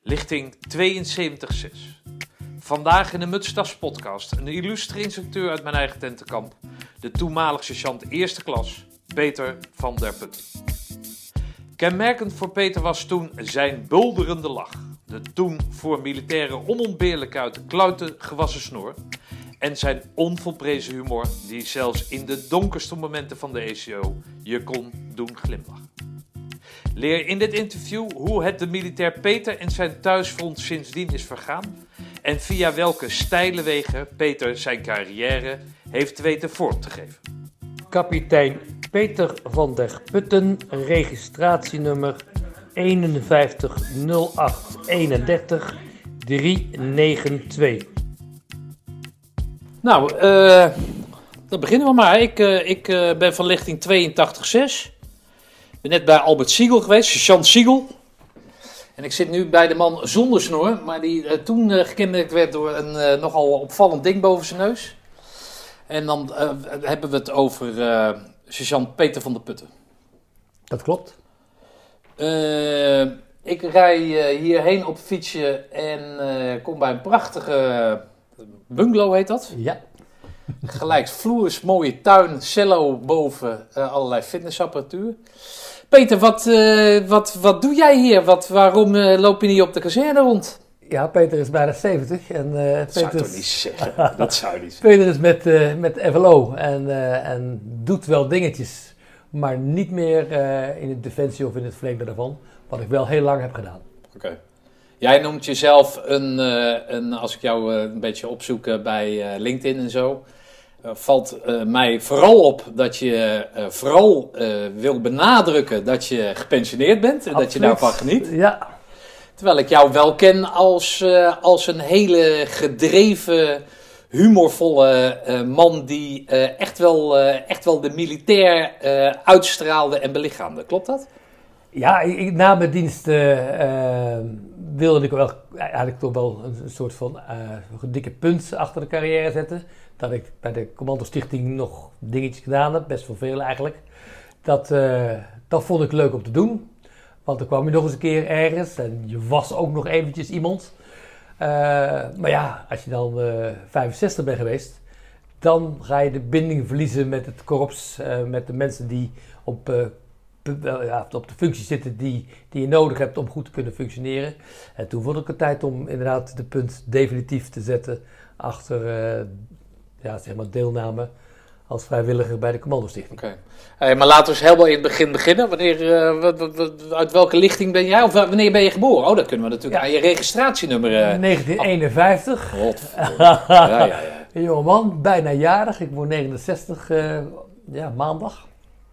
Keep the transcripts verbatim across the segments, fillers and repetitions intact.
Lichting tweeënzeventig zes. Vandaag in de Mutstas podcast een illustre instructeur uit mijn eigen tentenkamp, de toenmalig sergeant eerste klas, Peter van der Putten. Kenmerkend voor Peter was toen zijn bulderende lach, de toen voor militairen onontbeerlijke uit de kluiten gewassen snor en zijn onvolprezen humor die zelfs in de donkerste momenten van de E C O je kon doen glimlachen. Leer in dit interview hoe het de militair Peter en zijn thuisfront sindsdien is vergaan en via welke steile wegen Peter zijn carrière heeft weten vorm te geven. Kapitein Peter van der Putten, registratienummer eenenvijftig nul acht eenendertig driehonderdnegenentwintig. Nou, uh, dan beginnen we maar. Ik, uh, ik uh, ben van lichting tweeëntachtig zes. Ik ben net bij Albert Siegel geweest, sergeant Siegel. En ik zit nu bij de man zonder snor, maar die uh, toen uh, gekenmerkt werd door een uh, nogal opvallend ding boven zijn neus. En dan uh, hebben we het over uh, sergeant Peter van der Putten. Dat klopt. Uh, ik rij uh, hierheen op fietsje en uh, kom bij een prachtige bungalow, heet dat? Ja. Gelijksvloers, mooie tuin, cello boven, uh, allerlei fitnessapparatuur. Peter, wat, uh, wat, wat doe jij hier? Wat, waarom uh, loop je niet op de kazerne rond? Ja, Peter is bijna zeventig. En, uh, dat Peter zou je is, toch niet zeggen? Dat zou je niet zeggen. Peter is met, uh, met F L O en, uh, en doet wel dingetjes, maar niet meer uh, in de defensie of in het verlengde daarvan. Wat ik wel heel lang heb gedaan. Oké. Okay. Jij noemt jezelf een, uh, een, als ik jou uh, een beetje opzoek uh, bij uh, LinkedIn en zo, uh, valt uh, mij vooral op dat je uh, vooral uh, wil benadrukken dat je gepensioneerd bent en Absoluut. Dat je daarvan geniet. Ja. Terwijl ik jou wel ken als, uh, als een hele gedreven, humorvolle uh, man die uh, echt, wel, uh, echt wel de militair uh, uitstraalde en belichaamde. Klopt dat? Ja, ik, na mijn dienst uh, uh, wilde ik wel eigenlijk toch wel een, een soort van uh, een dikke punt achter de carrière zetten. Dat ik bij de Commando Stichting nog dingetjes gedaan heb, best wel veel eigenlijk. Dat, uh, dat vond ik leuk om te doen. Want dan kwam je nog eens een keer ergens en je was ook nog eventjes iemand. Uh, maar ja, als je dan uh, vijfenzestig bent geweest, dan ga je de binding verliezen met het korps, uh, met de mensen die op, uh, pu- uh, ja, op de functie zitten die, die je nodig hebt om goed te kunnen functioneren. En toen vond ik het tijd om inderdaad de punt definitief te zetten achter uh, ja, zeg maar deelname als vrijwilliger bij de Commando Stichting. Oké. Okay. Hey, maar laten we eens helemaal in het begin beginnen. Wanneer, uh, wat, wat, wat, uit welke lichting ben jij? Of wanneer ben je geboren? Oh, dat kunnen we natuurlijk ja. aan je registratienummer... Uh, negentien eenenvijftig. God. ja, ja, ja. Een jongeman, bijna jarig. Ik word negenenzestig, uh, ja, maandag.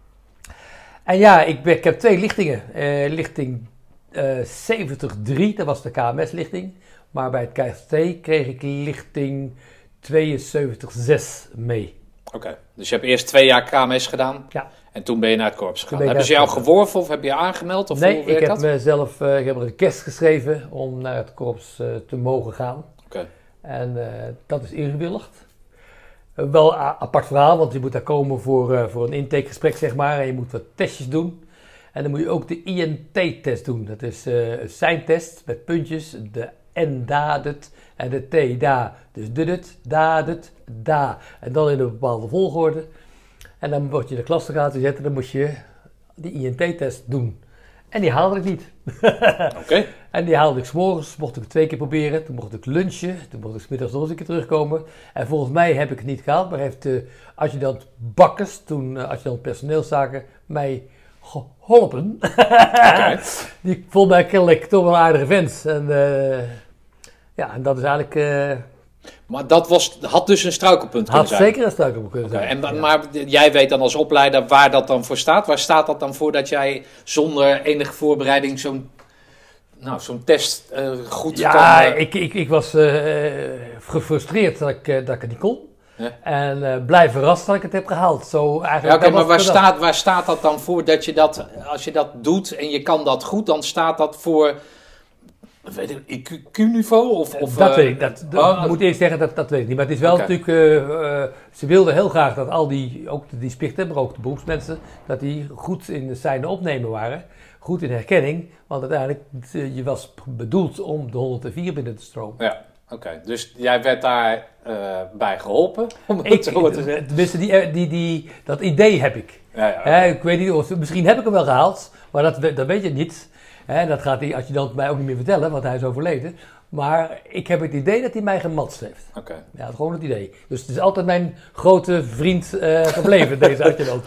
En ja, ik, ben, ik heb twee lichtingen. Uh, lichting uh, zeventig drie, dat was de K M S-lichting. Maar bij het K S T kreeg ik lichting tweeënzeventig zes mee. Oké, okay. Dus je hebt eerst twee jaar K M S gedaan ja. En toen ben je naar het korps gegaan. Hebben ze jou geworven of heb je je aangemeld? Of nee, hoe ik heb dat? mezelf uh, ik heb een request geschreven om naar het korps uh, te mogen gaan. Oké. Okay. En uh, dat is ingewilligd. Uh, wel een apart verhaal, want je moet daar komen voor, uh, voor een intakegesprek, zeg maar. En je moet wat testjes doen. En dan moet je ook de I N T-test doen. Dat is uh, een seintest met puntjes. De N, da, dut. En de T, da. Dus dut, da, dut, da. En dan in een bepaalde volgorde. En dan word je in de klas te gaan gezet en dan moet je die I N T-test doen. En die haalde ik niet. Oké. Okay. En die haalde ik 's morgens, mocht ik het twee keer proberen. Toen mocht ik lunchen, toen mocht ik 's middags nog eens een keer terugkomen. En volgens mij heb ik het niet gehaald, maar heeft de adjudant Bakkers, toen uh, adjudant personeelszaken, mij geholpen. Okay. Die vond mij kennelijk toch wel een aardige vent. En uh, ja, en dat is eigenlijk... Uh, Maar dat was, had dus een struikelpunt kunnen had zijn? Had zeker een struikelpunt kunnen okay. zijn. En, ja. Maar jij weet dan als opleider waar dat dan voor staat? Waar staat dat dan voor dat jij zonder enige voorbereiding zo'n, nou, zo'n test uh, goed ja, kan... Ja, uh... ik, ik, ik was uh, gefrustreerd dat ik, uh, dat ik het niet kon. Ja. En uh, blij verrast dat ik het heb gehaald. Zo eigenlijk ja, oké, okay, maar waar staat, waar staat dat dan voor dat je dat, als je dat doet en je kan dat goed, dan staat dat voor... Weet ik, I Q-niveau? Of, of, dat uh, weet ik. Dat, dat oh, moet eerst zeggen, dat, dat weet ik niet. Maar het is wel okay. natuurlijk... Uh, uh, ze wilden heel graag dat al die, ook die spichten, maar ook de beroepsmensen, dat die goed in de seinen opnemen waren. goed in herkenning. Want uiteindelijk, uh, je was bedoeld om de honderdvier binnen te stromen. Ja, oké. Okay. Dus jij werd daar uh, bij geholpen, om het ik, zo te zeggen? Tenminste, die, die, die, dat idee heb ik. Ja, ja, okay. uh, ik weet niet, of, misschien heb ik hem wel gehaald, maar dat, dat weet je niet. Uh, dat gaat hij adjudant mij ook niet meer vertellen, want hij is overleden. Maar ik heb het idee dat hij mij gematst heeft. Oké. Okay. Ja, gewoon het idee. Dus het is altijd mijn grote vriend uh, gebleven, deze adjudant.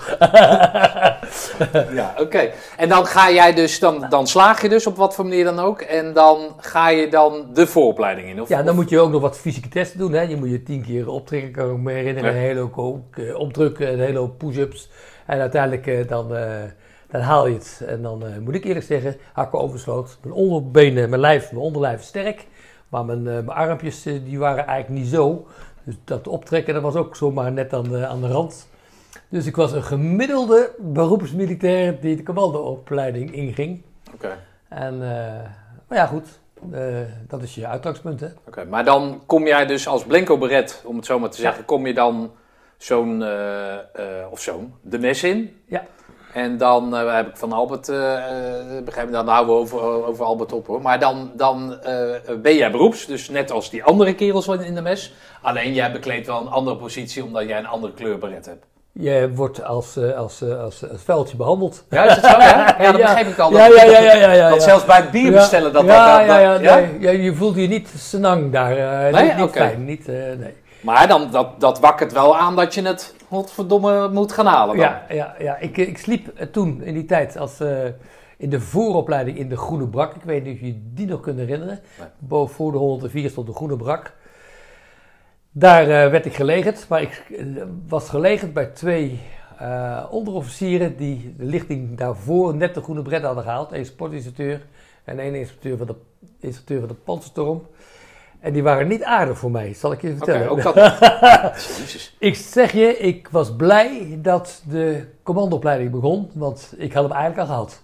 Ja, oké. Okay. En dan ga jij dus, dan, dan slaag je dus op wat voor manier dan ook. En dan ga je dan de vooropleiding in? Of, ja, dan of? moet je ook nog wat fysieke testen doen. Hè. Je moet je tien keer optrekken, kan ik me herinneren. Ja. Een hele hoop uh, opdrukken, een hele hoop push-ups. En uiteindelijk uh, dan... Uh, Dan haal je het. En dan uh, moet ik eerlijk zeggen, hakken oversloot. Mijn onderbenen, mijn lijf, mijn onderlijf sterk. Maar mijn, uh, mijn armpjes, uh, die waren eigenlijk niet zo. Dus dat optrekken, dat was ook zomaar net aan de, aan de rand. Dus ik was een gemiddelde beroepsmilitair die de commandoopleiding inging. Oké. Okay. En, uh, maar ja goed, uh, dat is je uitgangspunt hè. Oké, okay, maar dan kom jij dus als blenko beret, om het zo maar te zeggen, ja. kom je dan zo'n, uh, uh, of zo'n, de mes in? Ja. En dan uh, heb ik van Albert, uh, begrijp je, dan houden we over, over Albert op hoor. Maar dan, dan uh, ben jij beroeps, dus net als die andere kerels in de mes. Alleen jij bekleedt wel een andere positie, omdat jij een andere kleur beret hebt. Je wordt als, uh, als, uh, als, als vuiltje behandeld. Ja, is het zo? Ja, ja dat ja. begreep ik al. Dat, ja, ja, ja, ja, ja, ja, dat ja. zelfs bij het bier bestellen dat ja, dat... Ja, ja, ja, nee, ja, je voelt je niet senang daar. Uh, nee? Niet, niet okay. fijn, niet, uh, nee. Maar dan, dat, dat wakkert wel aan dat je het godverdomme moet gaan halen dan. Ja, ja, ja. Ik, ik sliep toen in die tijd als, uh, in de vooropleiding in de Groene Brak. Ik weet niet of je die nog kunt herinneren. Nee. Boven voor de honderdvier stond de Groene Brak. Daar uh, werd ik gelegend, maar ik uh, was gelegend bij twee uh, onderofficieren die de lichting daarvoor net de groene bret hadden gehaald. Eén sportinstructeur en één instructeur van de, instructeur van de Panzerstorm. En die waren niet aardig voor mij, zal ik je vertellen. Okay, ook dat ik zeg je, ik was blij dat de commandoopleiding begon, want ik had hem eigenlijk al gehad.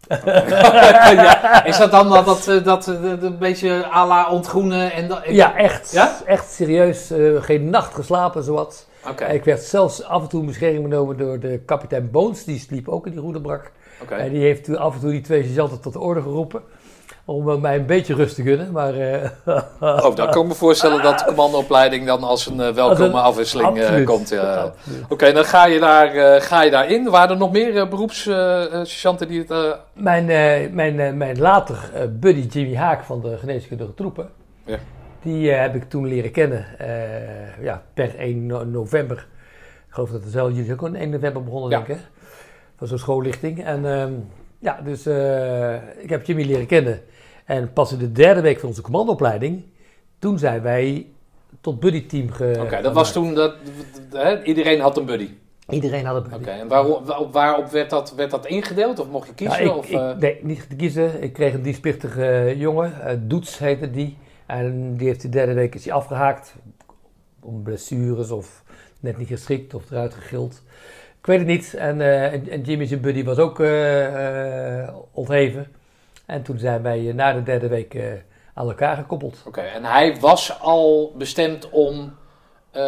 Ja, is dat dan dat, dat, dat, dat een beetje à la ontgroenen? En dat, en ja, echt. Ja? Echt serieus. Uh, geen nacht geslapen, zowat. Okay. Ik werd zelfs af en toe in bescherming genomen door de kapitein Boons. Die sliep ook in die Groene Brak. Okay. En die heeft af en toe die twee sergeanten tot de orde geroepen. Om mij een beetje rust te gunnen, maar... Uh, oh, dan kan ik me voorstellen dat de commandoopleiding dan als een uh, welkome een, afwisseling uh, komt. Uh. Oké, okay, dan ga je, daar, uh, ga je daarin. Waren er nog meer uh, beroepssergeanten uh, die het... Uh... Mijn, uh, mijn, uh, mijn later uh, buddy Jimmy Haak van de geneeskundige troepen, ja. die uh, heb ik toen leren kennen. Uh, ja, per één november. Ik geloof dat het wel, jullie ook één november begonnen, ja. denk ik. Van zo'n schoollichting. En uh, ja, dus uh, ik heb Jimmy leren kennen. En pas in de derde week van onze commandoopleiding, toen zijn wij tot buddyteam ge... Oké, okay, dat was toen, dat, hè, iedereen had een buddy? Iedereen had een buddy. Oké, okay, en waarop, waarop werd, dat, werd dat ingedeeld? Of mocht je kiezen? Ja, ik, of, ik, uh... Nee, niet te kiezen. Ik kreeg een dienstplichtige jongen, uh, Doets heette die. En die heeft de derde week is hij afgehaakt. Om blessures of net niet geschikt of eruit gegild. Ik weet het niet. En, uh, en, en Jimmy zijn buddy was ook uh, uh, ontheven. En toen zijn wij uh, na de derde week uh, aan elkaar gekoppeld. Oké, okay, en hij was al bestemd om uh,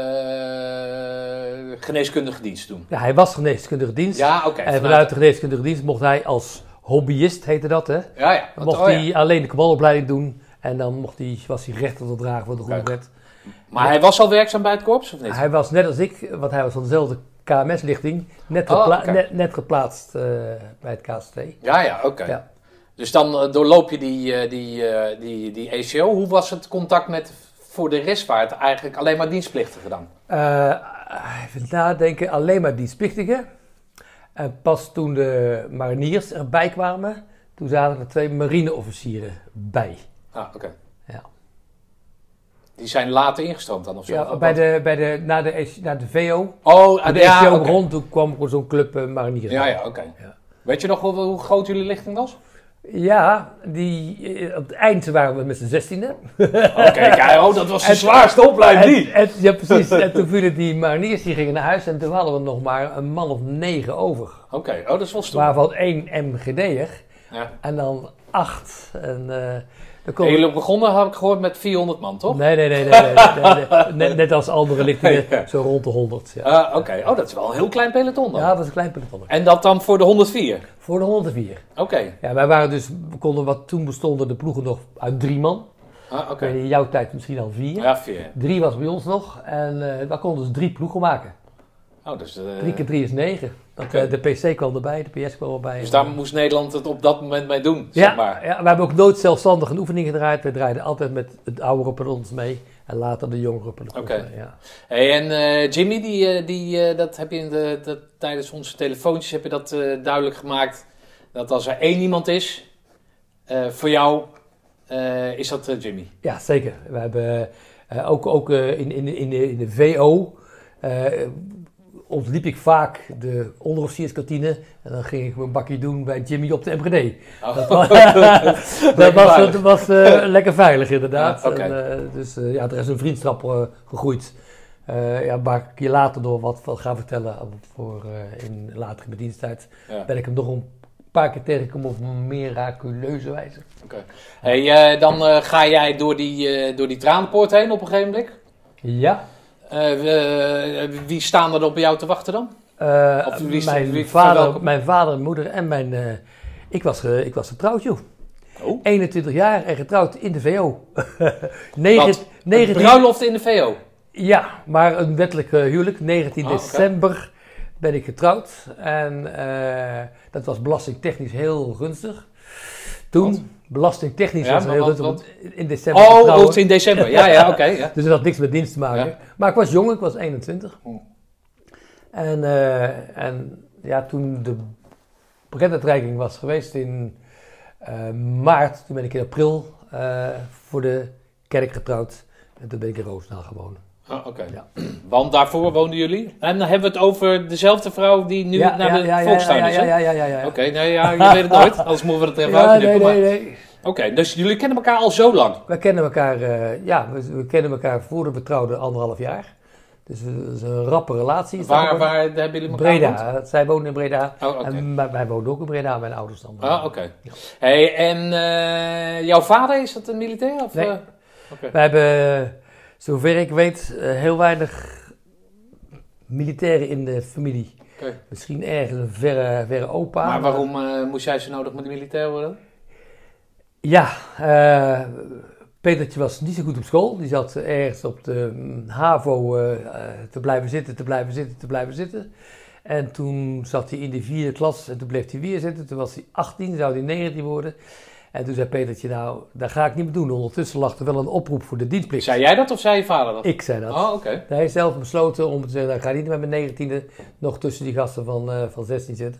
geneeskundige dienst te doen? Ja, hij was geneeskundige dienst. Ja, oké. Okay, en vanuit de geneeskundige dienst mocht hij als hobbyist, heette dat hè? Ja, ja. Wat, mocht oh, hij ja. alleen de commandoopleiding doen. En dan mocht hij, was hij rechter tot dragen voor de groene bret. Maar hij was al werkzaam bij het korps of niet? Hij was net als ik, want hij was van dezelfde K M S-lichting, net, gepla- oh, okay. net, net geplaatst uh, bij het K S T. Ja, ja, oké. Okay. Ja. Dus dan uh, doorloop je die, uh, die, uh, die, die E C O. Hoe was het contact met voor de restvaart? Eigenlijk alleen maar dienstplichtigen dan? Uh, even nadenken, alleen maar dienstplichtigen. En uh, pas toen de mariniers erbij kwamen, toen zaten er twee marineofficieren bij. Ah, oké. Okay. Ja. Die zijn later ingestroomd dan of zo? Ja, of bij de, bij de, na, de, na de V O. Oh, de ja, E C O okay. rond, toen kwam er zo'n club uh, mariniers. Ja, ja, oké. Okay. Ja. Weet je nog hoe, hoe groot jullie lichting was? Ja, die, op het eind waren we met z'n zestiende. Oké, okay, oh, dat was de zwaarste opleiding die. En, en, ja, precies. En toen vielen die mariniers, die gingen naar huis en toen hadden we nog maar een man of negen over. Oké, okay. Oh, dat is wel stoer. Waarvan één M G D'er. Ja. En dan acht. En, uh, En jullie begonnen, heb ik gehoord, met vierhonderd man, toch? Nee, nee, nee. nee, nee, nee, nee, nee. Net, net als andere lichtingen, ja. Zo rond de honderd. Ja. Uh, Oké, okay. Oh, dat is wel een heel klein peloton dan. Ja, dat is een klein peloton. En dat dan voor de honderdvier? Voor de honderdvier. Oké. Okay. Ja, wij waren dus, we konden wat, toen bestonden de ploegen nog uit drie man. Ah, oké. Okay. In jouw tijd misschien al vier. Ja, vier. Drie was bij ons nog. En uh, wij konden dus drie ploegen maken. Oh, dus... Uh... Drie keer drie is negen. Okay. Uh, de P C kwam erbij, de P S kwam erbij. Dus daar moest Nederland het op dat moment mee doen, ja, zeg maar. Ja, we hebben ook nooit zelfstandig een oefening gedraaid. We draaiden altijd met het oudere pelotons mee. En later de jongere pelotons okay. mee, ja. Hey, en uh, Jimmy, die, die, uh, dat heb je in de, de, tijdens onze telefoontjes heb je dat uh, duidelijk gemaakt. Dat als er één iemand is, uh, voor jou, uh, is dat uh, Jimmy. Ja, zeker. We hebben uh, ook, ook uh, in, in, in, de, in de V O... Uh, ontliep ik vaak de onderofficierskantine en dan ging ik mijn bakje doen bij Jimmy op de M G D. Oh. Dat was, dat was, dat was uh, lekker veilig inderdaad. Ja, okay. en, uh, dus uh, ja, er is een vriendschap uh, gegroeid. Uh, ja, waar ik je later nog wat van ga vertellen voor uh, in latere bedienstijd. Ja. Ben ik hem nog een paar keer tegengekomen op een miraculeuze wijze. Okay. Hey, uh, dan uh, ga jij door die, uh, door die tranenpoort heen op een gegeven moment? Ja. Uh, uh, wie staan er op jou te wachten dan? Uh, of wie, mijn, wie, vader, mijn vader, moeder en mijn... Uh, ik, was, uh, ik was getrouwd, joh. Oh. eenentwintig jaar en getrouwd in de V O. negen, Wat? negentien... Een bruiloft in de V O? Ja, maar een wettelijk uh, huwelijk. negentien december okay. ben ik getrouwd. En uh, dat was belastingtechnisch heel gunstig. Toen... Wat? Belastingtechnisch ja, was het heel goed wat... in december. Oh, oh in december. Ja, ja, oké. Okay, ja. Dus het had niks met dienst te maken. Ja. Maar ik was jong, ik was eenentwintig. Oh. En, uh, en ja, toen de pakketsuitreiking was geweest in uh, maart, toen ben ik in april uh, voor de kerk getrouwd. En toen ben ik in Roosendaal gewoond. Ah, oké. Okay. Ja. Want daarvoor woonden jullie? En dan hebben we het over dezelfde vrouw die nu ja, naar ja, de ja, volkstuin ja, is, ja, ja, ja, ja, ja, ja. Oké, okay, nou ja, je weet het nooit. Anders moeten we het even ja, uitknippen. Nee, nee, nee. Oké, okay, dus jullie kennen elkaar al zo lang? We kennen elkaar, uh, ja, we, we kennen elkaar voor de we trouwden anderhalf jaar. Dus het is een rappe relatie. Waar, waar hebben jullie elkaar Breda. Woont? Zij wonen in Breda. Oh, okay. En wij, wij woonden ook in Breda, mijn ouders dan. Ah, oké. Okay. Ja. Hey, en uh, jouw vader, is dat een militair? Of, nee. Uh? Okay. We hebben, zover ik weet, uh, heel weinig militairen in de familie. Okay. Misschien ergens een verre, verre opa. Maar waarom uh, moest jij zo nodig met de militair worden? Ja, uh, Petertje was niet zo goed op school. Die zat ergens op de HAVO uh, te blijven zitten, te blijven zitten, te blijven zitten. En toen zat hij in de vierde klas en toen bleef hij weer zitten. Toen was hij achttien, zou hij negentien worden. En toen zei Petertje, nou, dat ga ik niet meer doen. Ondertussen lag er wel een oproep voor de dienstplicht. Zei jij dat of zei je vader dat? Ik zei dat. Oh, oké. Okay. Hij heeft zelf besloten om te zeggen, nou, ik ga niet met mijn negentiende nog tussen die gasten van, uh, van zestien zitten.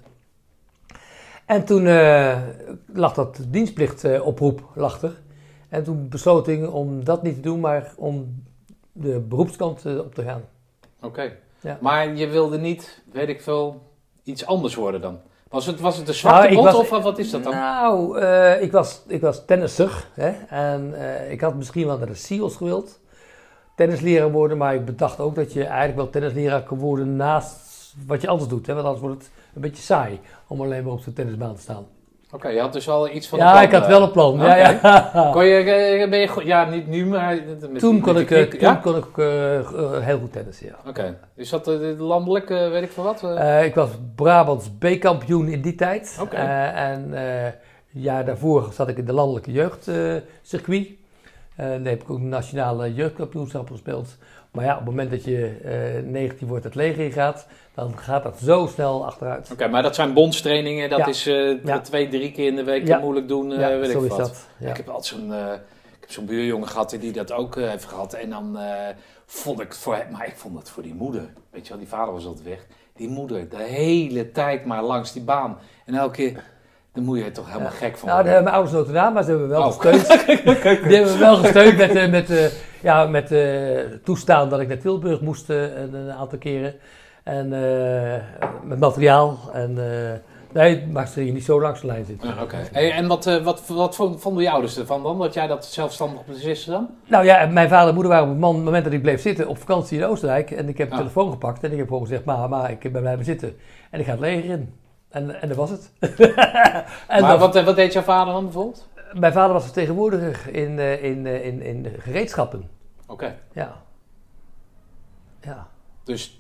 En toen uh, lag dat dienstplicht uh, oproep lag er. En toen besloot ik om dat niet te doen, maar om de beroepskant uh, op te gaan. Oké. Okay. Ja. Maar je wilde niet, weet ik veel, iets anders worden dan? Was het, was het een zwarte nou, bot of wat is dat dan? Nou, uh, ik, was, ik was tennisser. Hè? En uh, ik had misschien wel naar de S E A L's gewild. Tennisleraar worden, maar ik bedacht ook dat je eigenlijk wel tennisleraar kan worden naast wat je anders doet. Hè? Want anders wordt het een beetje saai om alleen maar op zo'n tennisbaan te staan. Oké, okay, je had dus al iets van ja, een plan. Ja, ik had wel een plan. Okay. Ja, ja. Kon je, ben je, ja, niet nu, maar... Met, toen kon met ik, uh, toen ja? kon ik uh, uh, heel goed tennissen, ja. Oké, okay. Is dat uh, landelijk, uh, weet ik veel wat? Uh? Uh, ik was Brabants B-kampioen in die tijd. Oké. Okay. Uh, en uh, ja, daarvoor zat ik in de landelijke jeugdcircuit. Uh, uh, dan heb ik ook nationale jeugdkampioenschappen gespeeld. Maar ja, op het moment dat je uh, negentien wordt het leger gaat, dan gaat dat zo snel achteruit. Oké, okay, maar dat zijn bondstrainingen, dat ja. is uh, ja. twee, drie keer in de week ja. moeilijk doen, uh, ja, weet zo ik is wat. Dat. Ja. Ik heb altijd zo'n, uh, ik heb zo'n buurjongen gehad die dat ook uh, heeft gehad. En dan uh, vond ik het voor hem, maar ik vond het voor die moeder. Weet je wel, die vader was altijd weg. Die moeder, de hele tijd maar langs die baan. En elke keer... Dan moet je er toch helemaal ja. gek van nou, worden. Nou, mijn ouders noten aan, maar ze hebben me wel oh. gesteund. Die hebben me wel gesteund met, uh, met, uh, ja, met uh, toestaan dat ik naar Tilburg moest uh, een, een aantal keren. En uh, met materiaal. En uh, nee, maar ze niet zo langs de lijn zitten. Ja, okay. Hey, en wat, uh, wat, wat vonden je ouders ervan dan? Dat jij dat zelfstandig besliste dan? Nou ja, mijn vader en moeder waren op het moment dat ik bleef zitten op vakantie in Oostenrijk. En ik heb de oh. telefoon gepakt en ik heb gewoon gezegd, ma, ma, ik ben blijven zitten. En ik ga het leger in. En, en dat was het. en maar dan, wat, wat deed jouw vader dan bijvoorbeeld? Mijn vader was vertegenwoordiger in, in, in, in, in gereedschappen. Oké. Okay. Ja. Ja. Dus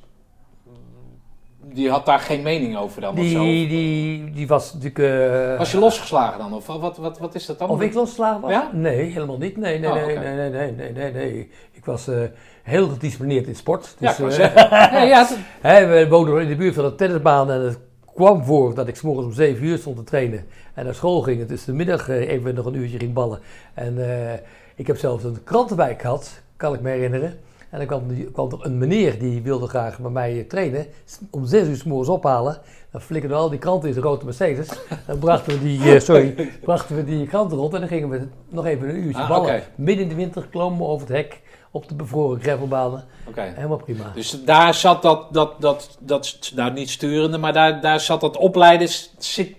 die had daar geen mening over dan? Die, of zo? Die, die was natuurlijk... Uh, was je losgeslagen dan? Of wat, wat, wat is dat dan? Of ik losgeslagen was? Ja? Nee, helemaal niet. Nee, nee, oh, nee, okay. nee, nee, nee, nee, nee, nee. Ik was uh, heel gedisciplineerd in sport. Dus, ja, ik uh, ja, ja, het... hè, we woonden in de buurt van de tennisbaan en het kwam voor dat ik 's morgens om zeven uur stond te trainen en naar school ging. En tussen de middag uh, even nog een uurtje ging ballen. En uh, ik heb zelfs een krantenwijk gehad, kan ik me herinneren. En dan kwam, die, kwam er een meneer die wilde graag bij mij trainen. Om zes uur 's morgens ophalen. Dan flikkerden we al die kranten in zijn grote Mercedes. Dan brachten we die, uh, sorry, brachten we die kranten rond en dan gingen we nog even een uurtje ah, ballen. Okay. Midden in de winter klommen we over het hek op de bevroren gravelbanen. Okay. Helemaal prima. Dus daar zat dat, dat, dat, dat nou niet sturende, maar daar, daar zat dat opleiden, zit,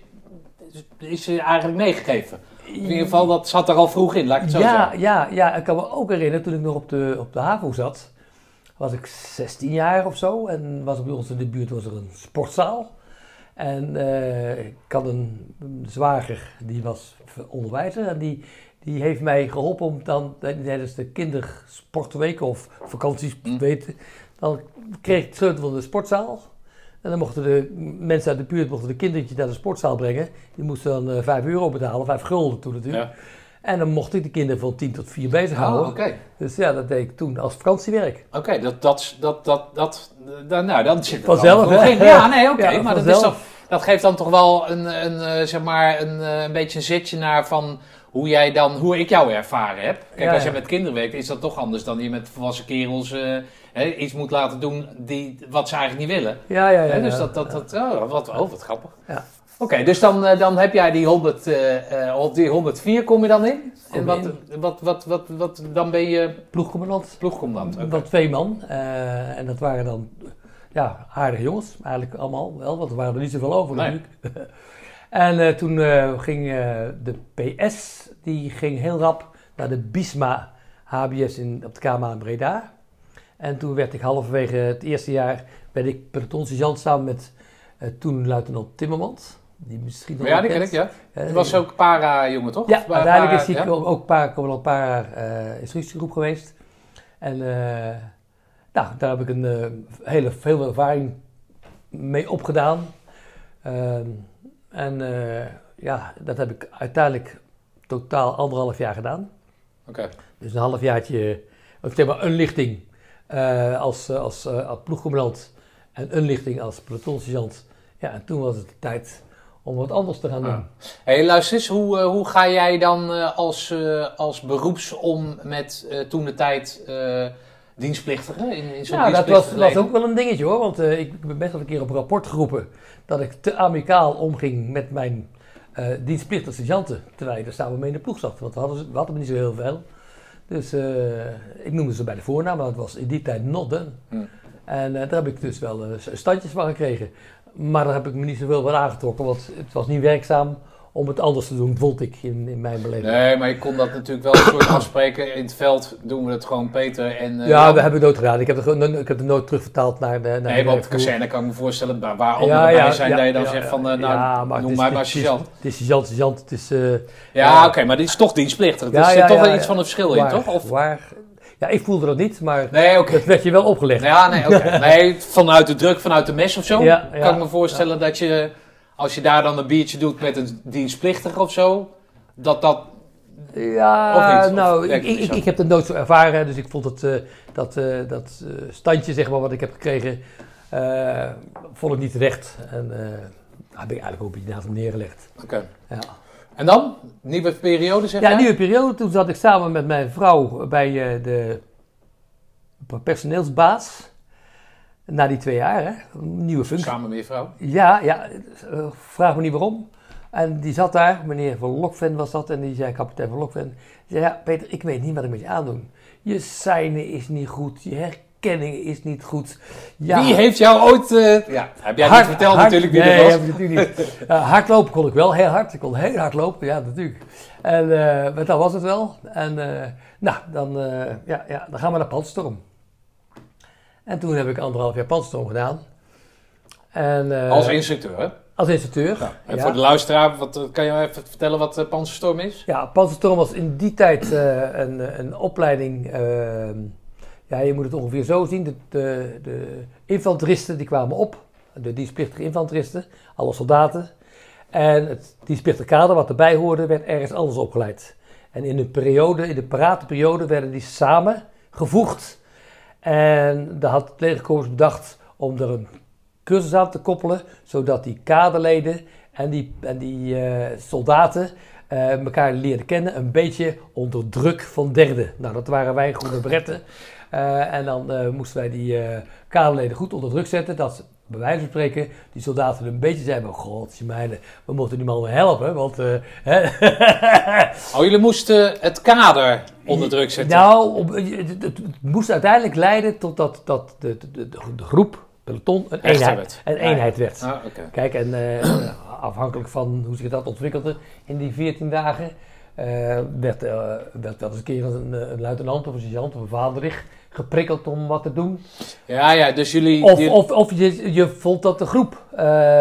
is je eigenlijk meegegeven. In ieder geval, dat zat er al vroeg in, laat ik het zo ja, zeggen. Ja, ja, ik kan me ook herinneren, toen ik nog op de, op de HAVO zat, was ik zestien jaar of zo. En was bij ons in de buurt was er een sportzaal. En uh, ik had een, een zwager, die was onderwijzer. En die, die heeft mij geholpen om dan tijdens de kindersportweken of vakanties, mm. weten, dan kreeg ik het sleutel van de sportzaal. En dan mochten de mensen uit de buurt mochten de kindertjes naar de sportzaal brengen. Die moesten dan uh, vijf euro betalen, vijf gulden toen natuurlijk. Ja. En dan mocht ik de kinderen van tien tot vier bezighouden. Oh, okay. Dus ja, dat deed ik toen als vakantiewerk. Oké, okay, dat, dat, dat, dat, dat, dat, nou, dan zit het vanzelf, hè? In. Ja, nee, oké, okay, ja, maar dat, is toch, dat geeft dan toch wel een, een, uh, zeg maar een, uh, een beetje een zetje naar van hoe jij dan, hoe ik jou ervaren heb. Kijk, ja, als je ja. met kinderen werkt, is dat toch anders dan je met volwassen kerels uh, hè, iets moet laten doen die, wat ze eigenlijk niet willen. Ja, ja, ja. Hè, dus ja, dat, dat, dat, oh, wat, oh, wat grappig. Ja. Oké, okay, dus dan, uh, dan heb jij die, honderd, uh, uh, die honderdvier, kom je dan in? Kom en wat, in. Wat, wat, wat, wat, dan ben je... Ploegcommandant. Ploegcommandant, okay. Van twee man. Uh, en dat waren dan, ja, aardige jongens. Eigenlijk allemaal wel, want er waren er niet zoveel over nee. natuurlijk. En uh, toen uh, ging uh, de P S, die ging heel rap naar de Bisma H B S in, op de K M A in Breda. En toen werd ik halverwege het eerste jaar, werd ik pelotonsergeant samen met uh, toen luitenant Timmermans. Die misschien nog ja, die ken ik, ja. Uh, die was ook para-jongen, toch? Ja, of uiteindelijk para, is hij ja? ook, ook para, para uh, instructiegroep geweest. En uh, nou, daar heb ik een uh, hele veel ervaring mee opgedaan. Uh, en uh, ja, dat heb ik uiteindelijk totaal anderhalf jaar gedaan. Oké. Okay. Dus een halfjaartje, of zeg maar een lichting uh, als, als, uh, als ploegcommandant en een lichting als pelotonsergeant. Ja, en toen was het de tijd om wat anders te gaan doen. Ja. Hé, luister eens, hoe, uh, hoe ga jij dan uh, als, uh, als beroeps om met uh, toen de tijd uh, dienstplichtigen? In, in zo'n ja, dat was, was ook wel een dingetje hoor, want uh, ik ben best wel een keer op rapport geroepen dat ik te amicaal omging met mijn uh, dienstplichtige sergeanten, terwijl ik er samen mee in de ploeg zat, want we hadden, we hadden niet zo heel veel. Dus uh, ik noemde ze bij de voornaam, maar dat was in die tijd not done. Hmm. En uh, daar heb ik dus wel uh, standjes van gekregen. Maar daar heb ik me niet zoveel van aangetrokken, want het was niet werkzaam om het anders te doen, vond ik in, in mijn beleving. Nee, maar je kon dat natuurlijk wel een soort afspreken. In het veld doen we het gewoon Peter en... Uh, ja, Jan. we hebben het nooit gedaan. Ik heb de, ik heb de nood terugvertaald naar de... Naar nee, maar op de kazerne kan ik me voorstellen waar anderen ja, ja, bij zijn, ja, dat je dan ja, zegt van, uh, nou, ja, maar noem mij maar sergeant. Het is sergeant, sergeant, het is... Uh, ja, uh, oké, okay, maar dit is toch dienstplichtig. Er ja, zit ja, toch ja, wel iets van een verschil waar, in, toch? Of? Waar... Ja, ik voelde dat niet, maar nee, okay. dat werd je wel opgelegd. Ja, nee, oké. Okay. Nee, vanuit de druk, vanuit de mes of zo, ja, ja, kan ik me voorstellen ja. dat je, als je daar dan een biertje doet met een dienstplichtige of zo, dat dat... Ja, of niet? nou, of, ik, ik, ik, ik heb het nooit zo ervaren, dus ik vond het, uh, dat, uh, dat uh, standje, zeg maar, wat ik heb gekregen, uh, vond ik niet terecht. En uh, heb ik eigenlijk ook een beetje naast hem neergelegd. Oké. Okay. Ja. En dan? Nieuwe periode, zeg je? Ja, jij? nieuwe periode. Toen zat ik samen met mijn vrouw bij uh, de personeelsbaas. Na die twee jaar, hè. Een nieuwe functie. Samen met je vrouw? Ja, ja. Uh, vraag me niet waarom. En die zat daar, meneer Van Lokven was dat. En die zei, kapitein Van Lokven. Die zei, ja, Peter, ik weet niet wat ik met je aandoen. Je seinen is niet goed. Je herkenning is niet goed. Ja. Wie heeft jou ooit... Uh, ja, heb jij hard, niet verteld hard, natuurlijk wie nee, dat was? Nee, natuurlijk niet. Uh, hardlopen kon ik wel, heel hard. Ik kon heel hard lopen, ja, natuurlijk. En uh, maar dat was het wel. En uh, nou, dan, uh, ja, ja, dan gaan we naar Pantstorm. En toen heb ik anderhalf jaar Pantstorm gedaan. En, uh, als instructeur, hè? Als instructeur. Ja. En ja. voor de luisteraar, wat, kan je even vertellen wat uh, Panzerstorm is? Ja, Panzerstorm was in die tijd uh, een, een opleiding. Uh, ja, je moet het ongeveer zo zien. De, de, de infanteristen die kwamen op. De dienstplichtige infanteristen, alle soldaten. En het dienstplichtige kader wat erbij hoorde, werd ergens anders opgeleid. En in de periode, in de paratenperiode werden die samengevoegd. En daar had het legerkorps bedacht om er een cursus aan te koppelen, zodat die kaderleden en die, en die uh, soldaten uh, elkaar leerden kennen, een beetje onder druk van derden. Nou, dat waren wij groene bretten. Uh, en dan uh, moesten wij die uh, kaderleden goed onder druk zetten, dat ze, bij wijze van spreken, die soldaten een beetje zeiden, god, je mijne, we moeten die man wel helpen, want... Uh, oh, jullie moesten het kader onder druk zetten? Nou, op, het, het moest uiteindelijk leiden tot dat, dat de, de, de, de groep, peloton, een eenheid werd. Een eenheid werd. Ah, okay. Kijk, en uh, afhankelijk van hoe zich dat ontwikkelde in die veertien dagen, uh, werd, uh, werd wel eens een keer een, een luitenant of een sergeant of een vaderlig geprikkeld om wat te doen. Ja, ja, dus jullie... Of, die... of, of je, je vond dat de groep uh,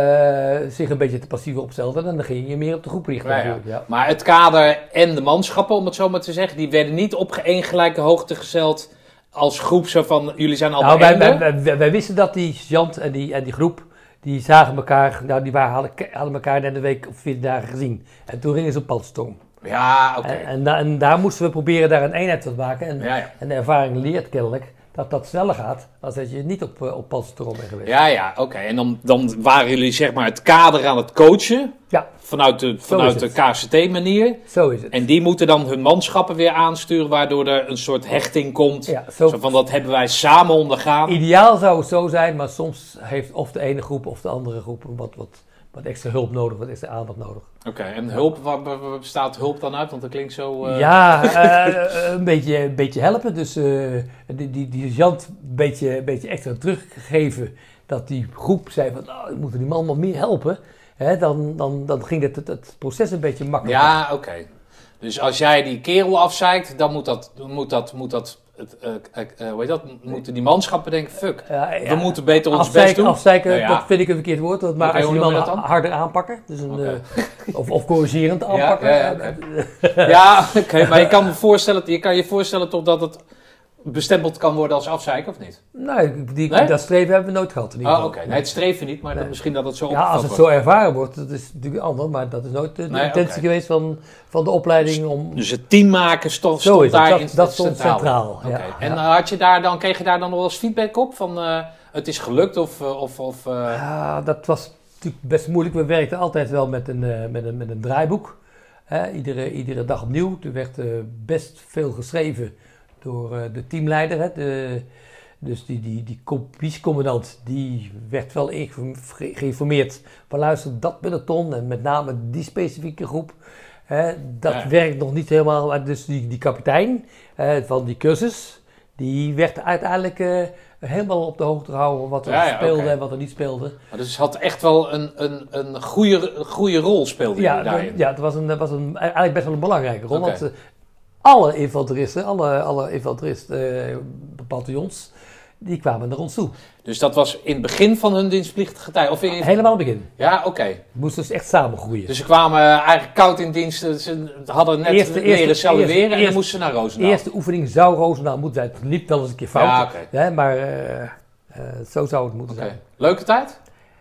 zich een beetje te passief opstelde en dan ging je meer op de groep richten. Ja, ja. Ja. Maar het kader en de manschappen, om het zo maar te zeggen, die werden niet op één gelijke hoogte gesteld als groep, zo van, jullie zijn allemaal nou, wij, wij, wij, wij wisten dat die sergeant en die, en die groep, die zagen elkaar, nou die waren, hadden, hadden elkaar net een week of veertien dagen gezien. En toen gingen ze op Panzerstorm. Ja, oké. Okay. En, en, da, en daar moesten we proberen daar een eenheid van te maken. En, ja, ja. en de ervaring leert kennelijk dat dat sneller gaat als dat je niet op, op Panzerstorm bent geweest. Ja, ja, oké. Okay. En dan, dan waren jullie zeg maar het kader aan het coachen. Ja. Vanuit de, vanuit de K C T-manier. Zo is het. En die moeten dan hun manschappen weer aansturen, waardoor er een soort hechting komt. Ja, zo, zo van, dat hebben wij samen ondergaan. Ideaal zou het zo zijn, maar soms heeft of de ene groep of de andere groep wat, wat, wat extra hulp nodig, wat extra aandacht nodig. Oké, okay, en hulp, waar, waar bestaat hulp dan uit? Want dat klinkt zo... Uh... Ja, uh, een, beetje, een beetje helpen. Dus uh, die, die, die sergeant een beetje, een beetje extra teruggeven. Dat die groep zei van, nou, we moeten die man wat meer helpen. Hè, dan, dan, dan ging het, het, het proces een beetje makkelijker. Ja, oké. Okay. Dus als jij die kerel afzeikt, dan moet dat... Moet dat, moet dat Het, uh, uh, hoe heet dat? Moeten die manschappen denken, fuck, uh, ja, we moeten beter ons afzeiken, best doen. Afzeiken, ja, ja. dat vind ik een verkeerd woord. Maar okay, als je iemand harder aanpakken, dus een, okay. uh, of, of corrigerend aanpakken. Ja, ja, okay. ja oké, okay, maar je kan, me voorstellen, je kan je voorstellen toch dat het bestempeld kan worden als afzeiken, of niet? Nee, die, nee? dat streven hebben we nooit gehad. In ieder oh, geval. oké. Nee, het streven niet, maar nee. dat misschien dat het zo ja, als het wordt. zo ervaren wordt, dat is natuurlijk anders, maar dat is nooit de, de nee, intentie okay. geweest van, van de opleiding. Dus, om... dus het team maken stond, stond daar dat, in dat stond centraal. centraal. Ja, okay. ja. En uh, had je daar dan, kreeg je daar dan nog wel eens feedback op van uh, het is gelukt of... Uh, of, of uh... Ja, dat was natuurlijk best moeilijk. We werkten altijd wel met een, uh, met een, met een draaiboek. Uh, iedere, iedere dag opnieuw. Er werd uh, best veel geschreven door uh, de teamleider. Hè. De, dus die, die, die vice-commandant, die werd wel geïnformeerd van luister, dat peloton en met name die specifieke groep. Uh, dat ja. werkt nog niet helemaal. Dus die, die kapitein uh, van die cursus, die werd uiteindelijk uh, helemaal op de hoogte gehouden wat er ja, ja, speelde okay. en wat er niet speelde. Maar dus het had echt wel een, een, een goede, goede rol speelde ja, daarin. Ja, het was, een, was een, eigenlijk best wel een belangrijke rol. Okay. Want uh, alle infanteristen, alle, alle infanteristen, uh, bataljons, die kwamen naar ons toe. Dus dat was in het begin van hun dienstplichtige tijd? Of in... Helemaal in het begin. Ja, oké. Okay. Moesten dus echt samen groeien. Dus ze kwamen uh, eigenlijk koud in dienst. Ze hadden net eerste, leren salveren en eerste, dan moesten ze naar Roosendaal. De eerste oefening zou Roosendaal moeten zijn. Het liep wel eens een keer fout. Ja, okay. hè, maar uh, uh, zo zou het moeten okay. zijn. Leuke tijd?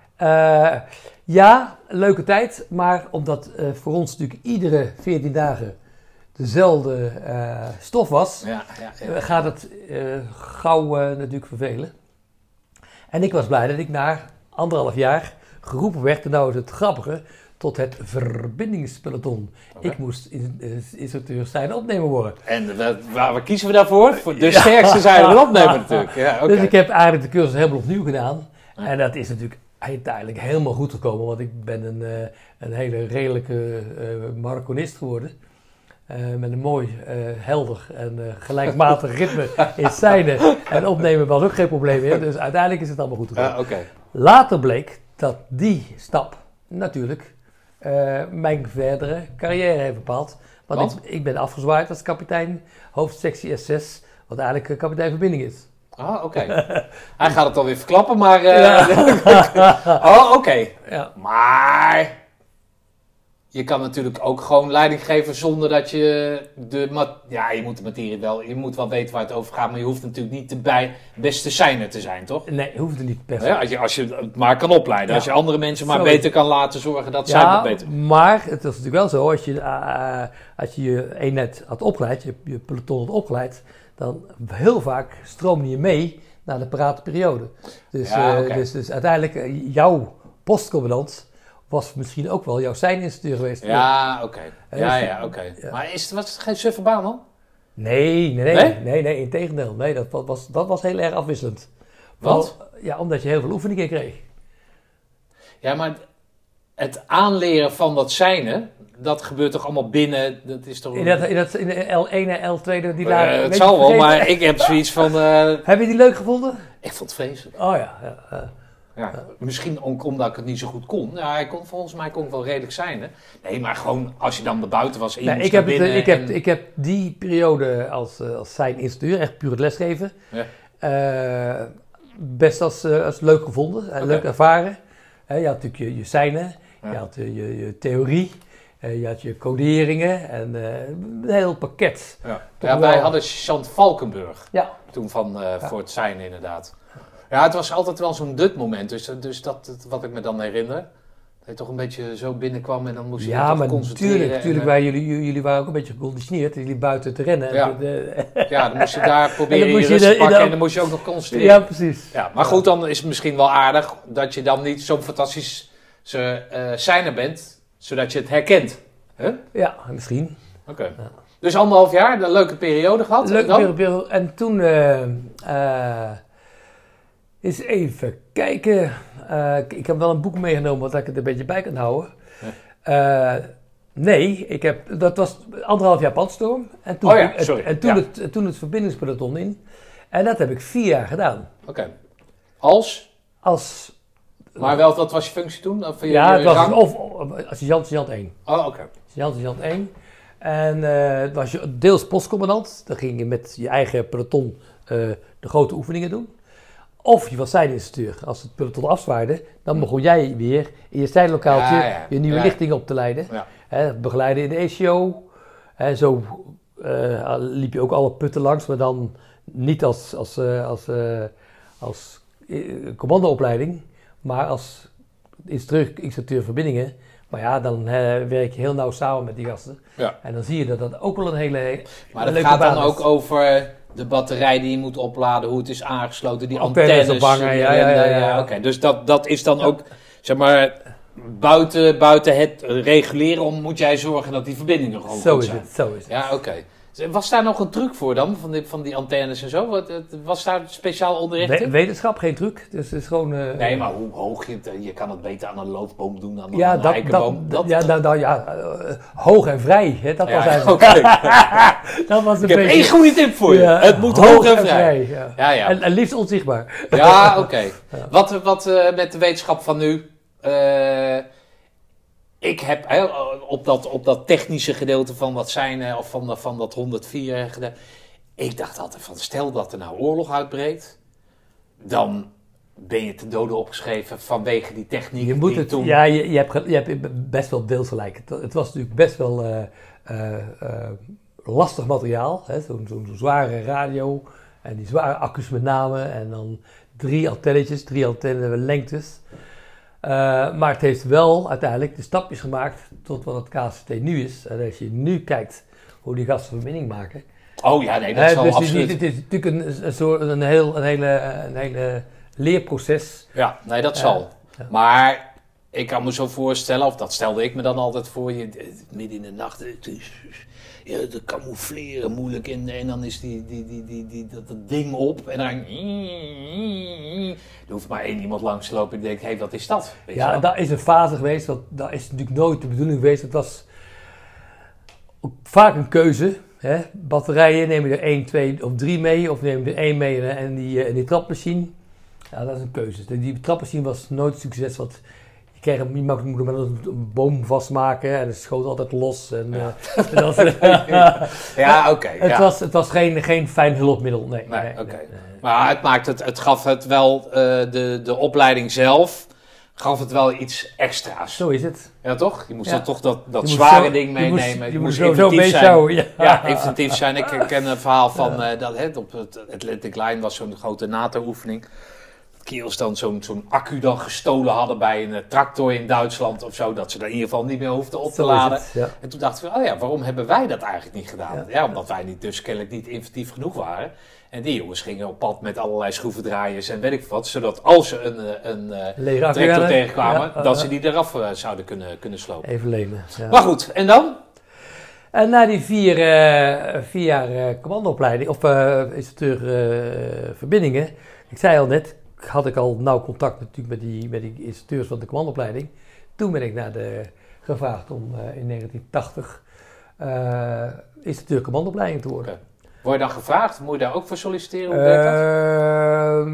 Uh, ja, leuke tijd. Maar omdat uh, voor ons natuurlijk iedere veertien dagen dezelfde uh, stof was, ja, ja, ja. gaat het uh, gauw uh, natuurlijk vervelen. En ik was blij dat ik na anderhalf jaar geroepen werd, en nou is het grappige, tot het verbindingspeloton. Okay. Ik moest in, uh, instructeur zijn opnemer worden. En uh, waar kiezen we daarvoor? Voor de ja. sterkste zijn opnemer natuurlijk. Ja, okay. Dus ik heb eigenlijk de cursus helemaal opnieuw gedaan. Ja. En dat is natuurlijk uiteindelijk helemaal goed gekomen, want ik ben een, uh, een hele redelijke uh, marathonist geworden. Uh, met een mooi, uh, helder en uh, gelijkmatig ritme in seinen en opnemen was ook geen probleem meer. Dus uiteindelijk is het allemaal goed gekomen. Uh, okay. Later bleek dat die stap natuurlijk uh, mijn verdere carrière heeft bepaald. Want ik, ik ben afgezwaaid als kapitein hoofdsectie S zes, wat eigenlijk kapitein verbinding is. Ah, oké. Okay. Hij gaat het alweer verklappen, maar... Uh, Ja. oh, oké. Okay. Ja. Maar... Je kan natuurlijk ook gewoon leiding geven zonder dat je de... mat- Ja, je moet de materie wel... Je moet wel weten waar het over gaat, maar je hoeft natuurlijk niet de bij beste zijner te zijn, toch? Nee, hoeft het niet per se. Ja, als, je, als je het maar kan opleiden. Ja. Als je andere mensen maar Zo. beter kan laten zorgen dat zij Ja, het beter... maar het is natuurlijk wel zo, als je uh, als je, je eenheid had opgeleid, je, je peloton had opgeleid, dan heel vaak stroomde je mee naar de paraatperiode. Dus, Ja, uh, okay. dus, dus uiteindelijk, uh, jouw postcommandant was misschien ook wel jouw seininstructeur geweest. Ja, oké. Okay. Ja, dus- ja, oké. Okay. Ja. Maar is het, was het geen suffe baan dan? Nee, nee, nee, Nee? nee, nee, integendeel. Nee, dat was, dat was heel erg afwisselend. Want? Vooral, ja, omdat je heel veel oefeningen kreeg. Ja, maar het aanleren van dat seinen, dat gebeurt toch allemaal binnen, dat is toch... In, dat, in, dat, in de L één en L twee, die Uh, lagen... het weet je, zal wel, vergeten? maar ik heb zoiets van... Uh, Heb je die leuk gevonden? ik vond het vreselijk. Oh ja, ja, ja. Ja, misschien ook omdat ik het niet zo goed kon. Ja, hij kon volgens mij kon ik wel redelijk zijn. Hè? Nee, maar gewoon als je dan naar buiten was en je Nee, moest ik, heb naar het, binnen. ik, heb, en... ik heb die periode als, uh, als zijn instructeur, echt puur het lesgeven, Ja. uh, best als, uh, als leuk gevonden, uh, Okay. leuk ervaren. Uh, je had natuurlijk je, je seinen, Ja. je had uh, je, je theorie, uh, je had je coderingen en uh, een heel pakket. Ja. Toch Ja, wij wel- hadden Chant Valkenburg Ja, toen van, uh, Ja. voor het zijn inderdaad. Ja, het was altijd wel zo'n dut-moment. Dus, dus dat, dat, wat ik me dan herinner, dat je toch een beetje zo binnenkwam en dan moest je je ja toch maar concentreren. natuurlijk, natuurlijk en, uh, waren jullie, jullie waren ook een beetje geconditioneerd, jullie buiten te rennen. Ja. En de- de- ja, dan moest je daar proberen moest je je rust de- te in pakken de- en dan moest je ook nog concentreren. ja, precies. Ja, maar goed, dan is het misschien wel aardig dat je dan niet zo'n fantastisch uh, seiner bent, zodat je het herkent. Huh? Ja, misschien. Oké. Ja. Dus anderhalf jaar, een leuke periode gehad. Leuke dan? periode, periode. En toen, uh, uh, eens even kijken. Uh, ik, ik heb wel een boek meegenomen, wat ik het een beetje bij kan houden. Ja. Uh, nee, ik heb, dat was anderhalf jaar Padstorm. En toen, Oh ja, sorry. En, en toen, Ja. het, en toen het verbindingspeloton in. En dat heb ik vier jaar gedaan. Oké. Okay. Als? Als... Maar wel, wat was je functie toen? Of je, ja, je het was rang? of, of sergeant, sergeant één. Oh, oké. Okay. Sergeant, sergeant één. En uh, dan was je deels postcommandant. Dan ging je met je eigen peloton uh, de grote oefeningen doen. Of je was seininstructeur. Als het peloton afzwaaide, dan begon jij weer in je seinlokaaltje Ja, ja. je nieuwe Ja. lichting op te leiden. Ja. Hè, begeleiden in de A C O. En zo uh, liep je ook alle putten langs, maar dan niet als, als, uh, als, uh, als uh, commandoopleiding, maar als instructeur, instructeur verbindingen. Maar ja, dan uh, werk je heel nauw samen met die gasten. Ja. En dan zie je dat dat ook wel een hele Maar een dat leuke gaat dan baan is. ook over de batterij die je moet opladen, hoe het is aangesloten, die Antennes antennes. ophangen, ja, ja, ja, ja. Oké, okay. Dus dat, dat is dan Ja. ook, zeg maar, buiten, buiten het reguleren om moet jij zorgen dat die verbindingen gewoon Zo goed is zijn. het, zo is het. Ja, oké. Okay. Was daar nog een truc voor dan, van die, van die antennes en zo? Wat, was daar speciaal onderricht We- in? wetenschap, geen truc. Dus het is gewoon... Uh, Nee, maar hoe hoog je het... Je kan het beter aan een loofboom doen dan ja, aan een dat, eikenboom. dat, ja, nou, nou, ja uh, hoog en vrij. Hè, dat Ja, was eigenlijk... oké. dat was een Ik heb beetje... één goede tip voor je. Ja, het moet hoog en vrij. ja. Ja, ja. En, en liefst onzichtbaar. Ja, oké. Okay. Ja. Wat, wat uh, met de wetenschap van nu... Uh, ik heb hè, op, dat, op dat technische gedeelte van wat zijn... Uh, of van, van dat honderdvier gedeelte... Ik dacht altijd van... Stel dat er nou oorlog uitbreekt... Dan ben je ten dode opgeschreven vanwege die techniek. Je moet die het... toen... Ja, je, je, hebt, je hebt best wel deels gelijk. Het, het was natuurlijk best wel uh, uh, uh, lastig materiaal. Hè? Zo'n zo, zo zware radio. En die zware accu's met name. En dan drie antennetjes, drie antenne lengtes. Uh, maar het heeft wel uiteindelijk de stapjes gemaakt tot wat het K C T nu is. En als je nu kijkt hoe die gasten verbinding maken. Oh ja, nee, dat is uh, wel dus absoluut. Het is natuurlijk een, een, soort, een, heel, een, hele, een hele leerproces. Ja, nee, dat zal. Uh, ja. Maar ik kan me zo voorstellen, of dat stelde ik me dan altijd voor, je, midden in de nacht, het is, ja, te camoufleren moeilijk en, en dan is die, die, die, die, die, dat, dat ding op en dan... Er hoeft maar één iemand langs te lopen en denkt, hé, hey, wat is dat? Weet ja, je dat is een fase geweest, want dat is natuurlijk nooit de bedoeling geweest. Het was vaak een keuze. Hè? Batterijen neem je er één, twee of drie mee, of neem je er één mee en die, en die trapmachine. Ja, dat is een keuze. Die trapmachine was nooit een succes, want je kerm, je mag moet hem met een, een boom vastmaken en het schoot altijd los. En, Ja, uh, en dat, ja oké. Okay, het, ja. was, het was geen, geen fijn hulpmiddel, nee. Nee, nee, oké. nee, nee. Maar het, maakt het, het gaf het wel, uh, de, de opleiding zelf, gaf het wel iets extra's. Zo is het. Ja, toch? Je moest Ja. dan toch dat, dat Je zware zo, ding meenemen. Je moest, je je moest moest zo inventief zijn. meeschouwen, ja. Ja, inventief zijn. Ik ken een verhaal van, uh, dat het op het Atlantic Line was zo'n grote NATO-oefening. Kerels dan zo'n zo'n accu dan gestolen hadden bij een uh, tractor in Duitsland of zo. Dat ze daar in ieder geval niet meer hoefden op te Zo is laden. het, ja. En toen dachten we, oh ja, waarom hebben wij dat eigenlijk niet gedaan? Ja, Ja. omdat wij niet, dus kennelijk niet inventief genoeg waren. En die jongens gingen op pad met allerlei schroevendraaiers en weet ik wat. Zodat als ze een, een, een Lege accu tractor hadden. tegenkwamen, Ja, dat uh, ze die eraf uh, zouden kunnen, kunnen slopen. Even lenen. Ja. Maar goed, en dan? En na die vier, uh, vier jaar uh, commandoopleiding, of uh, instructeur uh, verbindingen, ik zei al net, had ik al nauw contact natuurlijk met die, met die instructeurs van de commandoopleiding. Toen ben ik naar de, gevraagd om uh, in negentien tachtig uh, instructeur commandoopleiding te worden. Okay. Word je dan gevraagd? Moet je daar ook voor solliciteren? Hoe werkt dat?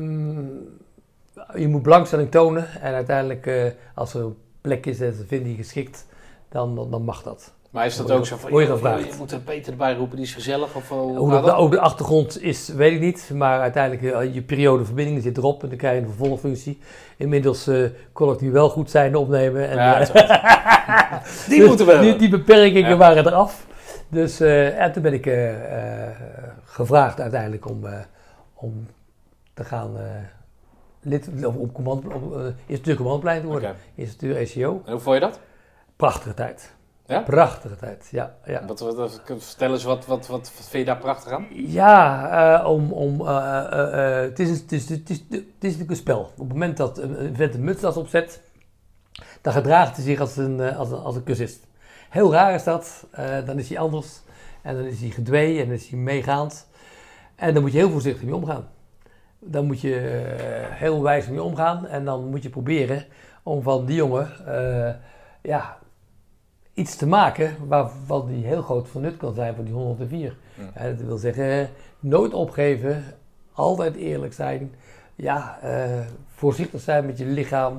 Uh, je moet belangstelling tonen en uiteindelijk uh, als er een plek is en ze vinden die geschikt, dan, dan, dan mag dat. Maar is dat Word ook je- zo van, word je je, gevraagd? je moet er Peter erbij roepen, die is gezellig? Of, hoe Hoe gaat dat dat? ook de achtergrond is, weet ik niet. Maar uiteindelijk, uh, je periode verbinding zit erop en dan krijg je een vervolgfunctie. Inmiddels uh, kon ik die wel goed zijn opnemen. En, Ja, uh, het die dus moeten we die, hebben. die beperkingen Ja. waren eraf. Dus uh, en toen ben ik uh, uh, gevraagd uiteindelijk om, uh, om te gaan uh, lid, of om command, om, uh, instructeur commandopleiding te worden. Oké. Instructeur E C O. En hoe vond je dat? Prachtige tijd. Ja? Prachtige tijd, ja. ja. Wat, wat, wat, vertel eens, wat, wat, wat vind je daar prachtig aan? Ja, uh, om, om, uh, uh, uh, het, is, het, is, het, is, het is natuurlijk een spel. Op het moment dat een vent een mutsdas opzet, dan gedraagt hij zich als een, uh, als een, als een cursist. Heel raar is dat. Uh, dan is hij anders. En dan is hij gedwee en dan is hij meegaand. En dan moet je heel voorzichtig mee omgaan. Dan moet je uh, heel wijs mee omgaan. En dan moet je proberen om van die jongen uh, ja, iets te maken waarvan die heel groot van nut kan zijn voor die honderdvier. Ja. Ja, dat wil zeggen, nooit opgeven, altijd eerlijk zijn, ja, uh, voorzichtig zijn met je lichaam.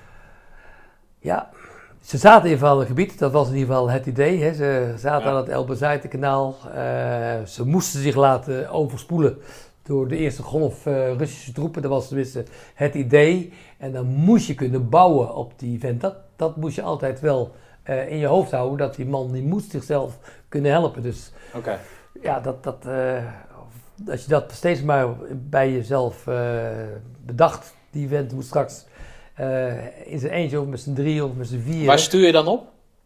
Ja, ze zaten in ieder geval in het gebied, dat was in ieder geval het idee. Hè. Ze zaten Ja. aan het Elbe-Zijde-kanaal, uh, ze moesten zich laten overspoelen door de eerste golf uh, Russische troepen. Dat was tenminste het idee. En dan moest je kunnen bouwen op die vent. Dat, dat moest je altijd wel uh, in je hoofd houden, dat die man die moest zichzelf kunnen helpen. Dus Oké. Okay. ja, dat, dat, uh, als je dat steeds maar bij jezelf uh, bedacht, die vent moet straks uh, in zijn eentje of met z'n drie of met z'n vier. Waar stuur je dan op?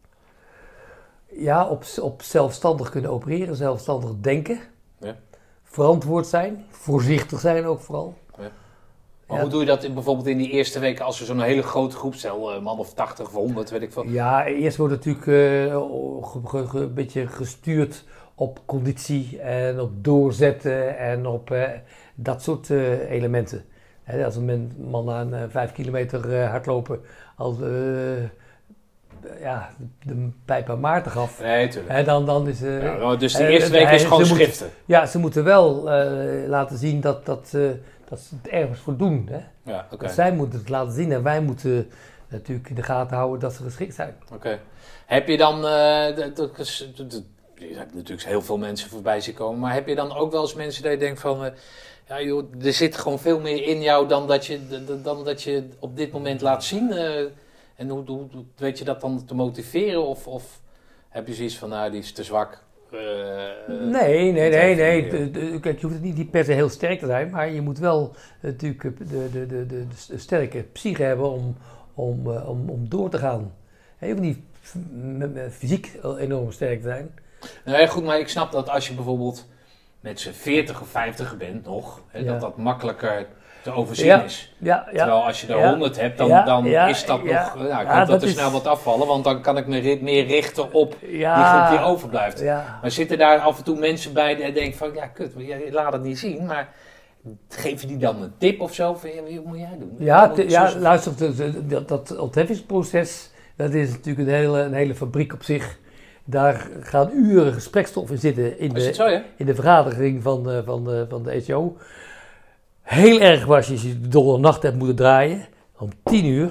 Ja, op, op zelfstandig kunnen opereren, zelfstandig denken. Ja. Verantwoord zijn, voorzichtig zijn ook vooral. Ja. Maar Ja. hoe doe je dat in, bijvoorbeeld in die eerste weken als er zo'n hele grote groep, stel een man of tachtig of honderd, weet ik veel. Ja, eerst wordt het natuurlijk uh, ge, ge, ge, een beetje gestuurd op conditie en op doorzetten en op uh, dat soort uh, elementen. He, als een man aan uh, vijf kilometer uh, hardlopen als uh, ja, de pijp aan Maarten gaf, Nee, tuurlijk. he, dan, dan is... Uh, Ja, dus de uh, eerste week hij- is gewoon ze moeten- schriften. Ja, ze moeten wel uh, laten zien dat, dat, uh, dat ze het ergens voor doen. Hè? Ja, oké. Okay. Zij moeten het laten zien en wij moeten natuurlijk in de gaten houden dat ze geschikt zijn. Oké. Heb je dan, uh, dat, dat, dat, je hebt natuurlijk heel veel mensen voorbij zien komen, maar heb je dan ook wel eens mensen dat je denkt van, uh, ja joh, er zit gewoon veel meer in jou dan dat je, dan dat je op dit moment laat zien? Uh, en hoe, hoe weet je dat dan te motiveren of, of heb je zoiets van, nou die is te zwak? Uh, nee, nee, nee, nee. Ja. De, de, kijk, je hoeft het niet per se heel sterk te zijn, maar je moet wel natuurlijk de, de, de, de, de, de sterke psyche hebben om, om, uh, om, om door te gaan. Je hoeft niet fysiek enorm sterk te zijn. Nee, goed, maar ik snap dat als je bijvoorbeeld met z'n veertig of vijftig bent nog, hè, Ja. dat dat makkelijker te overzien Ja. is. Ja, ja. Terwijl als je er Ja. honderd hebt, dan, Ja, dan ja, is dat ja. nog, nou, ik Ja, hoop dat dat er is- snel wat afvallen, want dan kan ik me ri- meer richten op die Ja. groep die overblijft. Ja. Maar zitten daar af en toe mensen bij die denken van, ja kut, je laat het niet zien, maar geef je die dan een tip of zo? Van, ja, wat moet jij doen? Ja, Moet te- ik ja zo- luister, de- de- dat, dat ontheffingsproces, dat is natuurlijk een hele, een hele fabriek op zich. Daar gaan uren gesprekstof in zitten in Is het de, zo, ja? in de vergadering van de, van de, van de E C O. Heel erg was je als je de dolle nacht hebt moeten draaien. Om tien uur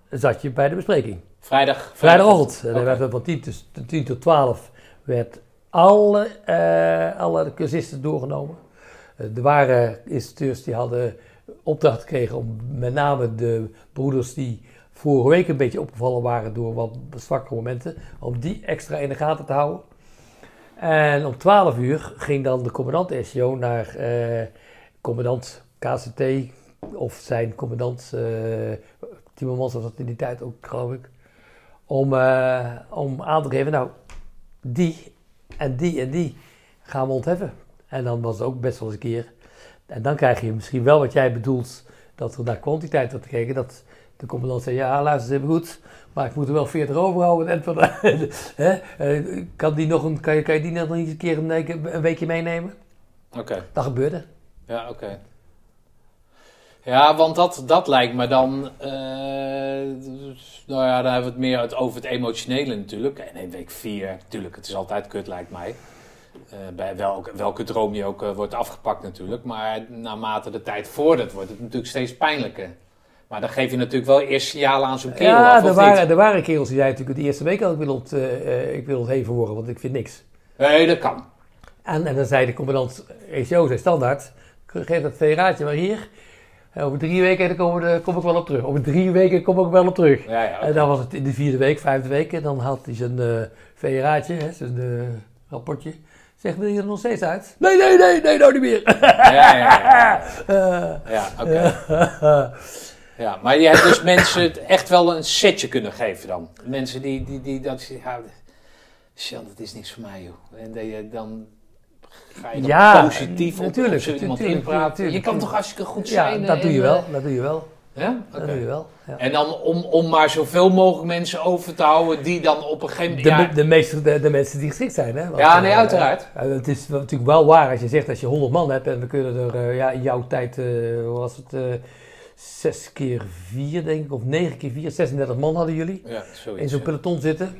zat je bij de bespreking. Vrijdag? Vrijdagochtend. En dan Okay. werd het van tien, dus tien tot twaalf werd alle, uh, alle cursisten doorgenomen. Uh, er waren instructeurs die hadden opdracht gekregen om met name de broeders die vorige week een beetje opgevallen waren door wat zwakke momenten, om die extra in de gaten te houden. En om twaalf uur ging dan de commandant S J O naar uh, commandant K C T of zijn commandant uh, Timmermans was dat in die tijd ook, geloof ik. Om, uh, om aan te geven, nou, die en die en die gaan we ontheffen. En dan was het ook best wel eens een keer. En dan krijg je misschien wel wat jij bedoelt, dat er naar kwantiteit wordt gekeken. Dat de commandant zei, ja, luister eens even goed, maar ik moet er wel veertig overhouden. En van, hè, kan, die nog een, kan, je, kan je die nog eens een keer een, een weekje meenemen? Oké. Okay. Dat gebeurde. Ja, oké. Okay. Ja, want dat, dat lijkt me dan, uh, nou ja, dan hebben we het meer over het emotionele natuurlijk. En in week vier, natuurlijk, het is altijd kut lijkt mij. Uh, bij welke, welke droom je ook uh, wordt afgepakt natuurlijk. Maar naarmate de tijd vordert, wordt het natuurlijk steeds pijnlijker. Maar dan geef je natuurlijk wel eerst signalen aan zo'n kerel ja, af, er of waren, niet? er waren kerels die zeiden natuurlijk de eerste week al, ik wil, ont, uh, ik wil ontheven worden, want ik vind niks. Nee, dat kan. En, en dan zei de commandant S J O, zei standaard, geef dat federaatje maar hier. Over drie weken dan kom, de, kom ik wel op terug. Over drie weken kom ik wel op terug. Ja, ja, okay. En dan was het in de vierde week, vijfde week. En dan had hij zijn uh, federaatje, hè, zijn uh, rapportje. Zegt, wil je er nog steeds uit? Nee, nee, nee, nee, nou niet meer. Ja, ja, ja. Ja, ja oké. Okay. Ja, maar je hebt dus mensen echt wel een setje kunnen geven dan. Mensen die, die, die dat ja, Sjan, dat is niks voor mij, joh. En dat je dan... Ga je dan ja, positief op, natuurlijk, op zo iemand natuurlijk, inpraten? natuurlijk. Je kan toch hartstikke goed zijn? Ja, dat en, doe je wel, dat doe je wel. Ja? Dat Okay. doe je wel. Ja. En dan om, om maar zoveel mogelijk mensen over te houden die dan op een gegeven moment... De, Ja, de, meeste, de, de mensen die geschikt zijn, hè? Want, ja, nee, uh, uiteraard. Uh, het is natuurlijk wel waar als je zegt als je honderd man hebt en we kunnen er uh, ja, in jouw tijd, uh, was het uh, zes keer vier denk ik, of negen keer vier, zesendertig man hadden jullie ja, zoiets, in zo'n ja. peloton zitten.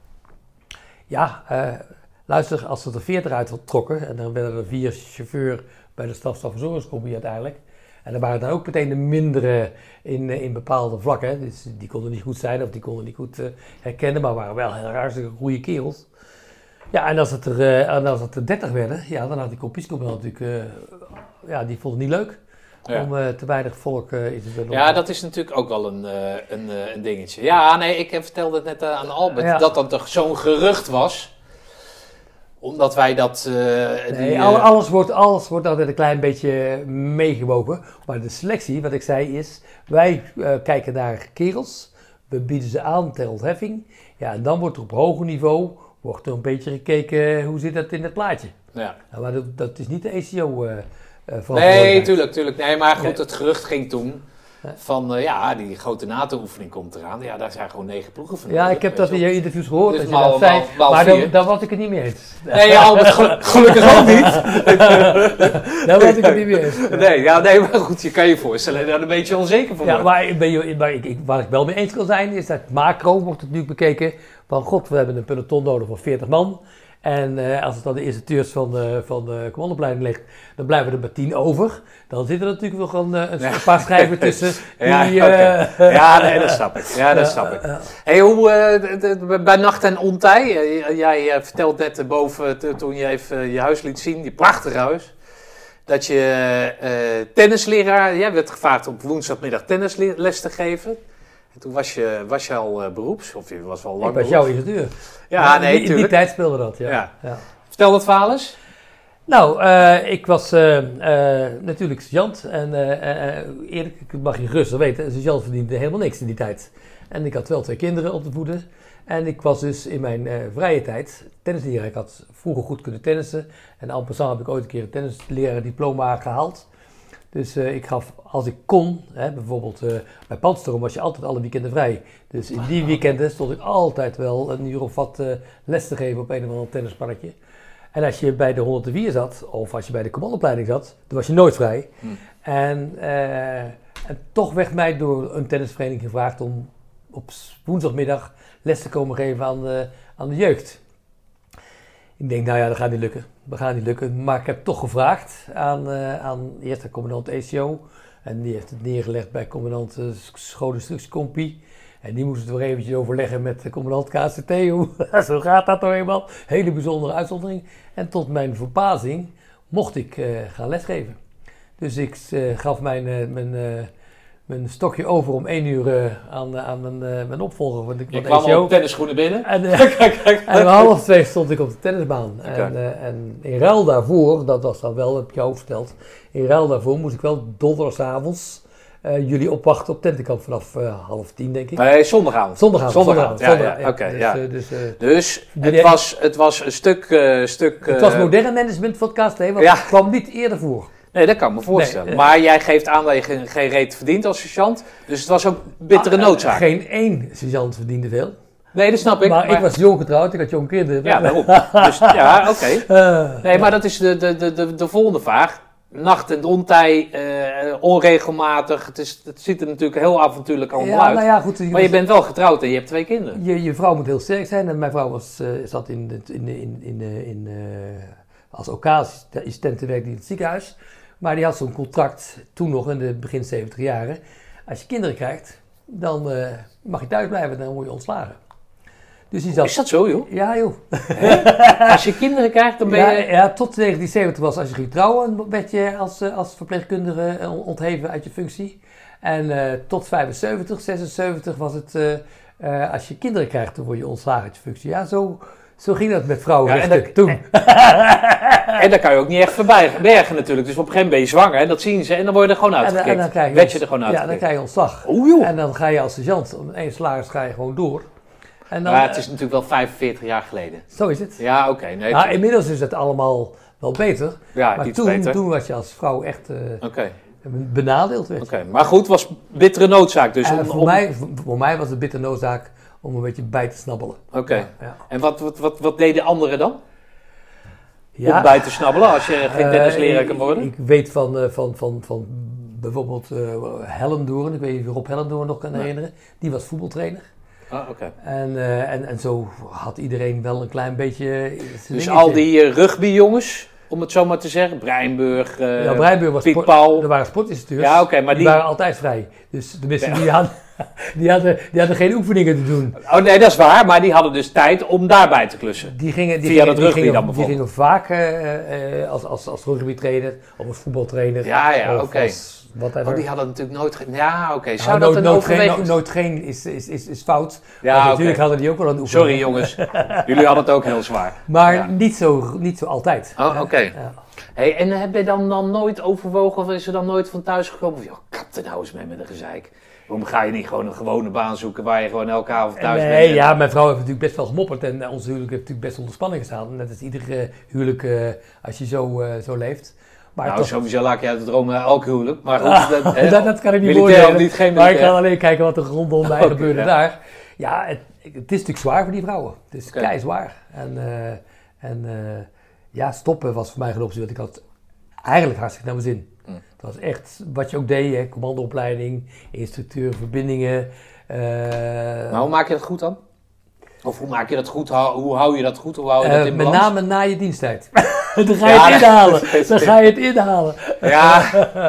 Ja, uh, luister, als ze er veertig uit had trokken en dan werden er vier chauffeur bij de strafstafverzorgingscommissie uiteindelijk. En er waren dan ook meteen de mindere in, in bepaalde vlakken. Hè. Dus die konden niet goed zijn of die konden niet goed uh, herkennen, maar waren wel heel hartstikke goede kerels. Ja, en als het er, uh, en als het er dertig werden, ja, dan had die kompiescommandant natuurlijk, uh, ja, die vond het niet leuk. Ja. Om uh, te weinig volk uh, in te zetten. Ja, dat is natuurlijk ook wel een, uh, een, uh, een dingetje. Ja, nee, ik vertelde het net uh, aan Albert, ja. dat dat toch zo'n gerucht was. Omdat wij dat... Uh, nee, die, uh... alles, wordt, alles wordt altijd een klein beetje meegewogen. Maar de selectie, wat ik zei, is... Wij uh, kijken naar kerels. We bieden ze aan ter ontheffing. Ja, en dan wordt er op hoger niveau... Wordt er een beetje gekeken, hoe zit dat in het plaatje. Ja. Nou, maar dat, dat is niet de E C O... Uh, uh, nee, tuurlijk, tuurlijk. Nee, maar goed, nee. het gerucht ging toen... Van uh, ja, die grote NATO-oefening komt eraan. Ja, daar zijn gewoon negen ploegen van. Ja, ik heb dat in je interviews gehoord. Dus dat maal, je dat zei, maal, maal maar dan, dan was ik het niet mee eens. Nee, ja, Albert, gelukkig ook niet. Dan was ik het niet mee eens. Nee, ja, nee, maar goed, je kan je voorstellen daar een beetje onzeker van ja, wordt. maar, ben je, maar ik, ik, waar ik wel mee eens kan zijn, is dat macro wordt het nu bekeken. Van god, we hebben een peloton nodig van veertig man. En uh, als het dan de instructeurs van de, van de commandopleiding ligt, dan blijven er maar tien over. Dan zitten er natuurlijk nog een, een, een paar schrijven tussen. Ja, die, okay. uh, ja, nee, dat snap ik. Ja, dat uh, snap ik. Uh, uh, hey, hoe, uh, de, de, bij Nacht en Ontij, uh, jij uh, vertelt net uh, boven, t- toen je even uh, je huis liet zien, je prachtige huis, dat je uh, tennisleraar, jij werd gevraagd om woensdagmiddag tennisles te geven. En toen was je, was je al uh, beroeps, of je was wel lang ik was beroeps. jouw instructeur. Ja, ja, nee, in, in die tijd speelde dat, ja. ja. ja. Vertel dat verhaal eens. Nou, uh, ik was uh, uh, natuurlijk sergeant en uh, uh, eerlijk, ik mag je gerust weten, een sergeant verdiende helemaal niks in die tijd. En ik had wel twee kinderen op te voeden. En ik was dus in mijn uh, vrije tijd tennisleraar. Ik had vroeger goed kunnen tennissen. En en passant heb ik ooit een keer een tennisleraar diploma gehaald. Dus uh, ik gaf, als ik kon, hè, bijvoorbeeld uh, bij Pandstorm was je altijd alle weekenden vrij. Dus in die weekenden stond ik altijd wel een uur of wat uh, les te geven op een of ander tennisparkje. En als je bij de honderdvier zat, of als je bij de commandopleiding zat, dan was je nooit vrij. Hmm. En, uh, en toch werd mij door een tennisvereniging gevraagd om op woensdagmiddag les te komen geven aan de, aan de jeugd. Ik denk, nou ja, dat gaat niet lukken. Dat gaat niet lukken. Maar ik heb toch gevraagd aan, uh, aan eerst de commandant E C O. En die heeft het neergelegd bij commandant uh, schoolinstructiecompie. En die moesten toch eventjes overleggen met de commandant K C T. Hoe, zo gaat dat nou eenmaal. Hele bijzondere uitzondering. En tot mijn verbazing mocht ik uh, gaan lesgeven. Dus ik uh, gaf mijn, uh, mijn, uh, mijn stokje over om één uur uh, aan, uh, aan mijn, uh, mijn opvolger. Want ik Je kwam al tennisschoenen binnen. En, uh, en om half twee stond ik op de tennisbaan. Okay. En, uh, en in ruil daarvoor, dat was dan wel, heb ik jou verteld. In ruil daarvoor moest ik wel donderdagavonds uh, jullie opwachten op tentenkamp vanaf uh, half tien, denk ik. Nee, zondagavond. Zondagavond. Zondagavond, ja. zondagavond, ja, ja. Oké, dus, ja. Uh, dus, uh, dus het, was, het was een stuk... Uh, stuk het was modern management van het K C T, want ja. het kwam niet eerder voor. Nee, dat kan ik me voorstellen. Nee, uh, maar jij geeft aan dat je geen, geen reet verdient als sergeant. Dus het was ook bittere noodzaak. Uh, geen één sergeant verdiende veel. Nee, dat snap ik. Maar, maar ik was jong getrouwd, ik had jong kinderen. Ja, daarom. Dus, ja, oké. Okay. Uh, nee, maar dat is de, de, de, de, de volgende vraag. Nacht- en ontij, uh, onregelmatig. Het, is, het ziet er natuurlijk heel avontuurlijk allemaal ja, uit. Nou ja, goed, je maar je bent wel getrouwd en je hebt twee kinderen. Je, je vrouw moet heel sterk zijn. En mijn vrouw was, uh, zat in, in, in, in, in, uh, als O K-assistent te werken in het ziekenhuis. Maar die had zo'n contract, toen nog in de begin zeventig jaren. Als je kinderen krijgt, dan uh, mag je thuis blijven, dan word je ontslagen. Dus die zat, is dat zo, joh? Ja, joh. Als je kinderen krijgt, dan ben je... Ja, ja, tot negentien zeventig was, als je ging trouwen, werd je als, als verpleegkundige ontheven uit je functie. En uh, tot vijfenzeventig, zesenzeventig was het, uh, uh, als je kinderen krijgt, dan word je ontslagen uit je functie. Ja, zo... Zo ging dat met vrouwenrechten ja, toen. En daar kan je ook niet echt verbergen natuurlijk. Dus op een gegeven moment ben je zwanger en dat zien ze en dan word je er gewoon uitgekikt. En dan, en dan krijg je, Wet je er gewoon uitgekikt. Ja, dan krijg je ontslag. Oh, joh. En dan ga je als sergeant, om één salaris ga je gewoon door. En dan, maar het is natuurlijk wel vijfenveertig jaar geleden. Zo is het. Ja, oké. Okay, nee, nou, inmiddels is het allemaal wel beter. Ja, maar iets toen, beter. toen was je als vrouw echt uh, okay. benadeeld. Oké, okay. Maar goed, het was bittere noodzaak. Dus om, om, voor, om... Mij, voor mij was het bittere noodzaak om een beetje bij te snabbelen. Oké. Okay. Ja, ja. En wat, wat, wat, wat deden anderen dan? Ja. Om bij te snabbelen als je geen tennisleraar uh, kan worden? Ik, ik weet van, uh, van, van, van bijvoorbeeld uh, Hellendoorn, ik weet niet of je Rob Hellendoorn nog kan nee. herinneren. Die was voetbaltrainer. Ah, oké. Okay. En, uh, en, en zo had iedereen wel een klein beetje... Dus dingetje. Al die uh, rugbyjongens, om het zo maar te zeggen, Breinburg, uh, ja, Breinburg was Piet Paul. Er waren sportinstructeurs, ja, okay, maar die, die waren altijd vrij. Dus tenminste, ja. die, hadden, die, hadden, die hadden geen oefeningen te doen. Oh nee, dat is waar, maar die hadden dus tijd om daarbij te klussen. Die gingen, die Via gingen, dat rugby die gingen, dan Die gingen vaak uh, uh, als, als, als rugbytrainer of als voetbaltrainer. Ja, ja, oké. Okay. Oh, die hadden natuurlijk nooit... Ge- ja, oké. Okay. Zou nou, dat nooit, een nooit overweging... Geen, nooit geen is, is, is, is fout. Ja, okay. Natuurlijk hadden die ook wel een oefening. Sorry jongens, jullie hadden het ook heel zwaar. Maar ja. niet, zo, niet zo altijd. Oh, oké. Okay. Ja. Hey, en heb je dan, dan nooit overwogen of is er dan nooit van thuis gekomen? Joh, kap er nou eens mee met een gezeik. Waarom ga je niet gewoon een gewone baan zoeken waar je gewoon elke avond thuis nee, bent? Nee, ja, mijn vrouw heeft natuurlijk best wel gemopperd en ons huwelijk heeft natuurlijk best onder spanning gestaan. Net als ieder uh, huwelijk uh, als je zo, uh, zo leeft. Maar nou, toch... sowieso laat je uit het dromen elk huwelijk. Maar goed, ah, dat, he, dat, dat kan ik niet beoordelen. Niet geen maar ik kan alleen kijken wat er rondom mij okay, gebeurde ja. daar. Ja, het, het is natuurlijk zwaar voor die vrouwen. Het is okay. kei zwaar. En, uh, en uh, ja, stoppen was voor mij geloof ik, want ik had eigenlijk hartstikke naar mijn zin. Mm. Het was echt wat je ook deed, hè, commandoopleiding, instructeur, verbindingen. Uh, maar hoe maak je dat goed dan? Of hoe maak je dat goed? Hoe hou je dat goed? Hoe hou je uh, dat in met balans? name na je diensttijd. Dan ga je ja, het inhalen. Dan ga je het inhalen. Ja.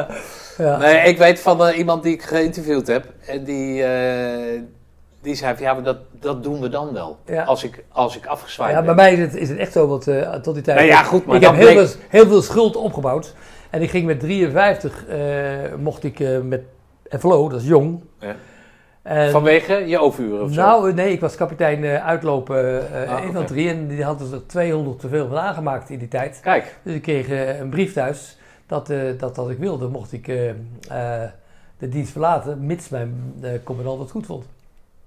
ja. Nee, ik weet van uh, iemand die ik geïnterviewd heb. En die, uh, die zei van ja, maar dat, dat doen we dan wel. Ja. Als, ik, als ik afgezwaaid ja, ben. Bij mij is het, is het echt zo, want uh, tot die tijd... Nee, ja, goed, maar ik heb heel, bleek... veel, heel veel schuld opgebouwd. En ik ging met drieënvijftig, uh, mocht ik uh, met F L O, dat is jong... Ja. En, vanwege je overuren of zo? Nou, nee, ik was kapitein uh, uitlopen uh, ah, infanterie okay. En die hadden er tweehonderd te veel van aangemaakt in die tijd. Kijk. Dus ik kreeg uh, een brief thuis dat, uh, dat dat ik wilde, mocht ik uh, uh, de dienst verlaten, mits mijn uh, commandant het goed vond.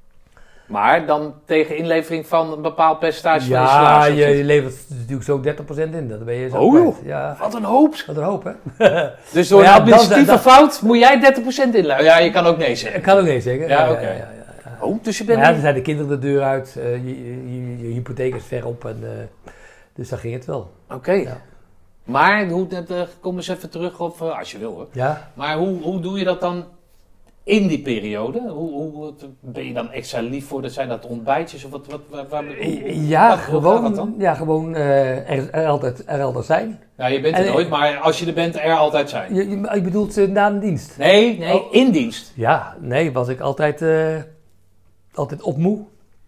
Maar dan tegen inlevering van een bepaald percentage ja, van je salaris? Ja, je, je levert natuurlijk zo dertig procent in, dat ben je zo oh joh, ja. Wat een hoop. Wat een hoop, hè? Dus door ja, een administratieve dan, dan, fout moet jij dertig procent inleveren? Ja, je kan ook nee zeggen. Ik kan ook nee zeggen. Ja, ja, oké. Okay. Ja, ja, ja, ja. Oh, dus je bent... Ja, dan zijn de kinderen de deur uit, uh, je, je, je, je hypotheek is ver op, en, uh, dus dan ging het wel. Oké. Okay. Ja. Maar, hoe, uh, kom eens even terug op, uh, als je wil hoor. Ja. Maar hoe, hoe doe je dat dan in die periode? Hoe, hoe ben je dan extra lief voor? Dat zijn dat ontbijtjes of wat? wat waar, waar, hoe, ja, wat, gewoon, hoe dan? ja, gewoon uh, er, er, altijd, er altijd zijn. Ja, je bent er en, nooit, maar als je er bent, er altijd zijn. Je, je, je bedoelt uh, na de dienst? Nee, nee, oh. in dienst. Ja, nee, was ik altijd uh, altijd op moe.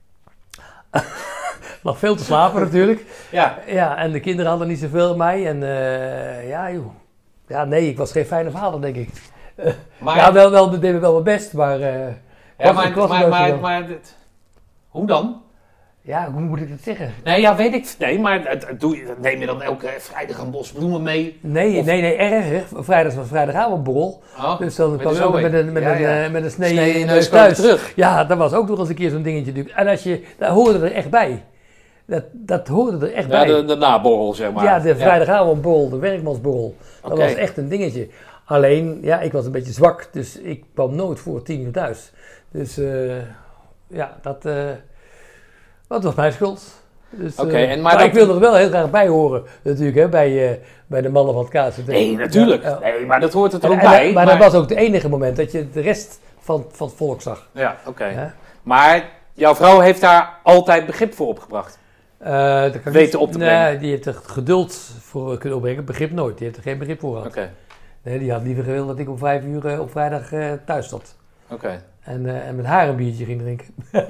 Lag veel te slapen natuurlijk. Ja. Ja, en de kinderen hadden niet zoveel aan mij. En uh, ja, joh. Ja, nee, ik was geen fijne vader, denk ik. Uh, Maar, ja, wel, wel, deed me wel mijn best, maar... Uh, ja, maar, maar, maar, maar, maar dit, hoe dan? Ja, hoe moet ik het zeggen? Nee, ja, weet ik. Nee, maar het, het doe je, neem je dan elke vrijdag een bos bloemen mee? Nee, Of... nee, nee, erg. Vrijdag was vrijdagavondborrel. Oh, dus dan kwam je ook met een, met, ja, een, ja. uh, met een snee, snee in je neus neus thuis. terug. Ja, dat was ook nog eens een keer zo'n dingetje natuurlijk. En als je, daar hoorde er echt bij. Dat, dat hoorde er echt Ja, bij. de, de naborrel, zeg maar. Ja, de vrijdagavondborrel, de werkmansborrel. Dat Okay. was echt een dingetje. Alleen, ja, ik was een beetje zwak, dus ik kwam nooit voor tien uur thuis. Dus uh, ja, dat, uh, dat was mijn schuld. Dus, Oké, okay, uh, en maar maar ik wilde er wel heel graag bij horen, natuurlijk, hè, bij, uh, bij de mannen van het K Z D. Nee, natuurlijk. Ja, ja. Nee, maar dat hoort er En, ook en, bij. Maar, maar dat was ook het enige moment dat je de rest van, van het volk zag. Ja, oké. Okay. Ja? Maar jouw vrouw heeft daar altijd begrip voor opgebracht? Uh, dat kan Weten niet, op te brengen? Nee, die heeft er geduld voor kunnen opbrengen, begrip nooit. Die heeft er geen begrip voor gehad. Oké. Okay. Nee, die had liever gewild dat ik om vijf uur uh, op vrijdag uh, thuis zat. Oké. Okay. En, uh, en met haar een biertje ging drinken.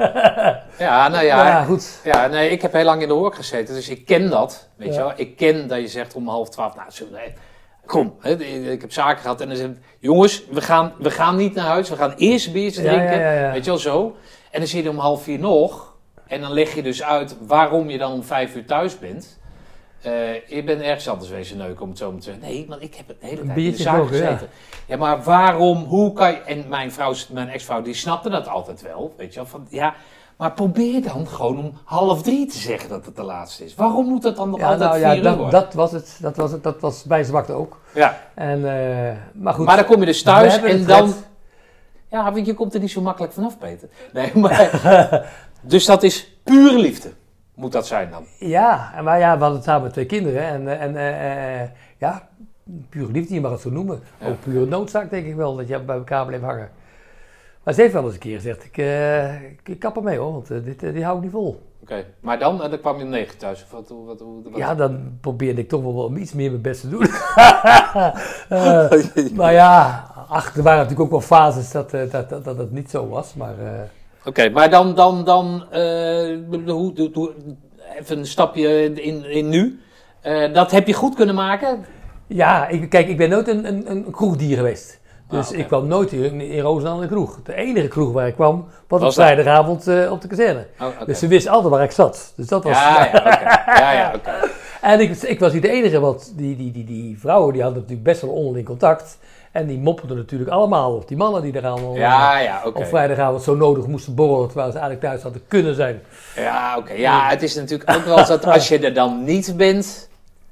Ja, nou ja. Ja, goed. Ja, nee, ik heb heel lang in de horeca gezeten, dus ik ken dat. Weet ja. je wel? Ik ken dat je zegt om half twaalf, nou, zullen we, nee, kom. Hè, ik heb zaken gehad en dan zeg ik, jongens, we gaan, we gaan niet naar huis, we gaan eerst een biertje ja, drinken. Ja, ja, ja. Weet je wel, zo. En dan zie je om half vier nog. En dan leg je dus uit waarom je dan om vijf uur thuis bent. Uh, je bent ergens anders wezen neuken, om het zo maar te zeggen. Nee, want ik heb de hele tijd in de zaak gezeten. Ja. ja, maar waarom, hoe kan je... En mijn vrouw, mijn ex-vrouw, die snapte dat altijd wel. Weet je wel, van ja... Maar probeer dan gewoon om half drie te zeggen dat het de laatste is. Waarom moet dat dan nog ja, altijd nou, vier ja, uur dat, worden? dat was het. Dat was het. Dat was bij zwakte ook. Ja. En, uh, maar goed. Maar dan kom je dus thuis en dan... Red. Ja, want je komt er niet zo makkelijk vanaf, Peter. Nee, maar... dus dat is pure liefde. Moet dat zijn dan? Ja, maar ja, we hadden samen twee kinderen. En, en uh, uh, ja, pure liefde, je mag het zo noemen. Ja. Ook pure noodzaak denk ik wel, dat je bij elkaar bleef hangen. Maar ze heeft wel eens een keer gezegd, ik, uh, ik, ik kap ermee hoor, want uh, dit, uh, die hou ik niet vol. Oké, okay. Maar dan, uh, dan kwam je om negen thuis? Of wat, wat, wat, wat? Ja, dan probeerde ik toch wel om iets meer mijn best te doen. uh, maar ja, ach, er waren natuurlijk ook wel fases dat, uh, dat, dat, dat het niet zo was. Maar, uh, Oké, okay, maar dan, dan, dan uh, hoe, hoe, even een stapje in, in nu. Uh, dat heb je goed kunnen maken? Ja, ik, kijk, ik ben nooit een, een, een kroegdier geweest. Dus ah, okay. ik kwam nooit in, in Roosendaal in de kroeg. De enige kroeg waar ik kwam, was, was op vrijdagavond uh, op de kazerne. Oh, okay. Dus ze wist altijd waar ik zat. Dus dat was... Ja, ja, oké. Okay. Ja, ja, okay. En ik, ik was niet de enige, want die, die, die, die vrouwen die hadden natuurlijk best wel onderling contact. En die mopperden natuurlijk allemaal op die mannen die er allemaal ja, ja, okay. op vrijdagavond zo nodig moesten borrelen, terwijl ze eigenlijk thuis hadden kunnen zijn. Ja, oké. Okay. Ja, het is natuurlijk ook wel zo dat als je er dan niet bent,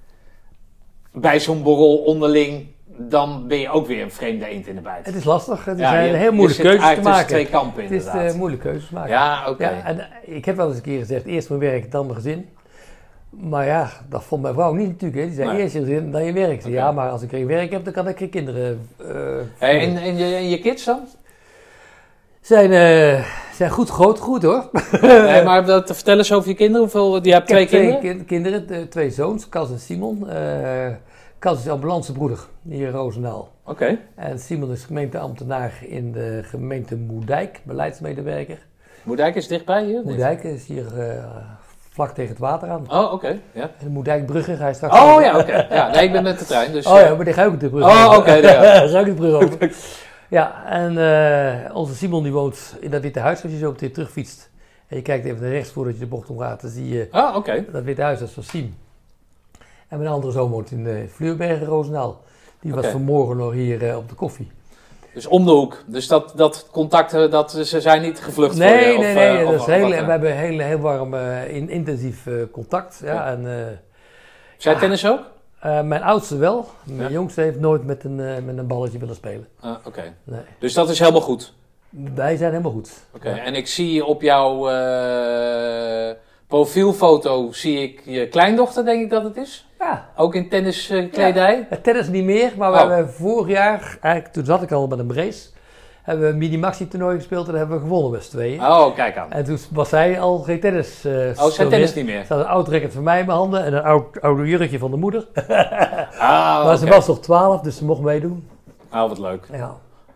bij zo'n borrel onderling, dan ben je ook weer een vreemde eend in de bijt. Het is lastig. Het is ja, een heel moeilijke keuze te maken. twee kampen inderdaad. Het is uh, moeilijke keuzes te maken. Ja, oké. Okay. Ja, en ik heb wel eens een keer gezegd, eerst mijn werk, dan mijn gezin. Maar ja, dat vond mijn vrouw niet natuurlijk. Hè. Die zei nee. eerst je gezin, dan je werk. Okay. Ja, maar als ik geen werk heb, dan kan ik geen kinderen... Uh, hey, en, en, je, en je kids dan? Zijn, uh, zijn goed groot, goed hoor. Nee, maar dat, vertel eens over je kinderen. Hoeveel, je hebt twee kinderen? Twee kinderen, de, twee zoons, Cas en Simon. Uh, Cas is ambulancebroeder hier in Roosendaal. Oké. Okay. En Simon is gemeenteambtenaar in de gemeente Moerdijk, beleidsmedewerker. Moerdijk is dichtbij hier? Moerdijk is hier uh, vlak tegen het water aan. Oh, oké. Okay. Ja. En de Moerdijkbrugge ga je straks... Oh over. Ja, oké. Okay. Ja, nee, ik ben met de trein. Dus, oh ja, maar die ga ik ook de brug over. Oh, oké. Okay, ja. ga ik de brug over. Ja, en uh, onze Simon die woont in dat witte huis als je zo meteen terugfietst. En je kijkt even naar rechts voordat je de bocht omgaat, dan zie je oh, okay. dat witte huis, dat is van Siem. En mijn andere zoon woont in uh, Vleurbergen, Roosendaal. Die was okay. vanmorgen nog hier uh, op de koffie. Dus om de hoek. Dus dat, dat contact, dat, ze zijn niet gevlucht nee, voor je? Nee, of, nee, nee. Uh, dat of, is heel, of we hebben heel, heel warm, uh, in, intensief uh, contact. Ja, okay. en, uh, Zij ja, tennis ook? Uh, mijn oudste wel. Mijn ja. jongste heeft nooit met een, uh, met een balletje willen spelen. Ah, Oké. Okay. Nee. Dus dat is helemaal goed? Wij zijn helemaal goed. Oké. Okay. Ja. En ik zie op jouw uh, profielfoto, zie ik je kleindochter, denk ik dat het is? Ja. Ook in tenniskledij? Ja. Tennis niet meer, maar we oh. hebben vorig jaar, eigenlijk toen zat ik al met een brace, hebben we een mini-maxi toernooi gespeeld en dat hebben we gewonnen met z'n tweeën. Oh, kijk aan. En toen was zij al geen tennis. Uh, oh, zij tennis niet meer? Ze had een oud racket van mij in mijn handen en een oud, oude jurkje van de moeder. Ah, maar okay. ze was nog twaalf, dus ze mocht meedoen. Oh, wat leuk. Ja.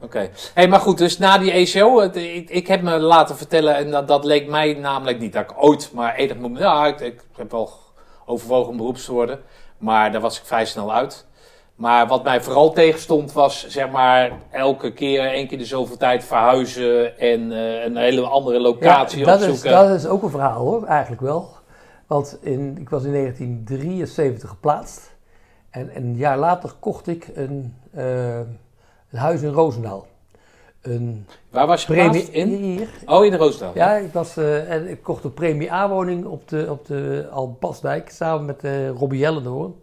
Oké. Okay. Hey, maar goed, dus na die E C O, het, ik, ik heb me laten vertellen, en dat, dat leek mij namelijk niet dat ik ooit, maar enig moment, ja, ik, ik heb wel overwogen beroeps te worden, maar daar was ik vrij snel uit. Maar wat mij vooral tegenstond was, zeg maar, elke keer, één keer de zoveel tijd verhuizen en uh, een hele andere locatie ja, dat opzoeken. Is, dat is ook een verhaal hoor, eigenlijk wel. Want in, ik was in negentien drieënzeventig geplaatst en een jaar later kocht ik een, uh, een huis in Roosendaal. Een Waar was je geplaatst? In? Hier. Oh, in Roosendaal. Ja, ik, was, uh, en ik kocht een premie A-woning op de, op de Albasdijk samen met uh, Robbie Jellendoorn.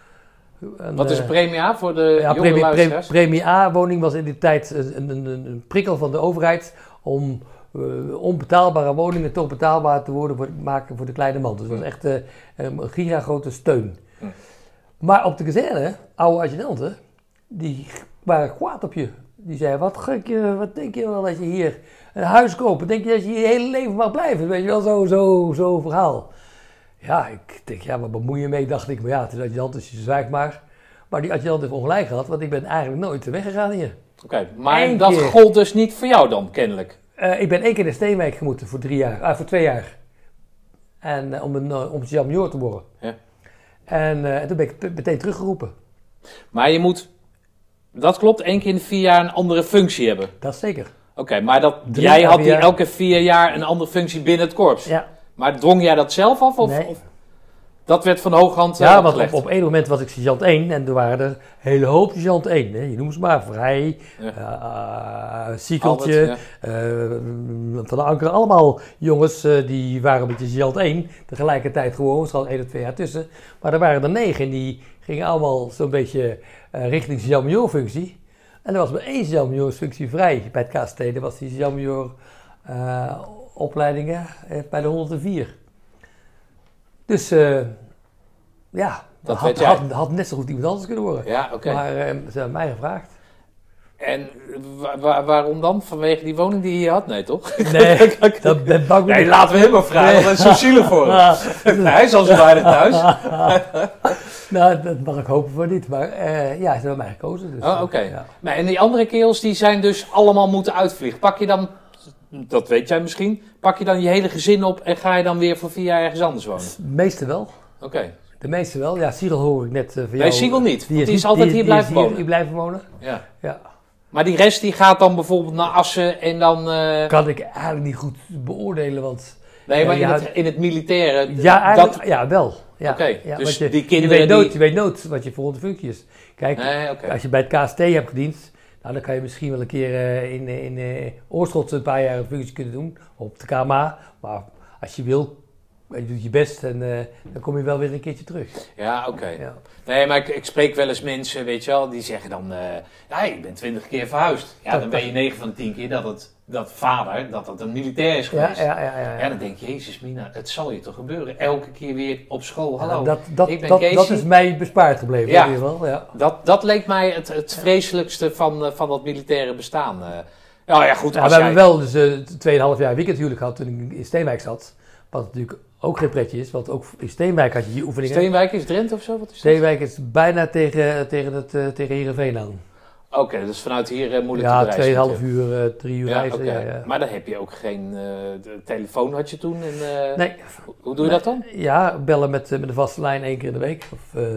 En, Wat is een premie A voor de ja, jonge premie, luisteraars? Premie A-woning was in die tijd een, een, een prikkel van de overheid om uh, onbetaalbare woningen toch betaalbaar te worden voor, maken voor de kleine man. Dus het was echt uh, een gigagrote steun. Hm. Maar op de kazerne, oude adjudanten, die waren kwaad op je. Die zeiden, wat, gek, wat denk je wel dat je hier een huis koopt? Denk je dat je hier je hele leven mag blijven? Weet je wel, zo'n zo, zo verhaal. Ja, ik denk, ja, wat bemoei je mee? Dacht ik, maar ja, het is adjudant, dus je zwijgt maar. Maar die adjudant heeft ongelijk gehad, want ik ben eigenlijk nooit weggegaan hier. Oké, okay, maar Eén dat keer. gold dus niet voor jou dan, kennelijk? Uh, ik ben één keer in Steenwijk gemoeten voor drie jaar, ah, voor twee jaar. En uh, om een uh, om jamjoor te worden. Ja. En uh, toen ben ik meteen teruggeroepen. Maar je moet, dat klopt, één keer in de vier jaar een andere functie hebben? Dat is zeker. Oké, okay, maar dat, jij had die elke vier jaar een andere functie binnen het korps? Ja. Maar drong jij dat zelf af? Of, nee. of dat werd van de hooghand Ja, uh, want op, op een moment was ik sergeant één en er waren er een hele hoop sergeant één. Hè. Je noemt ze maar, Vrij, ja. uh, Siekeltje, ja. uh, Van de Anker. Allemaal jongens uh, die waren met de sergeant één. Tegelijkertijd gewoon, er zat één of twee jaar tussen. Maar er waren er negen en die gingen allemaal zo'n beetje uh, richting sergeant-major functie. En er was maar één sergeant-major functie vrij bij het K S T. Dat was die sergeant-major uh, opleidingen uh, bij de honderdvier. Dus uh, ja, dat had, had, had net zo goed iemand anders kunnen worden. Ja, oké. Okay. Maar uh, ze hebben mij gevraagd. En wa- wa- waarom dan? Vanwege die woning die je hier had? Nee, toch? Nee, dat ben bang. Nee, laten we hem maar vragen. Nee. Dat is zo zielig voor hem. Hij is al zo weinig thuis. Nou, dat mag ik hopen voor niet. Maar uh, ja, ze hebben mij gekozen. Dus, oh, oké. Okay. Ja. Maar en die andere kerels die zijn dus allemaal moeten uitvliegen. Pak je dan... Dat weet jij misschien. Pak je dan je hele gezin op en ga je dan weer voor vier jaar ergens anders wonen? De meeste wel. Oké. Okay. De meeste wel. Ja, Sigel hoor ik net uh, van jou. Nee, Sigel niet. Die is, die is altijd die, hier die blijven is hier, wonen. Hier blijven wonen. Ja. Ja. Maar die rest die gaat dan bijvoorbeeld naar Assen en dan... Uh... Kan ik eigenlijk niet goed beoordelen, want... Nee, maar uh, in, ja, het, in het militaire... Ja, eigenlijk, dat... ja wel. Ja. Oké, okay. Ja, dus je, die kinderen je weet, nooit, die... je weet nooit wat je volgende functie is. Kijk, nee, okay. als je bij het K S T hebt gediend... Nou, dan kan je misschien wel een keer uh, in, in uh, Oorschot een paar jaar een functie kunnen doen. Op de K M A. Maar als je wil, je doet je best en uh, dan kom je wel weer een keertje terug. Ja, oké. Okay. Ja. Nee, maar ik, ik spreek wel eens mensen, weet je wel, die zeggen dan... Uh, ja, ik ben twintig keer verhuisd. Ja, dat, dan ben je negen van de tien keer dat het... dat vader, dat dat een militair is geweest. Ja, ja, ja, ja, ja. ja dan denk je, Jezus Mina, het zal je toch gebeuren. Elke keer weer op school, hallo. Ja, dat, dat, ik ben dat, Casey. dat is mij bespaard gebleven. Ja, in ieder geval. Ja. Dat, dat leek mij het, het vreselijkste van, van dat militaire bestaan. Uh, nou ja, goed. Ja, als we jij... hebben wel dus uh, tweeënhalf jaar weekendhuwelijk gehad toen ik in Steenwijk zat. Wat natuurlijk ook geen pretje is, want ook in Steenwijk had je je oefeningen. Steenwijk is Drenthe of zo? Wat is Steenwijk is bijna tegen, tegen, het, uh, tegen Heerenveen aan. Oké, okay, dus vanuit hier uh, moeilijk ja, te reizen. Ja, tweeënhalf uur, uh, drie uur ja, reizen. Okay. Ja, ja. Maar dan heb je ook geen uh, de telefoon had je toen? En, uh, nee. Hoe, hoe doe je nee. dat dan? Ja, bellen met, uh, met de vaste lijn één keer in de week. Of, uh,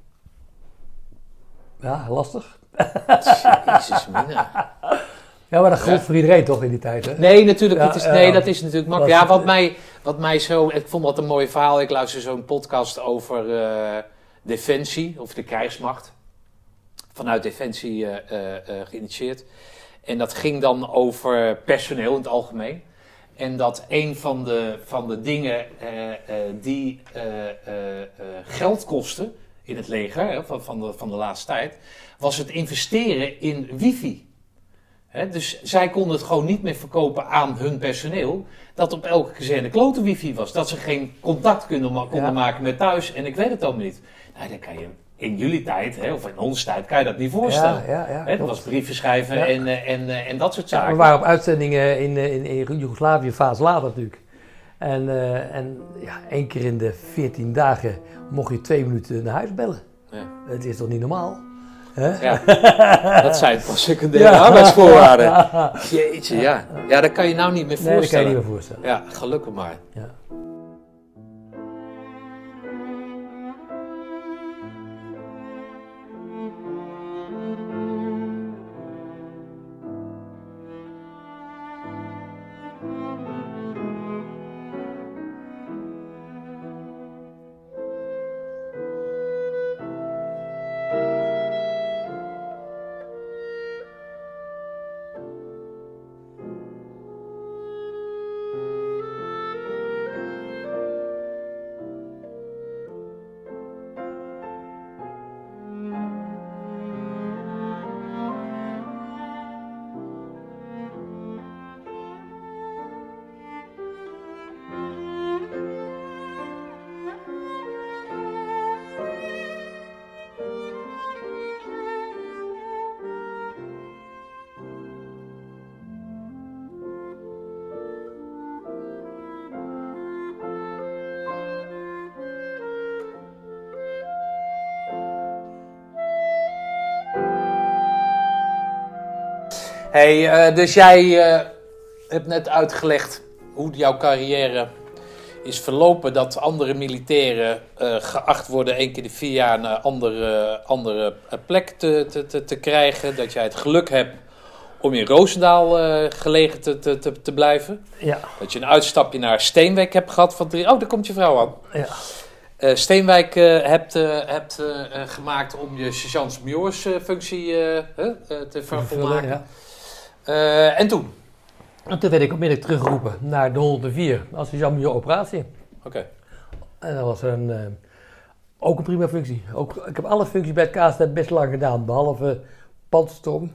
ja, lastig. Jezus mina. Ja, maar dat gold ja. voor iedereen toch in die tijd, hè? Nee, natuurlijk. Ja, het is, nee, uh, dat is natuurlijk makkelijk. Ja, wat mij, wat mij zo... Ik vond dat een mooi verhaal. Ik luister zo'n podcast over uh, Defensie, of de krijgsmacht. Vanuit Defensie uh, uh, uh, geïnitieerd. En dat ging dan over personeel in het algemeen. En dat een van de, van de dingen uh, uh, die uh, uh, uh, geld kosten in het leger, hè, van, van, de, van de laatste tijd, was het investeren in wifi. He, dus zij konden het gewoon niet meer verkopen aan hun personeel. Dat op elke kazerne klote wifi was. Dat ze geen contact konden, konden ja. maken met thuis. En ik weet het ook niet. Nou, dan kan je in jullie tijd, hè, of in onze tijd, kan je dat niet voorstellen. Ja, ja, ja, He, dat was brieven schrijven ja. en, en, en dat soort zaken. Ja, we waren op uitzendingen in, in, in Joegoslavië, fase later natuurlijk. En, uh, en ja, één keer in de veertien dagen mocht je twee minuten naar huis bellen. Ja. Het is toch niet normaal? Hè? Ja, dat zijn pas secundaire arbeidsvoorwaarden. Jeetje, ja. Ja, dat kan je nou niet meer Nee, dat kan je voorstellen. niet meer voorstellen. Ja, gelukkig maar. Ja. Hey, uh, dus jij uh, hebt net uitgelegd hoe jouw carrière is verlopen. Dat andere militairen uh, geacht worden één keer de vier jaar een andere, andere plek te, te, te, te krijgen. Dat jij het geluk hebt om in Roosendaal uh, gelegen te, te, te, te blijven. Ja. Dat je een uitstapje naar Steenwijk hebt gehad van drie... Oh, daar komt je vrouw aan. Ja. Uh, Steenwijk uh, hebt, uh, hebt uh, uh, gemaakt om je sergeants-majoors uh, functie uh, uh, te vervolmaken. Ja. Uh, en toen? En toen werd ik onmiddellijk teruggeroepen naar de honderdvier als sergeant-major operatie. Oké. Okay. En dat was een, uh, ook een prima functie. Ook, ik heb alle functies bij het K S D best lang gedaan, behalve panzerstorm.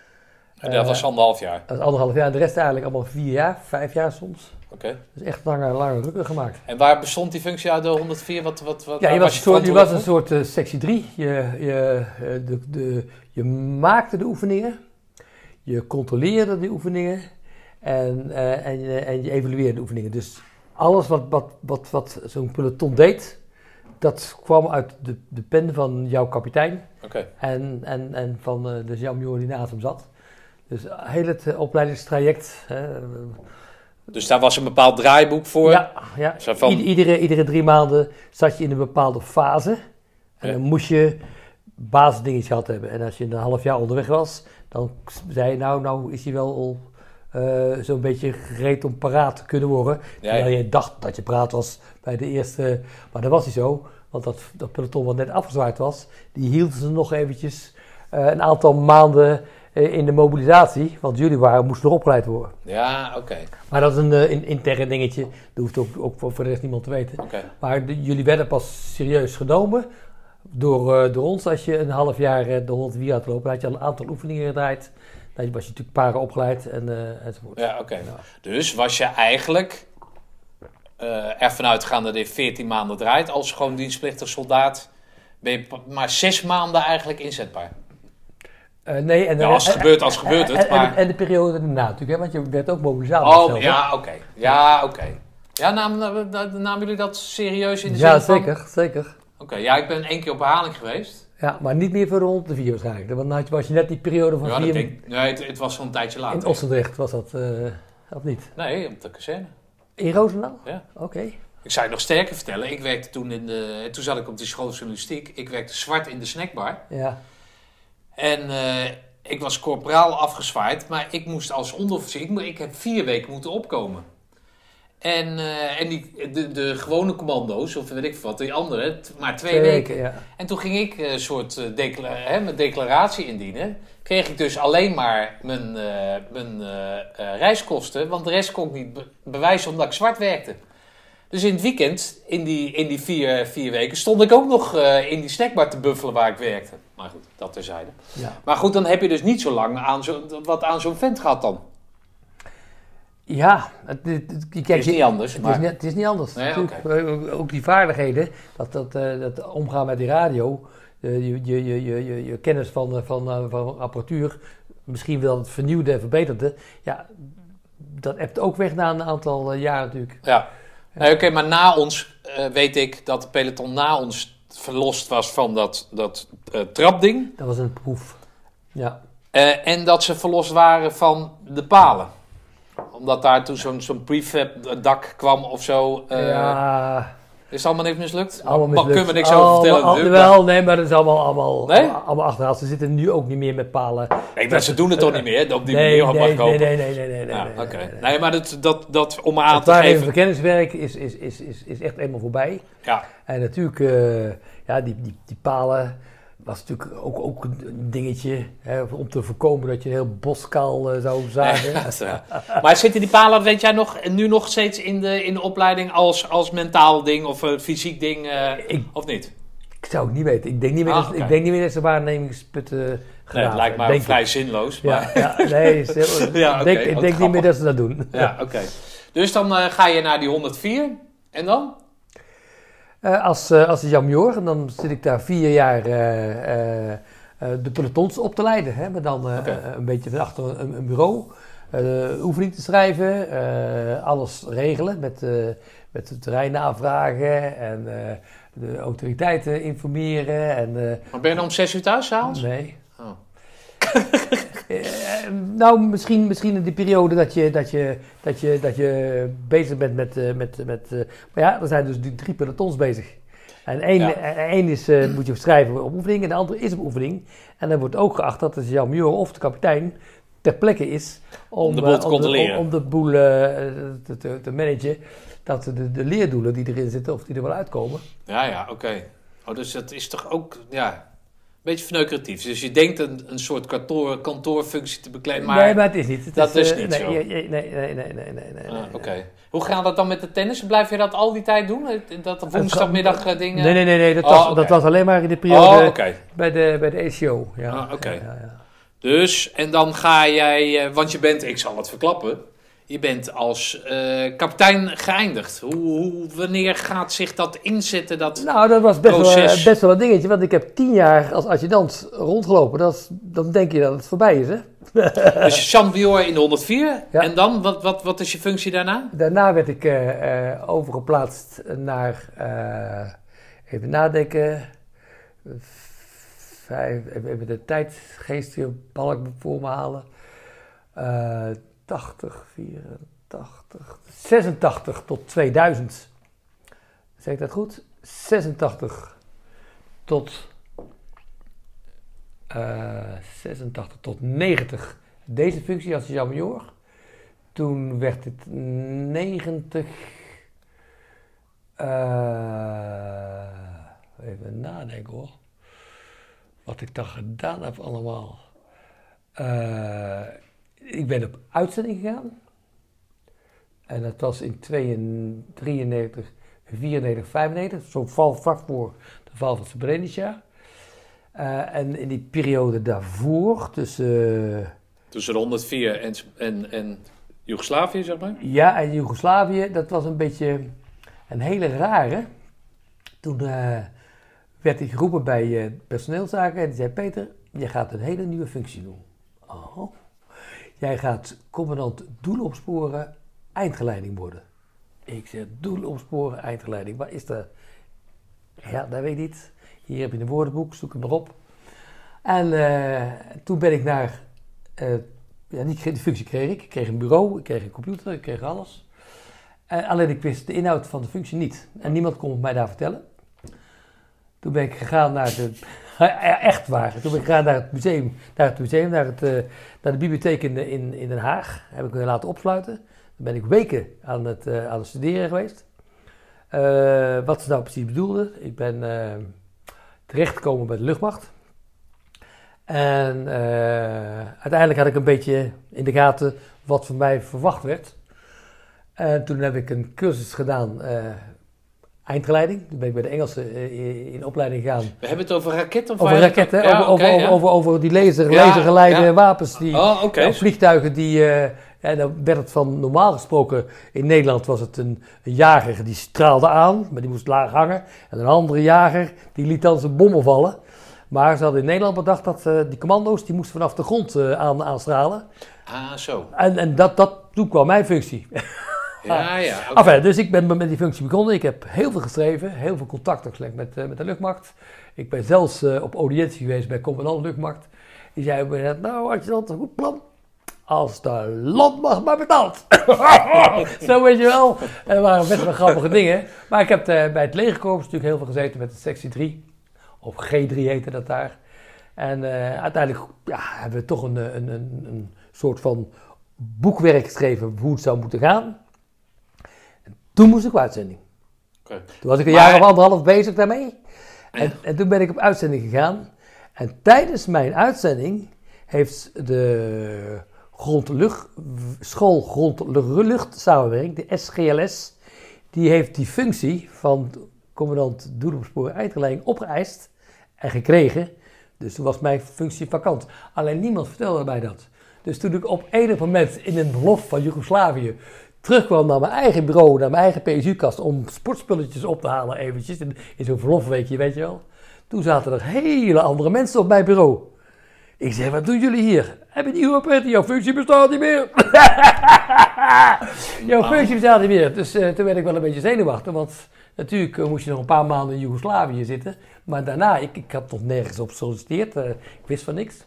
En dat uh, was anderhalf jaar? Dat was anderhalf jaar. En de rest eigenlijk allemaal vier jaar, vijf jaar soms. Oké. Okay. Dus echt lange, lange rukken gemaakt. En waar bestond die functie uit de honderdvier? Wat, wat, wat, ja, je was, was, je soort, je was een soort uh, sectie drie. Je, je, de, de, je maakte de oefeningen. Je controleerde de oefeningen. En, uh, en, uh, en je evalueerde de oefeningen. Dus alles wat, wat, wat, wat zo'n peloton deed, dat kwam uit de, de pen van jouw kapitein. Okay. En, en, en van uh, de sergeant-major die naast hem zat. Dus heel het uh, opleidingstraject. Uh, dus daar was een bepaald draaiboek voor? Ja, ja. Van... I- iedere, iedere drie maanden zat je in een bepaalde fase. En ja. dan moest je basisdingetjes gehad hebben. En als je een half jaar onderweg was, dan zei je nou, nou is hij wel al uh, zo'n beetje gereed om paraat te kunnen worden. Ja, terwijl ja. je dacht dat je paraat was bij de eerste, maar dat was niet zo. Want dat, dat peloton wat net afgezwaaid was, die hielden ze nog eventjes uh, een aantal maanden uh, in de mobilisatie. Want jullie waren, moesten nog opgeleid worden. Ja, oké. Okay. Maar dat is een uh, in, intern dingetje, dat hoeft ook, ook voor, voor de rest niemand te weten. Okay. Maar de, jullie werden pas serieus genomen door, uh, door ons. Als je een half jaar uh, de honderdvier had lopen, dan had je al een aantal oefeningen gedraaid. Dan was je natuurlijk paren opgeleid en, uh, enzovoort. Ja, oké. Okay. Ja. Dus was je eigenlijk uh, ervan uitgaande dat je veertien maanden draait als gewoon dienstplichtig soldaat, ben je maar zes maanden eigenlijk inzetbaar? Uh, nee, en, ja, als het uh, gebeurt, als gebeurt het. En, maar... en, en de periode daarna natuurlijk, hè, want je werd ook mobilisatie. Oh, zelf, ja, oké. Okay. Ja, oké. Okay. Ja, namen, namen jullie dat serieus in de zin ja, van... Ja, zeker, zeker. Oké, okay, ja, ik ben één keer op herhaling geweest. Ja, maar niet meer voor de honderdvier waarschijnlijk. Want dan was je net die periode van ja, vier... Denk, nee, het, het was zo'n tijdje later. In Ossendrecht was dat, uh, of niet? Nee, op de kazerne. In Roosendaal? Ja. Oké. Okay. Ik zou je nog sterker vertellen. Ik werkte toen in de... Toen zat ik op de school journalistiek. Ik werkte zwart in de snackbar. Ja. En uh, ik was corporaal afgezwaaid. Maar ik moest als onderofficier... Ik, ik heb vier weken moeten opkomen. En, uh, en die, de, de gewone commando's, of weet ik wat, die andere, t- maar twee, twee weken. weken ja. En toen ging ik een uh, soort uh, decla- hè, mijn declaratie indienen. Kreeg ik dus alleen maar mijn, uh, mijn uh, uh, reiskosten, want de rest kon ik niet be- bewijzen omdat ik zwart werkte. Dus in het weekend, in die, in die vier, vier weken, stond ik ook nog uh, in die snackbar te buffelen waar ik werkte. Maar goed, dat terzijde. Ja. Maar goed, dan heb je dus niet zo lang aan zo, wat aan zo'n vent gehad dan. Ja, het, het, het, kijk, het is niet anders. Het, maar... is, niet, het is niet anders. Nee, okay. Ook die vaardigheden, dat, dat, uh, dat omgaan met die radio, uh, je, je, je, je, je kennis van, van, uh, van apparatuur, misschien wel het vernieuwde en verbeterde, ja, dat ebt ook weg na een aantal uh, jaren natuurlijk. Ja, ja. Nee, oké, okay, maar na ons uh, weet ik dat het peloton na ons verlost was van dat, dat uh, trapding. Dat was een proef. Ja. Uh, en dat ze verlost waren van de palen. Omdat daar toen zo'n, zo'n prefab dak kwam of zo. Uh, ja. Is het allemaal niet mislukt? Allemaal Mag mislukt. kunnen we niks over vertellen. Al, al, wel, nee, maar dat is allemaal, allemaal, Nee? allemaal, allemaal achterhaald. Ze zitten nu ook niet meer met palen. Kijk, dat, ze doen het toch niet meer, op die nee, manier nee, mag kopen. nee, nee, nee, nee, nee, Ja, nee, Oké. Okay. nee, nee. nee, maar dat, dat, dat om aan het te geven... verkenningswerk is, is, is, is, is echt eenmaal voorbij. Ja. En natuurlijk, uh, ja, die, die, die palen was natuurlijk ook, ook een dingetje, hè, om te voorkomen dat je een heel boskaal uh, zou zagen. Ja, ja. Maar zitten die palen, weet jij nog, nu nog steeds in de, in de opleiding als, als mentaal ding of uh, fysiek ding, uh, ik, of niet? Ik zou het niet weten. Ik denk niet meer, ah, dat, okay. ik denk niet meer dat ze waarnemingsputten gedaan. Nee, het lijkt mij denk vrij ik. zinloos. Maar... Ja, ja, nee, stil, ja, okay, ik denk, ik denk niet meer dat ze dat doen. Ja, oké. Okay. Dus dan uh, ga je naar die honderdvier en dan? Uh, als, uh, als Jan-Major, dan zit ik daar vier jaar uh, uh, uh, de pelotons op te leiden. Hè, maar dan uh, okay. uh, een beetje achter een, een bureau. Uh, oefening te schrijven, uh, alles regelen met, uh, met de terrein aanvragen en uh, de autoriteiten informeren. En, uh, maar ben je dan om zes uur thuis s'avonds? Nee. Oh. uh, nou, misschien, misschien in die periode dat je, dat je, dat je, dat je bezig bent met... Uh, met, met uh, maar ja, er zijn dus die drie pelotons bezig. En één, ja. één is, uh, moet je schrijven op oefening en de andere is op oefening. En dan wordt ook geacht dat de Jan-Major of de kapitein ter plekke is om, om de boel te uh, controleren. Om, om de boel uh, te, te, te managen. Dat de, de leerdoelen die erin zitten, of die er wel uitkomen. Ja, ja, oké. Okay. Oh, dus dat is toch ook, ja, een beetje verneukeratief. Dus je denkt een, een soort kantoor, kantoorfunctie te bekleden, maar... Nee, maar het is niet. Het dat is, is uh, niet nee, zo. Nee, nee, nee, nee, nee, nee, nee. Ah, oké. Okay. Hoe gaat dat dan met de tennis? Blijf je dat al die tijd doen? Dat woensdagmiddag uh, dingen? Nee, nee, nee, nee. Dat, oh, was, okay. dat was alleen maar in de periode oh, okay. bij de, bij de A C O. Ja, ah, oké. Okay. Ja, ja, ja. Dus, en dan ga jij, want je bent, ik zal het verklappen, je bent als uh, kapitein geëindigd. Hoe, hoe, wanneer gaat zich dat inzetten, dat Nou, dat was best wel, proces? best wel een dingetje, want ik heb tien jaar als adjudant rondgelopen. Dat is, dan denk je dat het voorbij is, hè? Dus Jan-Major in de honderdvier, ja. En dan, wat, wat, wat is je functie daarna? Daarna werd ik uh, uh, overgeplaatst naar, uh, even nadenken... Vijf, even de tijdgeestbalk voor me halen. Uh, tachtig, vierentachtig, zesentachtig tot tweeduizend. Zeg ik dat goed? zesentachtig tot uh, zesentachtig tot negentig. Deze functie als Jan-Major. Toen werd het negentig. Uh, even nadenken hoor. Wat ik dan gedaan heb allemaal. Uh, ik ben op uitzending gegaan. En dat was in drieënnegentig, vierennegentig, vijfennegentig. Zo vlak voor de val van Srebrenica. Uh, en in die periode daarvoor, tussen... Uh, tussen de honderdvier en, en, en Joegoslavië, zeg maar? Ja, en Joegoslavië, dat was een beetje een hele rare. Toen... Uh, werd ik geroepen bij uh, personeelszaken en die zei: Peter, je gaat een hele nieuwe functie doen. Oh. Jij gaat commandant doelen opsporen, eindgeleiding worden. Ik zeg: doelen opsporen, eindgeleiding, wat is dat? Ja, dat weet ik niet. Hier heb je een woordenboek, zoek het maar op. En uh, toen ben ik naar, uh, ja, die, die functie kreeg ik. Ik kreeg een bureau, ik kreeg een computer, ik kreeg alles. Uh, alleen ik wist de inhoud van de functie niet. En niemand kon mij daar vertellen. Toen ben ik gegaan naar de, echt waar, toen ben ik gegaan naar het museum, naar het museum, naar, het, uh, naar de bibliotheek in, in, in Den Haag. Heb ik me laten opsluiten. Dan ben ik weken aan het, uh, aan het studeren geweest. Uh, wat ze nou precies bedoelden. Ik ben uh, terechtgekomen bij de luchtmacht. En uh, uiteindelijk had ik een beetje in de gaten wat van mij verwacht werd. En toen heb ik een cursus gedaan... Uh, eindgeleiding. Toen ben ik bij de Engelsen uh, in opleiding gegaan. We hebben het over raketten? Of over raketten, ja, over, okay, over, ja. over, over, over die laser, ja, lasergeleide ja. wapens. Die, oh, okay. uh, vliegtuigen die... Uh, en dan werd het van, normaal gesproken, in Nederland was het een, een jager die straalde aan, maar die moest laag hangen. En een andere jager, die liet dan zijn bommen vallen. Maar ze hadden in Nederland bedacht dat uh, die commando's, die moesten vanaf de grond uh, aan, aanstralen. Ah, zo. En, en dat, dat, toen kwam mijn functie. Ja, ja. Okay. Enfin, dus ik ben met die functie begonnen. Ik heb heel veel geschreven, heel veel contacten gelegd met, uh, met de luchtmacht. Ik ben zelfs uh, op audiëntie geweest bij commandant luchtmacht. Die zei op een moment, nou had je dat een goed plan? Als de landmacht maar betaalt. Zo weet je wel. En dat waren best wel grappige dingen. Maar ik heb uh, bij het legerkorps natuurlijk heel veel gezeten met de sectie drie. Of G drie heette dat daar. En uh, uiteindelijk ja, hebben we toch een, een, een, een soort van boekwerk geschreven hoe het zou moeten gaan. En toen moest ik op uitzending. Okay. Toen was ik een maar... jaar of anderhalf bezig daarmee. En, en toen ben ik op uitzending gegaan. En tijdens mijn uitzending heeft de grondlucht, school grondlucht-samenwerking, de S G L S, die heeft die functie van commandant Doelen eindgeleiding opgeëist en gekregen. Dus toen was mijn functie vakant. Alleen niemand vertelde mij dat. Dus toen ik op enig moment in een verlof van Joegoslavië terugkwam naar mijn eigen bureau, naar mijn eigen P S U-kast om sportspulletjes op te halen eventjes, in, in zo'n verlofweekje, weet je wel. Toen zaten er hele andere mensen op mijn bureau. Ik zei, wat doen jullie hier? Heb je niet gehoord? Jouw functie bestaat niet meer. Jouw functie bestaat niet meer. Dus uh, toen werd ik wel een beetje zenuwachtig, want natuurlijk uh, moest je nog een paar maanden in Joegoslavië zitten. Maar daarna, ik, ik had nog nergens op gesolliciteerd. Uh, ik wist van niks.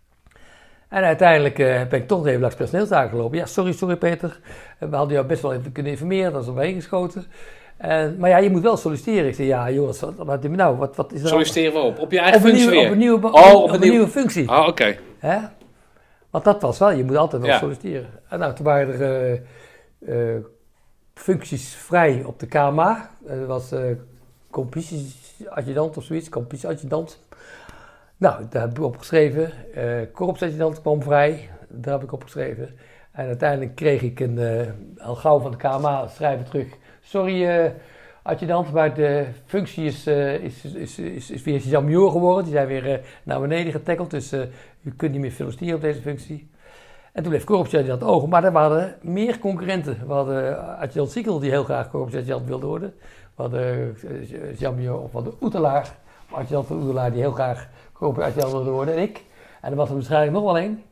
En uiteindelijk uh, ben ik toch even langs personeelszaken gelopen. Ja, sorry, sorry Peter. Uh, we hadden jou best wel even kunnen informeren, dat is erbij geschoten. Uh, maar ja, je moet wel solliciteren. Ik zei, ja jongens, wat, wat, nou, wat, wat is er... Solliciteren we op? Op je eigen op een functie nieuwe, weer? Op een nieuwe, oh, op op een een nieuwe, nieuwe functie. Ah, oké. Okay. Hè? Want dat was wel, je moet altijd wel ja. solliciteren. En nou, toen waren er uh, uh, functies vrij op de K M A. Dat was uh, competitie-adjudant of zoiets, competitie-adjudant. Nou, daar heb ik opgeschreven. Uh, korpsadjudant kwam vrij, daar heb ik opgeschreven. En uiteindelijk kreeg ik een, uh, al gauw van de K M A schrijven terug. Sorry, uh, adjudant, maar de functie is, uh, is, is, is, is weer jamjor geworden. Die zijn weer uh, naar beneden getackeld, dus uh, u kunt niet meer solliciteren op deze functie. En toen bleef korpsadjudant over, maar er waren meer concurrenten. We hadden adjudant Siekel, die heel graag korpsadjudant wilde worden. We hadden uh, jamjor, of we hadden Oetelaar, adjudant van Oetelaar, die heel graag korpsadjudant wilde worden, en ik. En er was er waarschijnlijk nog wel één.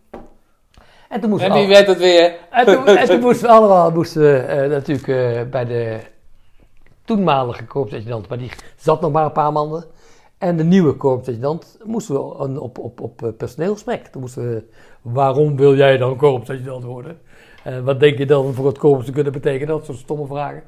En toen moesten en wie we werd het weer? En toen, en toen moesten we allemaal moesten we, uh, natuurlijk uh, bij de toenmalige korpsadjudant, maar die zat nog maar een paar maanden. En de nieuwe korpsadjudant moesten we een, op, op, op personeelgesprek. Toen moesten we, waarom wil jij dan korpsadjudant worden? Uh, wat denk je dan voor het korps te kunnen betekenen? Dat soort stomme vragen.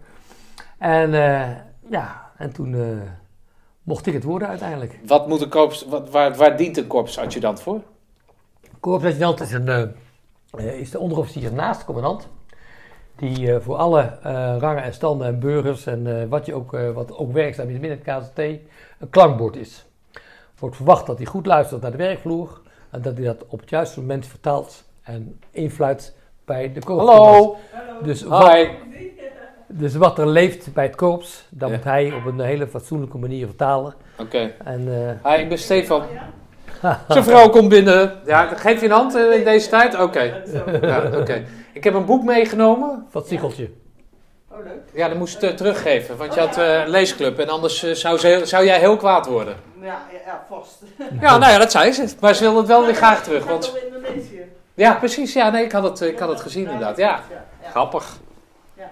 En uh, ja, en toen uh, mocht ik het worden uiteindelijk. Wat moet een korps, wat, waar, waar dient een korpsadjudant voor? Korpsadjudant is, een, uh, is de onderofficier naast de commandant. Die uh, voor alle uh, rangen en standen en burgers en uh, wat, je ook, uh, wat ook werkzaam is binnen het K Z T, een klankbord is. Wordt verwacht dat hij goed luistert naar de werkvloer en dat hij dat op het juiste moment vertaalt en influit bij de korps. Hallo! Dus wat, Hi! dus wat er leeft bij het korps, dat ja. moet hij op een hele fatsoenlijke manier vertalen. Oké. Okay. Uh, Hi, ik ben Stefan. Zijn vrouw komt binnen. Ja, geef je een hand uh, in deze tijd? Oké. Okay. Ja, okay. Ik heb een boek meegenomen. Wat siegeltje. Oh, leuk. Ja, dat moest je uh, teruggeven, want je had uh, een leesclub en anders uh, zou, ze, zou jij heel kwaad worden. Ja, ja, ja, vast. Ja, nou ja, dat zei ze. Maar ze wilde het wel weer graag terug. Ik Want... ga in Indonesië. Ja, precies. Ja, nee, ik had het, ik had het gezien inderdaad. Ja, grappig. Ja.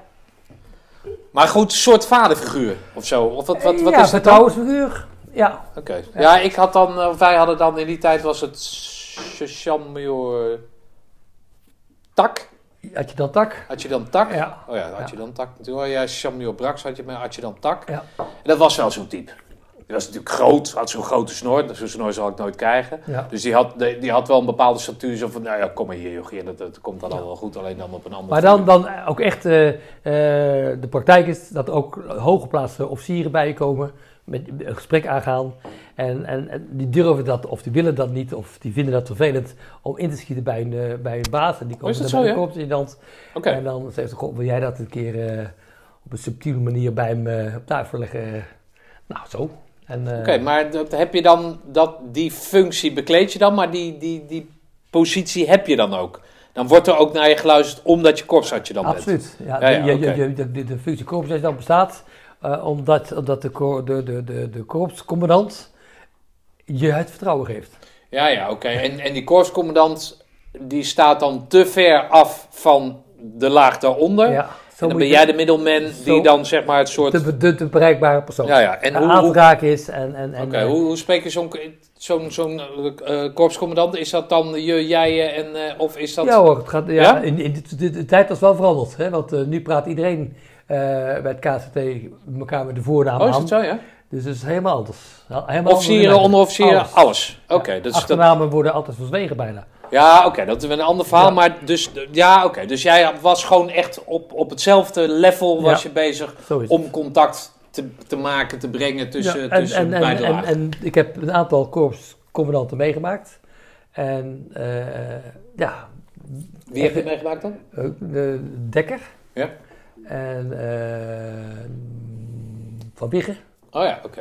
Maar goed, een soort vaderfiguur of zo. Of wat, wat, wat ja, is dat dan? vertrouwensfiguur. Ja. Oké. Okay. Ja. ja, ik had dan, uh, wij hadden dan in die tijd was het sergeant-major Tak. Had je dan Tak? Had je dan Tak? Ja. Oh ja, had ja. je dan Tak. Toen had jij sergeant-major Brax, had je, had je dan Tak. Ja. En dat was wel zo'n type. Die was natuurlijk groot, had zo'n grote snor. Zo'n snor zal ik nooit krijgen. Ja. Dus die had, die had wel een bepaalde statuur. Zo van, nou ja, kom maar hier jochie. Dat, dat komt dan ja. al wel goed, alleen dan op een andere Maar dan, dan ook echt, uh, uh, de praktijk is dat er ook hooggeplaatste officieren bij je komen. Met een gesprek aangaan. En, en, en die durven dat, of die willen dat niet, of die vinden dat vervelend om in te schieten bij een, uh, bij een baas. En die komen dan zo, bij ja? de korpsadjudant. Okay. En dan zegt ze, wil jij dat een keer uh, op een subtiele manier bij hem uh, op tafel leggen? Nou, zo. Uh, Oké, okay, maar dat, heb je dan, dat, die functie bekleed je dan, maar die, die, die positie heb je dan ook? Dan wordt er ook naar je geluisterd omdat je korpsadjudant bent? Absoluut. Ja, ja, ja, je, okay. je, de, de, de functie korpsadjudant bestaat uh, omdat, omdat de, de, de, de, de korpscommandant je het vertrouwen geeft. Ja, ja, oké. Okay. En, en die korpscommandant die staat dan te ver af van de laag daaronder. Ja. En dan moet ben je- jij de middelman die zo- dan zeg maar het soort... De, de, de bereikbare persoon. Ja, ja. En En hoe, aan te hoe, raken is. En, en, en, Oké, eh, hoe, hoe spreek je zo'n zo'n zo'n eh, korpscommandant? Is dat dan je, jij en eh, of is dat... Ja hoor, het gaat, ja, Ja? In, in de, de, de tijd was wel veranderd. Hè? Want eh, nu praat iedereen eh, bij het K C T elkaar met de voornaam Oh, is aan. dat zo, ja? Dus het is helemaal anders. Helemaal Officieren, anders. onderofficieren, Alles. alles. Oké, Ja, dus dat, achternamen worden altijd verzwegen bijna. ja, oké, dat is een ander verhaal. Ja. Maar dus, ja, oké, dus jij was gewoon echt op, op hetzelfde level was Ja. je bezig Zo is het. om contact te, te maken, te brengen tussen, Ja, en, tussen en, en, beide en, lagen. en ik heb een aantal korpscommandanten meegemaakt. En eh, ja, Wie heb je meegemaakt dan? eh, de Dekker Ja. en eh, Van Wiggen. Oh ja, oké.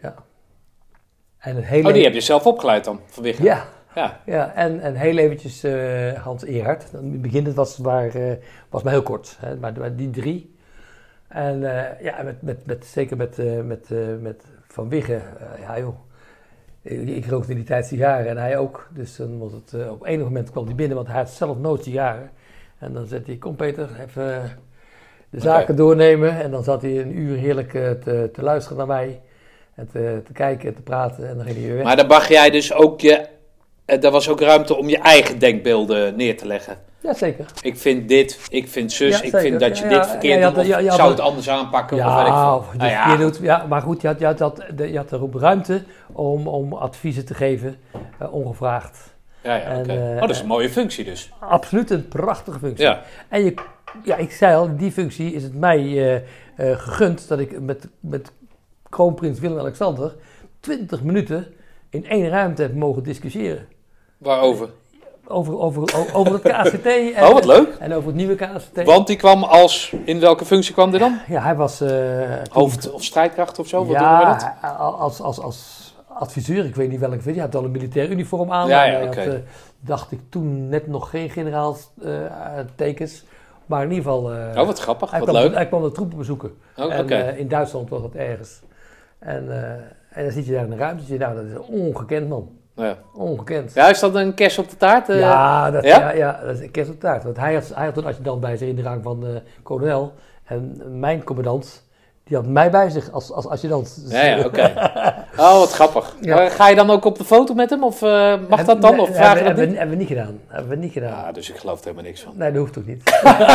En het hele Oh, die heb je zelf opgeleid dan, vanwege. Ja, Ja. ja en, en heel eventjes eh, Hans Eerhard. In het begin dat was, maar, eh, was maar heel kort, hè, maar, maar die drie. En eh, ja, met, met, met, zeker met, eh, met, eh, met Van Wiggen, eh, ja joh. Ik, ik rookte in die tijd sigaren en hij ook. Dus dan was het, eh, op enig moment kwam hij binnen, want hij had zelf nooit sigaren. En dan zei hij, kom Peter, even eh, de zaken Oké. doornemen. En dan zat hij een uur heerlijk eh, te, te luisteren naar mij. En te, te kijken en te praten en dan ging hij weer weg. Maar dan mag jij dus ook je... eh, Daar was ook ruimte om je eigen denkbeelden neer te leggen. Jazeker. Ik vind dit, ik vind zus, Ja, ik zeker. vind dat je Ja, dit ja, verkeerd ja, ja, doet, of ja, ja, zou maar- het anders aanpakken, of weet ik Ja, veel. of Nou je ja, verkeerd doet. Ja, maar goed, je had, je had, dat- de- je had er ook ruimte om, om adviezen te geven, eh, ongevraagd. ja, ja, en, oké. eh, Oh, dat is een mooie functie dus. Absoluut een prachtige functie. Ja, En je, ja, ik zei al, in die functie is het mij eh, eh, gegund dat ik met, met kroonprins Willem-Alexander twintig minuten in één ruimte heb mogen discussiëren. waarover? Over, over, o- over het K C T en, Oh, wat leuk. en over het nieuwe K C T. Want die kwam als, in welke functie kwam die dan? Ja, hij was... eh, toen- Hoofd of strijdkracht of zo? Wat doen we ja, dat? hij- als, als, als adviseur, ik weet niet welke functie. Hij had al een militair uniform aan. Ja, en ja, hij oké. had, eh, dacht ik toen net nog geen generaalstekens. maar in ieder geval... eh, Oh, wat grappig, hij, wat kwam, leuk. hij kwam de troepen bezoeken. Oh, Oké. En eh, in Duitsland was dat ergens. En, eh, en dan zit je daar in de ruimte. Nou, dat is ongekend, man. Ja. Ongekend. ja, is dat een kers op de taart? eh? Ja, dat, ja? ja? Ja, dat is een kerst op taart. Want hij had, hij had een adjudant bij zich in de rang van eh kolonel. En mijn commandant, die had mij bij zich als, als adjudant. Dus, Ja, ja, oké. Oh, wat grappig. Ja. Maar ga je dan ook op de foto met hem? Of eh, mag dat dan? Nee, Of vragen hebben, we dat hebben, niet? hebben we niet gedaan. Hebben we niet gedaan. Ja, dus ik geloof er helemaal niks van. Nee, dat hoeft ook niet.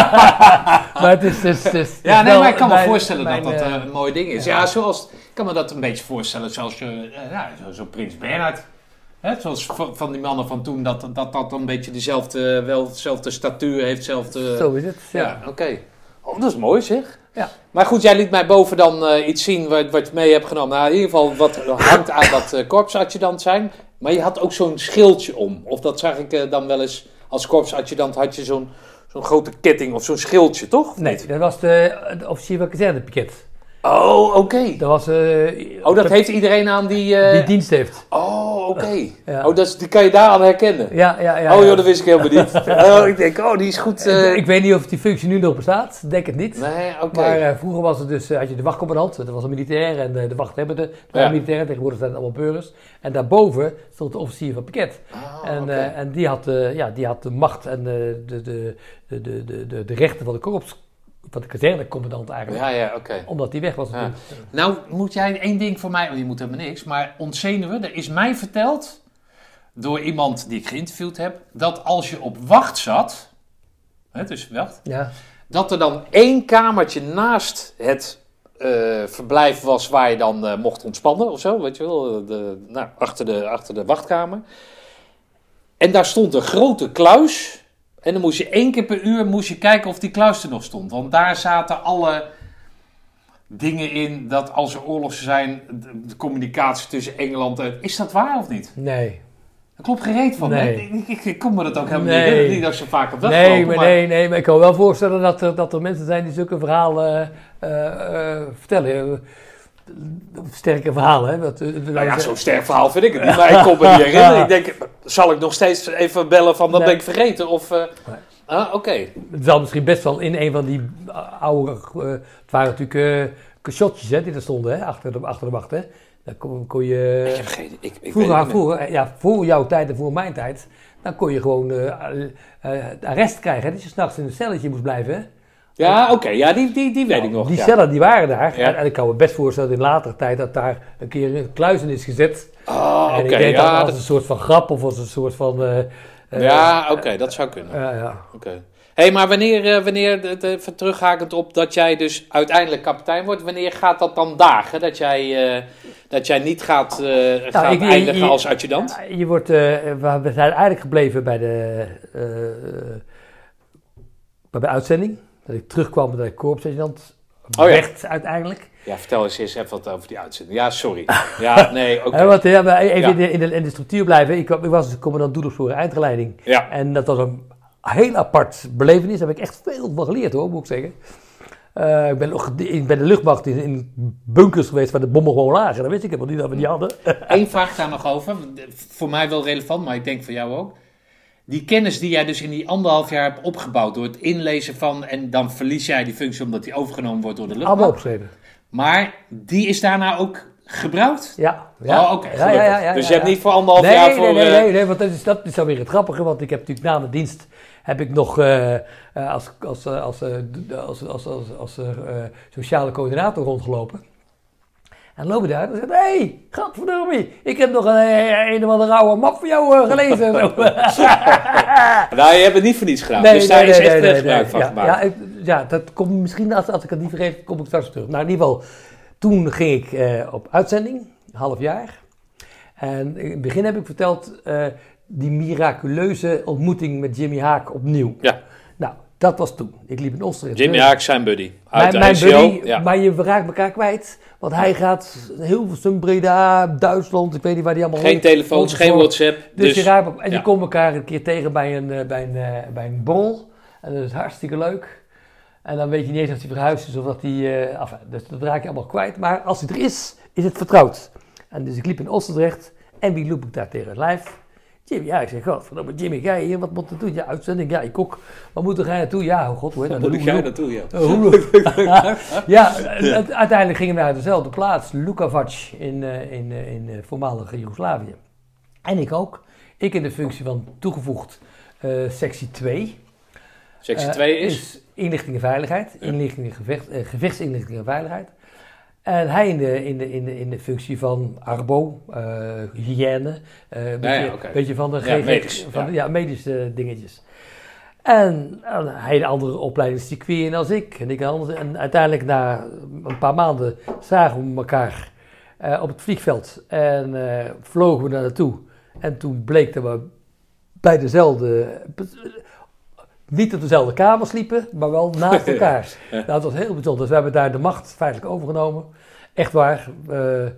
maar het is... Het is, het is Ja, nee, wel maar ik kan me mijn- voorstellen mijn, dat dat eh, eh, een mooi ding is. Ja, zoals, ik kan me dat een beetje voorstellen, zoals je, eh, ja, zo, zo Prins Bernhard. Hè, zoals van, van die mannen van toen, dat dat, dat een beetje dezelfde, wel dezelfde statuur heeft, dezelfde... Zo is het, ja. Ja, oké. Oh, dat is mooi zeg. Ja. Maar goed, jij liet mij boven dan eh, iets zien wat, wat je mee hebt genomen. Nou, in ieder geval wat hangt aan dat uh, korpsadjudant zijn. Maar je had ook zo'n schildje om. Of dat zag ik eh, dan wel eens als korpsadjudant had je zo'n zo'n grote ketting of zo'n schildje, toch? Of Nee, niet? dat was de, de officier van kazernepiket. Oh, oké. Dat was... eh, Oh, dat heeft iedereen aan die... eh, Die dienst heeft. Oh, oké. Ja. Oh, dat is, die kan je daar aan herkennen. Ja, ja, ja. Oh ja. joh, dat wist ik helemaal niet. Oh, ik denk, oh, die is goed. eh. Ik weet niet of die functie nu nog bestaat. Denk het niet. Nee, oké. Maar eh, vroeger was het dus, eh, had je de wachtcommandant, dat was een militair en eh, de wachthebbende, dat waren Ja. militairen, tegenwoordig zijn het allemaal burgers. En daarboven stond de officier van piket. Ah, en, oké. eh, en die had, eh, ja, die had de macht en de, de, de, de, de, de, de, de rechten van de korps, van de kazernecommandant eigenlijk. Ja, ja, oké. Omdat die weg was Ja. natuurlijk. Nou, moet jij één ding voor mij... Oh, je moet helemaal niks. Maar ontzenuwen, er is mij verteld... door iemand die ik geïnterviewd heb... dat als je op wacht zat... Hè, dus wacht... Ja. dat er dan één kamertje naast het eh, verblijf was... waar je dan eh, mocht ontspannen of zo, weet je wel. De, nou, achter de, achter de wachtkamer. En daar stond een grote kluis... En dan moest je één keer per uur moest je kijken of die kluis er nog stond. Want daar zaten alle dingen in dat als er oorlog zou zijn, de, de communicatie tussen Engeland en... Is dat waar of niet? Nee. Dat klopt gereed van. Nee. hè? Ik, ik, ik kom me dat ook helemaal Nee. niet herinneren. Niet dat ze vaak op dat Nee, gelopen, maar nee, nee, maar ik kan me wel voorstellen dat er, dat er mensen zijn die zulke verhalen eh, eh, vertellen. Eh, sterke verhalen, hè? Dat, eh, Nou ja, zo'n sterk verhaal vind ik het niet. Maar ik kon me niet herinneren. Ik denk, zal ik nog steeds even bellen van dat Nee. ben ik vergeten? Of... uh, Nee. Ah, oké. Het zal misschien best wel in een van die oude... Uh, het waren natuurlijk uh, cachotjes hè, die er stonden hè, achter, de, achter de wacht. Hè. Daar kon, kon je... Ik heb geen... Ik, ik vroeger, weet het niet meer. vroeger, ja, voor jouw tijd en voor mijn tijd... dan kon je gewoon uh, uh, arrest krijgen. Hè, dat je s'nachts in een celletje moest blijven. Hè. Ja, oké. Okay. Ja, die, die, die weet nou, ik nog. Die ja. cellen die waren daar. Ja. En, en ik kan me best voorstellen dat in latere tijd dat daar een keer een kluis in is gezet. Oh, oké. En ik denk ja, dat als dat... een soort van grap of als een soort van... Uh, uh, ja, oké. Okay, dat zou kunnen. Uh, ja. Oké. Okay. Hé, hey, maar wanneer, uh, wanneer even terughakend op dat jij dus uiteindelijk kapitein wordt, wanneer gaat dat dan dagen? Dat jij, uh, dat jij niet gaat, uh, nou, gaat ik, eindigen je, als adjudant? Je wordt, uh, we zijn eigenlijk gebleven bij de, uh, bij de uitzending. Dat ik terugkwam dat ik korpsadjudant oh, werd ja. uiteindelijk. Ja, vertel eens eens even wat over die uitzending. Ja, sorry. Ja, nee, oké. Okay. Want, ja, even ja. in, de, in, de, in de structuur blijven. Ik, ik was commandant doedelvoer eindgeleiding. Ja. En dat was een heel apart belevenis. Daar heb ik echt veel van geleerd hoor, moet ik zeggen. Uh, ik ben nog in, bij de luchtmacht in, in bunkers geweest waar de bommen gewoon lagen. Dat wist ik helemaal niet dat we die hadden. Eén vraag daar nog over. Voor mij wel relevant, maar ik denk voor jou ook. Die kennis die jij dus in die anderhalf jaar hebt opgebouwd door het inlezen van... en dan verlies jij die functie omdat die overgenomen wordt door de luchtmacht. Allemaal opgeschreven. Maar die is daarna ook gebruikt? Ja. ja. Oh, oké. Ja, ja, ja, ja, dus ja, je hebt ja. niet voor anderhalf nee, jaar nee, voor... Nee, uh... nee, nee, want dat is, dat is dan weer het grappige. Want ik heb natuurlijk na mijn dienst... heb ik nog uh, als, als, als, als, als, als, als, als uh, sociale coördinator rondgelopen. En loop je daar en zegt, hé, hey, gadverdomme, ik heb nog een, een of andere rauwe map voor jou uh, gelezen. Nou, je hebt het niet voor niets gedaan, nee, dus nee, daar nee, is echt nee, nee, gebruik nee, van ja, gemaakt. Ja, ik, ja, dat komt misschien, als, als ik het niet vergeet, kom ik straks terug. Nou, in ieder geval, toen ging ik uh, op uitzending, een half jaar. En in het begin heb ik verteld, uh, die miraculeuze ontmoeting met Jimmy Haak opnieuw. Ja. Nou, dat was toen. Ik liep in Oostenrijk. Jimmy Haak, zijn buddy. Uit mijn, mijn de buddy, ja. maar je raakt elkaar kwijt. Want hij gaat Hilversum, Breda, Duitsland, ik weet niet waar die allemaal... Geen telefoons, geen WhatsApp. Dus, dus je raakt, en ja. je komt elkaar een keer tegen bij een, bij een, bij een borrel. En dat is hartstikke leuk. En dan weet je niet eens of hij verhuisd is of dat hij... Uh, enfin, dus dat raak je allemaal kwijt. Maar als hij er is, is het vertrouwd. En dus ik liep in Ostendrecht en wie loop ik daar tegen het lijf? Jimmy, ja, ik zeg, godverdomme, Jimmy, ga je hier, wat moet je doen? Ja, uitzending, ja, ik ook. Waar moet er naartoe? Ja, oh god, hoe heet dat? Waar moet jij naartoe, ja. Uh, ja, ja, uiteindelijk gingen we naar dezelfde plaats, Lukavac, in, uh, in, uh, in uh, voormalige Joegoslavië. En ik ook. Ik in de functie van toegevoegd uh, sectie twee. Sectie twee is? Uh, is inlichting en veiligheid, ja. inlichting en gevecht, uh, gevechtsinlichting en veiligheid. En hij in de, in de, in de, in de functie van arbo, uh, hygiëne, uh, een beetje, ja, ja, okay. beetje van de ja, medisch, van ja. De, ja, medische dingetjes. En uh, hij een andere opleidingscircuit in als ik. En ik anders. En uiteindelijk na een paar maanden zagen we elkaar uh, op het vliegveld. En uh, vlogen we daar naartoe. En toen bleek dat we bij dezelfde... Niet op dezelfde kamer sliepen, maar wel naast elkaar. Ja. Nou, dat was heel bijzonder. Dus we hebben daar de macht feitelijk overgenomen. Echt waar. Uh, uh,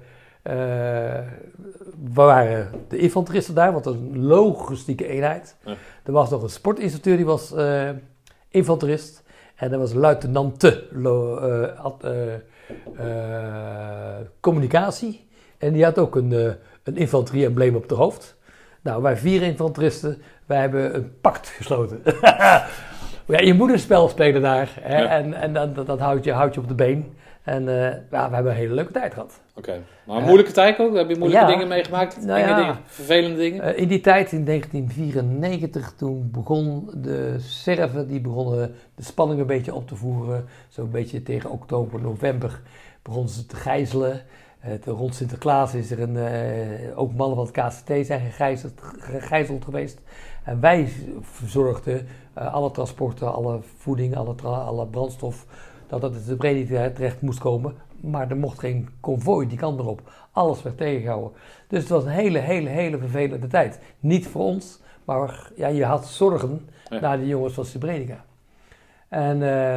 we waren de infanteristen daar, want dat is een logistieke eenheid. Ja. Er was nog een sportinstructeur, die was uh, infanterist. En er was een luitenante uh, uh, uh, communicatie. En die had ook een, uh, een infanterie-embleem op de hoofd. Nou, wij vier infanteristen, wij hebben een pact gesloten. Ja, je moet een spel spelen daar. Hè? Ja. En, en dat, dat houdt, je, houdt je op de been. En uh, ja, we hebben een hele leuke tijd gehad. Oké. Okay. Maar een moeilijke uh, tijd ook? Heb je moeilijke ja, dingen meegemaakt? Nou Enge ja, dingen? Vervelende dingen? Uh, in die tijd, in negentien vierennegentig, toen begon de Serven, die begonnen de spanning een beetje op te voeren. Zo'n beetje tegen oktober, november begonnen ze te gijzelen. Uh, rond Sinterklaas is er een, uh, ook mannen van het K C T zijn gegijzeld, gegijzeld geweest. En wij verzorgden uh, alle transporten, alle voeding, alle, tra- alle brandstof, dat het in de Breda terecht moest komen. Maar er mocht geen konvooi die kant meer op. Alles werd tegengehouden. Dus het was een hele, hele, hele vervelende tijd. Niet voor ons, maar ja, je had zorgen ja. naar de jongens van Srebrenica. En uh,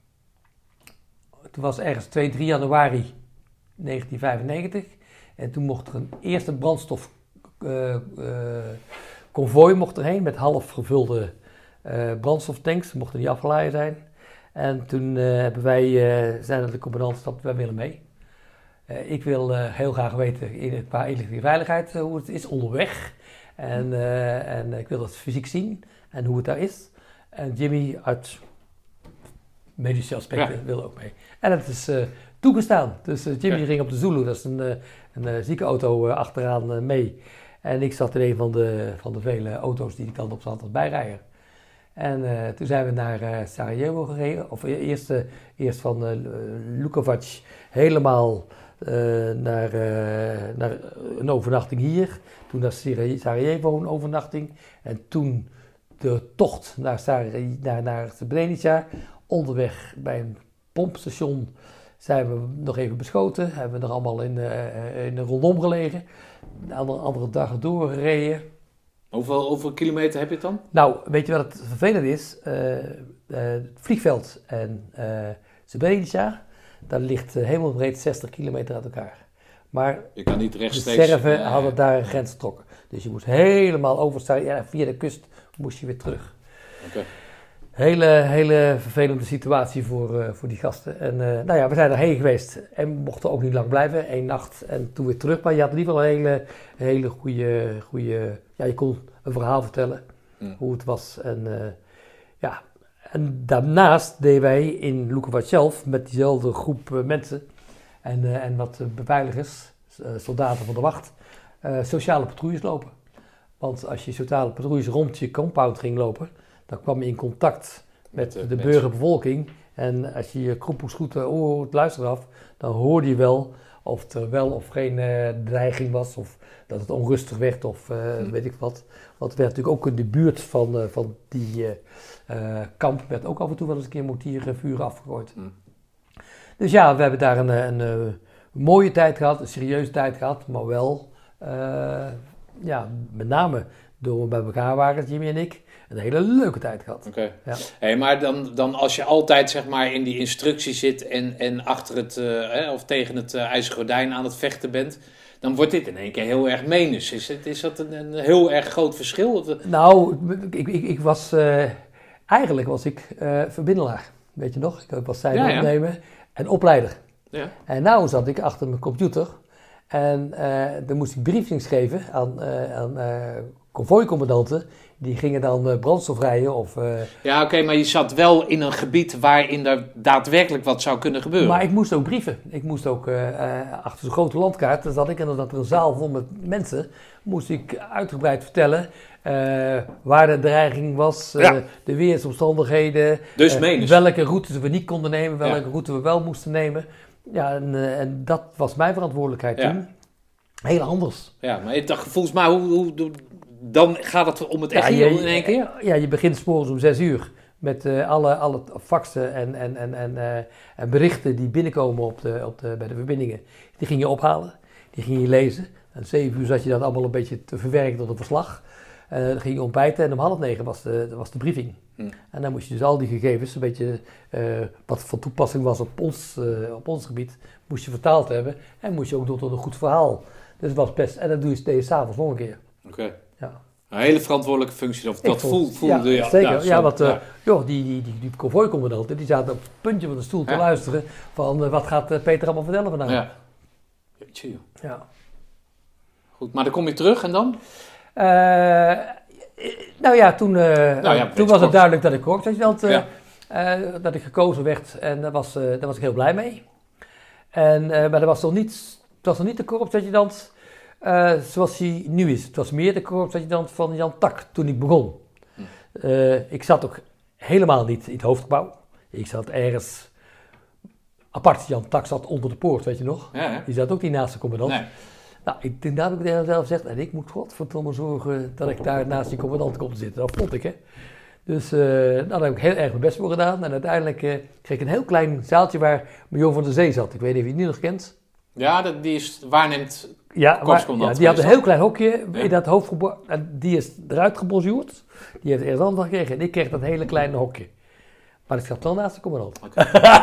toen was ergens twee, drie januari negentien vijfennegentig. En toen mocht er een eerste brandstof uh, uh, konvooi mocht erheen met half gevulde uh, brandstoftanks. Ze mochten niet afgeladen zijn. En toen uh, hebben wij, uh, zijn er de commandant stapt, wij willen mee. Uh, ik wil uh, heel graag weten in, qua inlichting en veiligheid uh, hoe het is onderweg. En, uh, en ik wil dat fysiek zien en hoe het daar is. En Jimmy uit medische aspecten ja. wil ook mee. En het is uh, toegestaan. Dus uh, Jimmy ja. ging op de Zulu, dat is een, uh, een uh, ziekenauto uh, achteraan uh, mee. En ik zat in een van de, van de vele auto's die die kant op zat als bijrijder. En uh, toen zijn we naar uh, Sarajevo gereden. Of eerst, uh, eerst van uh, Lukovac helemaal uh, naar, uh, naar een overnachting hier. Toen naar Sarajevo een overnachting. En toen de tocht naar, Sarajevo, naar, naar Srebrenica. Onderweg bij een pompstation zijn we nog even beschoten. Hebben we nog allemaal in, uh, in een rondom gelegen. De andere, andere dag doorgereden. Hoeveel, hoeveel kilometer heb je het dan? Nou, weet je wat het vervelend is? Uh, uh, het vliegveld en uh, Srebrenica, dat ligt uh, hemelbreed zestig kilometer uit elkaar. Maar je kan niet de rechtstreeks... Serven uh, hadden daar een grens getrokken. Dus je moest helemaal over, ja, via de kust moest je weer terug. Okay. Hele, hele vervelende situatie voor, uh, voor die gasten. En uh, nou ja, we zijn erheen geweest en mochten ook niet lang blijven. Eén nacht en toen weer terug. Maar je had in ieder geval een hele, hele goede, goede... Ja, je kon een verhaal vertellen mm. hoe het was. En, uh, ja. en daarnaast deden wij in Lukovac zelf met diezelfde groep uh, mensen en, uh, en wat uh, beveiligers, uh, soldaten van de wacht, uh, sociale patrouilles lopen. Want als je sociale patrouilles rond je compound ging lopen, dan kwam je in contact met, met de, de burgerbevolking. En als je je kroephoesgroeten oor luisterde af, dan hoorde je wel of er wel of geen uh, dreiging was, of dat het onrustig werd, of uh, hmm. weet ik wat. Want er werd natuurlijk ook in de buurt van, uh, van die uh, uh, kamp, werd ook af en toe wel eens een keer mortiervuur afgegooid. Hmm. Dus ja, we hebben daar een, een, een mooie tijd gehad, een serieuze tijd gehad, maar wel, uh, ja, met name door we bij elkaar waren, Jimmy en ik, een hele leuke tijd gehad. Oké. Okay. Ja. Hey, maar dan, dan als je altijd zeg maar in die instructie zit en, en achter het, uh, hè, of tegen het uh, ijzeren gordijn aan het vechten bent, dan wordt dit in één keer heel erg menens. Is, het, is dat een, een heel erg groot verschil? Of? Nou, ik, ik, ik was, uh, eigenlijk was ik uh, verbindelaar, weet je nog? Ik was zijde ja, ja. opnemen en opleider. Ja. En nou zat ik achter mijn computer en uh, dan moest ik briefings geven aan, uh, aan uh, konvooicommandanten. Die gingen dan uh, brandstof rijden of... Uh, ja, oké, okay, maar je zat wel in een gebied waarin er daadwerkelijk wat zou kunnen gebeuren. Maar ik moest ook brieven. Ik moest ook uh, uh, achter zo'n grote landkaart, dan zat ik en dan zat er een zaal vol met mensen, moest ik uitgebreid vertellen uh, waar de dreiging was, uh, ja. de weersomstandigheden, dus uh, welke routes we niet konden nemen, welke ja. route we wel moesten nemen. Ja, en, uh, en dat was mijn verantwoordelijkheid ja. toen. Heel anders. Ja, maar ik dacht, volgens mij, hoe, hoe, hoe, dan gaat het om het echt ja, je, in één keer? Ja, je begint 's morgens om zes uur met uh, alle, alle faxen en, en, en, en, uh, en berichten die binnenkomen op de, op de, bij de verbindingen. Die ging je ophalen, die ging je lezen. En zeven uur zat je dat allemaal een beetje te verwerken tot een verslag. Uh, dan ging je ontbijten en om half negen was de, was de briefing. Hmm. En dan moest je dus al die gegevens, een beetje uh, wat van toepassing was op ons, uh, op ons gebied, moest je vertaald hebben. En moest je ook door tot een goed verhaal. Dus het was best, en dat doe je, deed je s'avonds nog een keer. Oké. Okay. Ja. Een hele verantwoordelijke functie, of dat voelde voel, ja, je. Zeker, ja, ja, want uh, ja. joh, die, die, die, die konvooicommandanten, die zaten op het puntje van de stoel te ja. luisteren van uh, wat gaat uh, Peter allemaal vertellen vandaag. Ja. Jeetje, joh. Ja. Goed, maar dan kom je terug en dan? Uh, nou ja, toen, uh, nou ja, toen was het duidelijk dat ik korpsadjudant, uh, ja. uh, dat ik gekozen werd en daar was, uh, daar was ik heel blij mee. En, uh, maar dat was nog niet, het was nog niet de korpsadjudant uh, zoals hij nu is. Het was meer de korpsadjudant van Jan Tak toen ik begon. Hm. Uh, ik zat ook helemaal niet in het hoofdgebouw. Ik zat ergens apart. Jan Tak zat onder de poort, weet je nog? Ja, ja. Die zat ook niet naast de commandant. Nee. Nou, ik, toen heb ik tegen mezelf gezegd, en ik moet godverdomme zorgen dat ik daar naast die commandant kom te zitten. Dat vond ik, hè. Dus uh, nou, daar heb ik heel erg mijn best voor gedaan. En uiteindelijk uh, kreeg ik een heel klein zaaltje waar Major van der Zee zat. Ik weet niet of je het nu nog kent. Ja, dat, die is waarneemt ja, waar, ja, die had een heel klein hokje ja. in dat hoofdgebouw. En die is eruit gebonjourd. Die heeft eerst anders gekregen. En ik kreeg dat hele kleine hokje. Maar ik zat wel naast de commandant. Okay.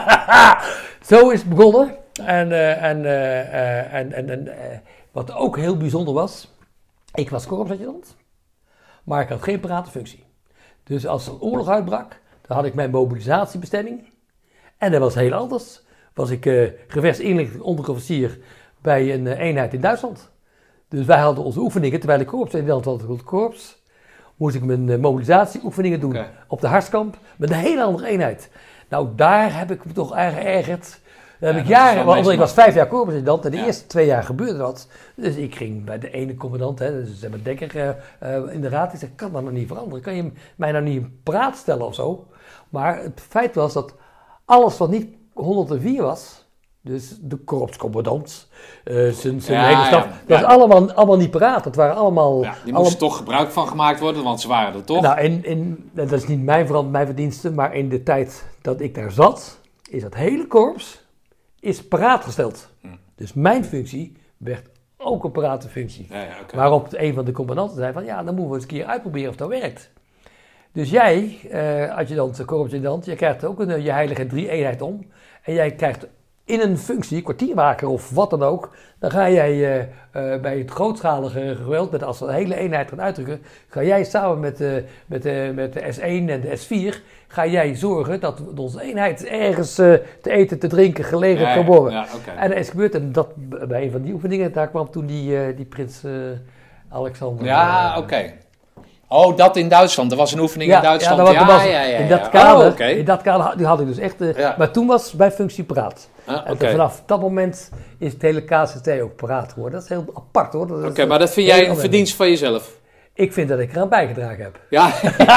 Zo is het begonnen. En, uh, en, uh, uh, en, en, en uh, wat ook heel bijzonder was, ik was korpsadjudant, maar ik had geen paratenfunctie. Dus als er een oorlog uitbrak, dan had ik mijn mobilisatiebestemming. En dat was heel anders. Was ik uh, gevechtsinlichting onderofficier bij een uh, eenheid in Duitsland. Dus wij hadden onze oefeningen, terwijl ik korpsadjudant was op het korps, moest ik mijn uh, mobilisatieoefeningen doen okay. op de Harskamp met een hele andere eenheid. Nou, daar heb ik me toch erg geërgerd Dat heb Ja, ik dat is jaren, wel want ik meestal- was vijf jaar korpsadjudant en de Ja. eerste twee jaar gebeurde dat. Dus ik ging bij de ene commandant, hè, dus zeg maar Dekker uh, uh, in de raad, die zei, kan dat nog niet veranderen? Kan je mij nou niet in praat stellen of zo? Maar het feit was dat alles wat niet honderdvier was, dus de korpscommandant, uh, zijn, zijn Ja, hele staf, ja, dat was ja. allemaal, allemaal niet paraat. Dat waren allemaal... Ja, die alle- moesten toch gebruik van gemaakt worden, want ze waren er toch. Nou, in, in, dat is niet mijn, verant- mijn verdienste, maar in de tijd dat ik daar zat, is dat hele korps is paraat gesteld. Hm. Dus mijn functie werd ook een parate functie. Ja, ja, oké. Waarop een van de commandanten zei van, ja, dan moeten we eens een keer uitproberen of dat werkt. Dus jij, eh, adjudant, korpsadjudant, je krijgt ook een, je heilige drie-eenheid om. En jij krijgt in een functie, kwartiermaker of wat dan ook, dan ga jij eh, eh, bij het grootschalige geweld, met als de hele eenheid gaat uitdrukken, ga jij samen met, eh, met, eh, met de S één en de S vier, ga jij zorgen dat onze eenheid ergens eh, te eten, te drinken, gelegen Ja, kan ja, worden. ja, oké. En dat is gebeurd, en dat bij een van die oefeningen, daar kwam toen die, eh, die prins eh, Alexander. Ja, eh, oké. Oh, dat in Duitsland. Er was een oefening in Duitsland. Ja, dat was, ja, was- ja, ja, in ja. dat kader, Oh, oké. in dat kader had, die had ik dus echt, eh, Ja. maar toen was bij functie paraat. Ah, En Oké, vanaf dat moment is het hele K C T ook paraat geworden. Dat is heel apart hoor. Dat is- Oké, maar dat vind heel jij een anders. verdienst van jezelf? Ik vind dat ik eraan bijgedragen heb. Ja,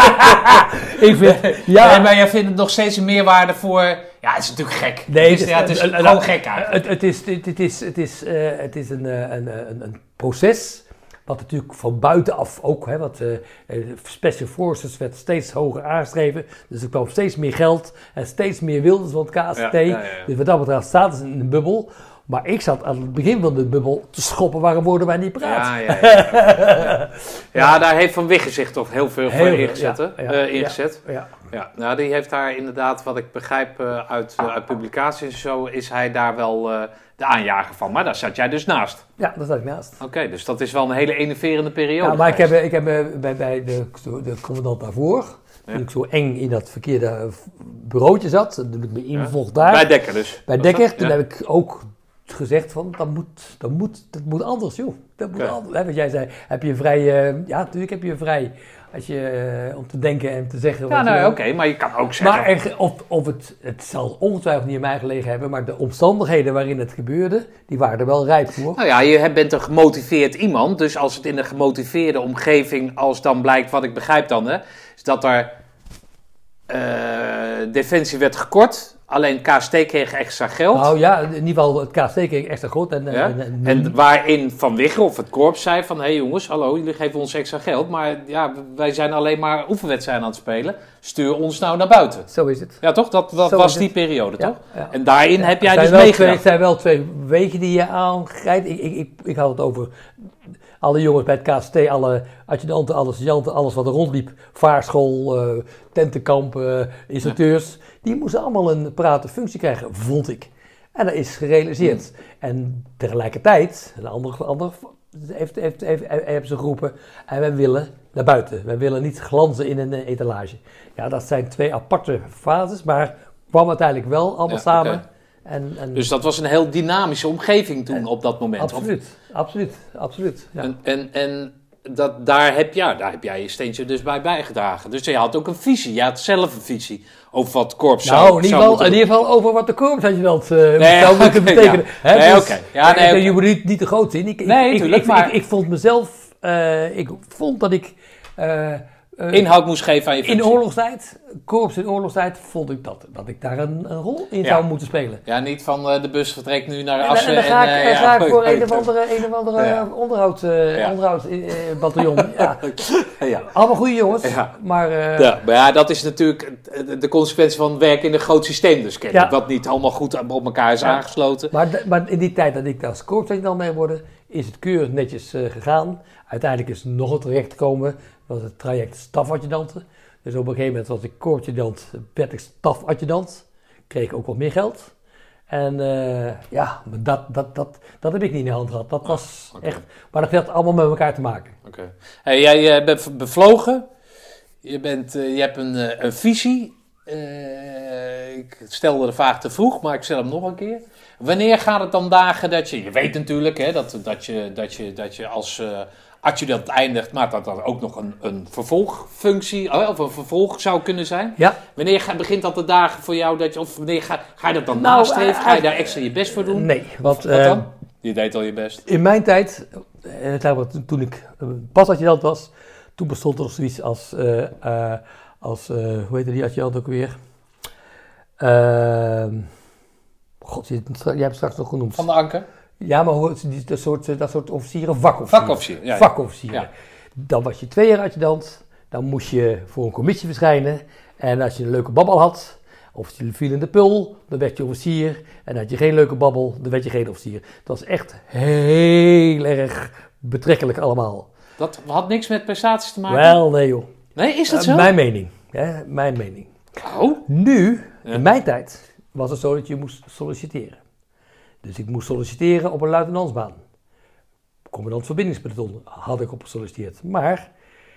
Ik vind, ja, nee, maar jij vindt het nog steeds een meerwaarde voor... Ja, het is natuurlijk gek. Nee, het is, ja, het is eh, eh, gewoon eh, gek eigenlijk. Het, het is, het, het is, het is, eh, het is een, eh, een, een, een proces wat natuurlijk van buitenaf ook, hè, wat eh, eh, Special Forces werd steeds hoger aangeschreven. Dus er kwam steeds meer geld en steeds meer wilders van het K C T. Ja, ja, ja. Dus wat dat betreft staat het in een bubbel. Maar ik zat aan het begin van de bubbel te schoppen, waarom worden wij niet praten? Ja, ja, ja. Ja, daar heeft Van Wiggen zich toch heel veel voor Heel veel, ingezet, ja, hè? ja, Eh, ingezet. Ja. Ja, nou, die heeft daar inderdaad, wat ik begrijp eh, uit, eh, uit publicaties en zo, is hij daar wel eh, de aanjager van. Maar daar zat jij dus naast. ja, daar zat ik naast. Oké, dus dat is wel een hele enerverende periode Ja, maar ik geweest. heb, ik heb eh, bij, bij de, de commandant daarvoor, Ja. toen ik zo eng in dat verkeerde bureautje zat, toen heb ik me ingevolgd daar. Bij Dekker dus. Bij Was Dekker, dat? toen Ja. heb ik ook gezegd van, dat moet, dat moet, dat moet anders, joh. Dat moet Oké. anders. Hè, wat jij zei, heb je vrij, eh, ja, natuurlijk heb je vrij, als je, eh, om te denken en te zeggen. Ja, wat je nou wil. oké, maar je kan ook zeggen... Maar er, of, of het, het zal ongetwijfeld niet in mij gelegen hebben, maar de omstandigheden waarin het gebeurde, die waren er wel rijp voor. Nou ja, je bent een gemotiveerd iemand. Dus als het in een gemotiveerde omgeving, als dan blijkt, wat ik begrijp dan, hè, is dat er eh, defensie werd gekort. Alleen K S T kreeg extra geld. Nou ja, in ieder geval het K C T kreeg extra groot. En, Ja? en, en, En waarin Van Wiggen of het korps zei van... hé hey jongens, hallo, jullie geven ons extra geld... maar ja, wij zijn alleen maar oefenwedstrijden aan het spelen. Stuur ons nou naar buiten. zo is het. Ja toch? Dat, dat Zo was is die het. periode, Ja, toch? ja. En daarin heb jij Het dus zijn wel twee, meegedaan. Het zijn wel twee wegen die je aangrijpt. Ik, ik, ik, ik had het over alle jongens bij het K C T, alle adjudanten, alle sergeanten, alles wat er rondliep. Vaarschool, eh, tentenkamp, eh, instructeurs. Die moesten allemaal een parate functie krijgen, vond ik. En dat is gerealiseerd. En tegelijkertijd, een ander, ander heeft, heeft, heeft, hebben ze geroepen, en wij willen naar buiten. Wij willen niet glanzen in een eh, etalage. Ja, dat zijn twee aparte fases, maar kwam uiteindelijk wel allemaal Ja, samen. oké. En, en, Dus dat was een heel dynamische omgeving toen op dat moment. absoluut, absoluut, absoluut. Ja. En, en, en dat, daar, heb, ja, daar heb jij je steentje dus bij bijgedragen. Dus je had ook een visie. Je had zelf een visie over wat het korps zou, Nou, in ieder, zou geval, moeten in doen. ieder geval over wat de korpsadjudant uh, Nee, zou oké, moeten betekenen. ja. Hè, Nee, dus, oké. Ja, nee, eh, oké. Je moet niet, niet te groot zien. Ik, ik- Nee, ik, tuurlijk, ik, maar- ik, ik vond mezelf, uh, ik vond dat ik uh, uh, Inhoud moest geven aan je in functie. oorlogstijd, korps in oorlogstijd, vond ik dat, dat ik daar een, een rol in Ja. zou moeten spelen. Ja, niet van uh, de bus vertrekt nu naar En, en, Assen. dan ga ik, eh, dan ja, ga ik voor goed. een of andere, een of andere Ja. onderhoud, uh, Ja. onderhoudsbataljon. ja. Ja. Allemaal goede jongens, Ja. maar... uh, Ja, maar ja, dat is natuurlijk de- de consequentie van werken in een groot systeem dus kennelijk. Ja. Wat niet allemaal goed op elkaar is Ja. aangesloten. Maar, de- maar in die tijd dat ik als korpsadjudant mee word, is het keurig netjes eh, gegaan. Uiteindelijk is er nog een traject gekomen, dat was het traject stafadjudanten. Dus op een gegeven moment was ik korpsadjudant, werd ik stafadjudant. Kreeg ik ook wat meer geld. En eh, ja, maar dat, dat, dat, dat heb ik niet in de hand gehad. Dat was oké. echt, maar dat had allemaal met elkaar te maken. Oké. Hey, jij eh, bent bevlogen. Je, bent, eh, je hebt een, eh, een visie. Eh, ik stelde de vraag te vroeg, maar ik stel hem nog een keer. Wanneer gaat het dan dagen dat je... Je weet natuurlijk hè, dat, dat, je, dat, je, dat je als, eh, adjudant eindigt, maar dat dat ook nog een, een vervolgfunctie oh, of een vervolg zou kunnen zijn. Ja. Wanneer ga, begint dat de dagen voor jou, dat je, of wanneer ga, ga je dat dan Nou, nastreven? Ga je uh, daar extra je best voor doen? Nee, want Wat dan? eh, Je deed al je best. in mijn tijd, eh, het lijkt me toen ik uh, pas adjudant was, toen bestond er nog zoiets als, uh, uh, als uh, hoe heette die adjudant ook weer? Uh, God, je, jij hebt het straks nog genoemd. Van de Anker? Ja, maar hoe- die, dat, soort, dat soort officieren, vakofficieren. Vakofficier, ja, ja. Vakofficieren. Ja. Dan was je twee jaar adjudant, dan moest je voor een commissie verschijnen. En als je een leuke babbel had, of je viel in de pul, dan werd je officier. En had je geen leuke babbel, dan werd je geen officier. Dat was echt heel erg betrekkelijk allemaal. Dat had niks met prestaties te maken? Wel, nee joh. Nee, is dat Uh, zo? mijn mening. Hè, mijn mening. Oh, Nu, Ja. in mijn tijd, was het zo dat je moest solliciteren. Dus ik moest solliciteren op een luitenantsbaan. Commandant verbindingspeloton had ik op gesolliciteerd. Maar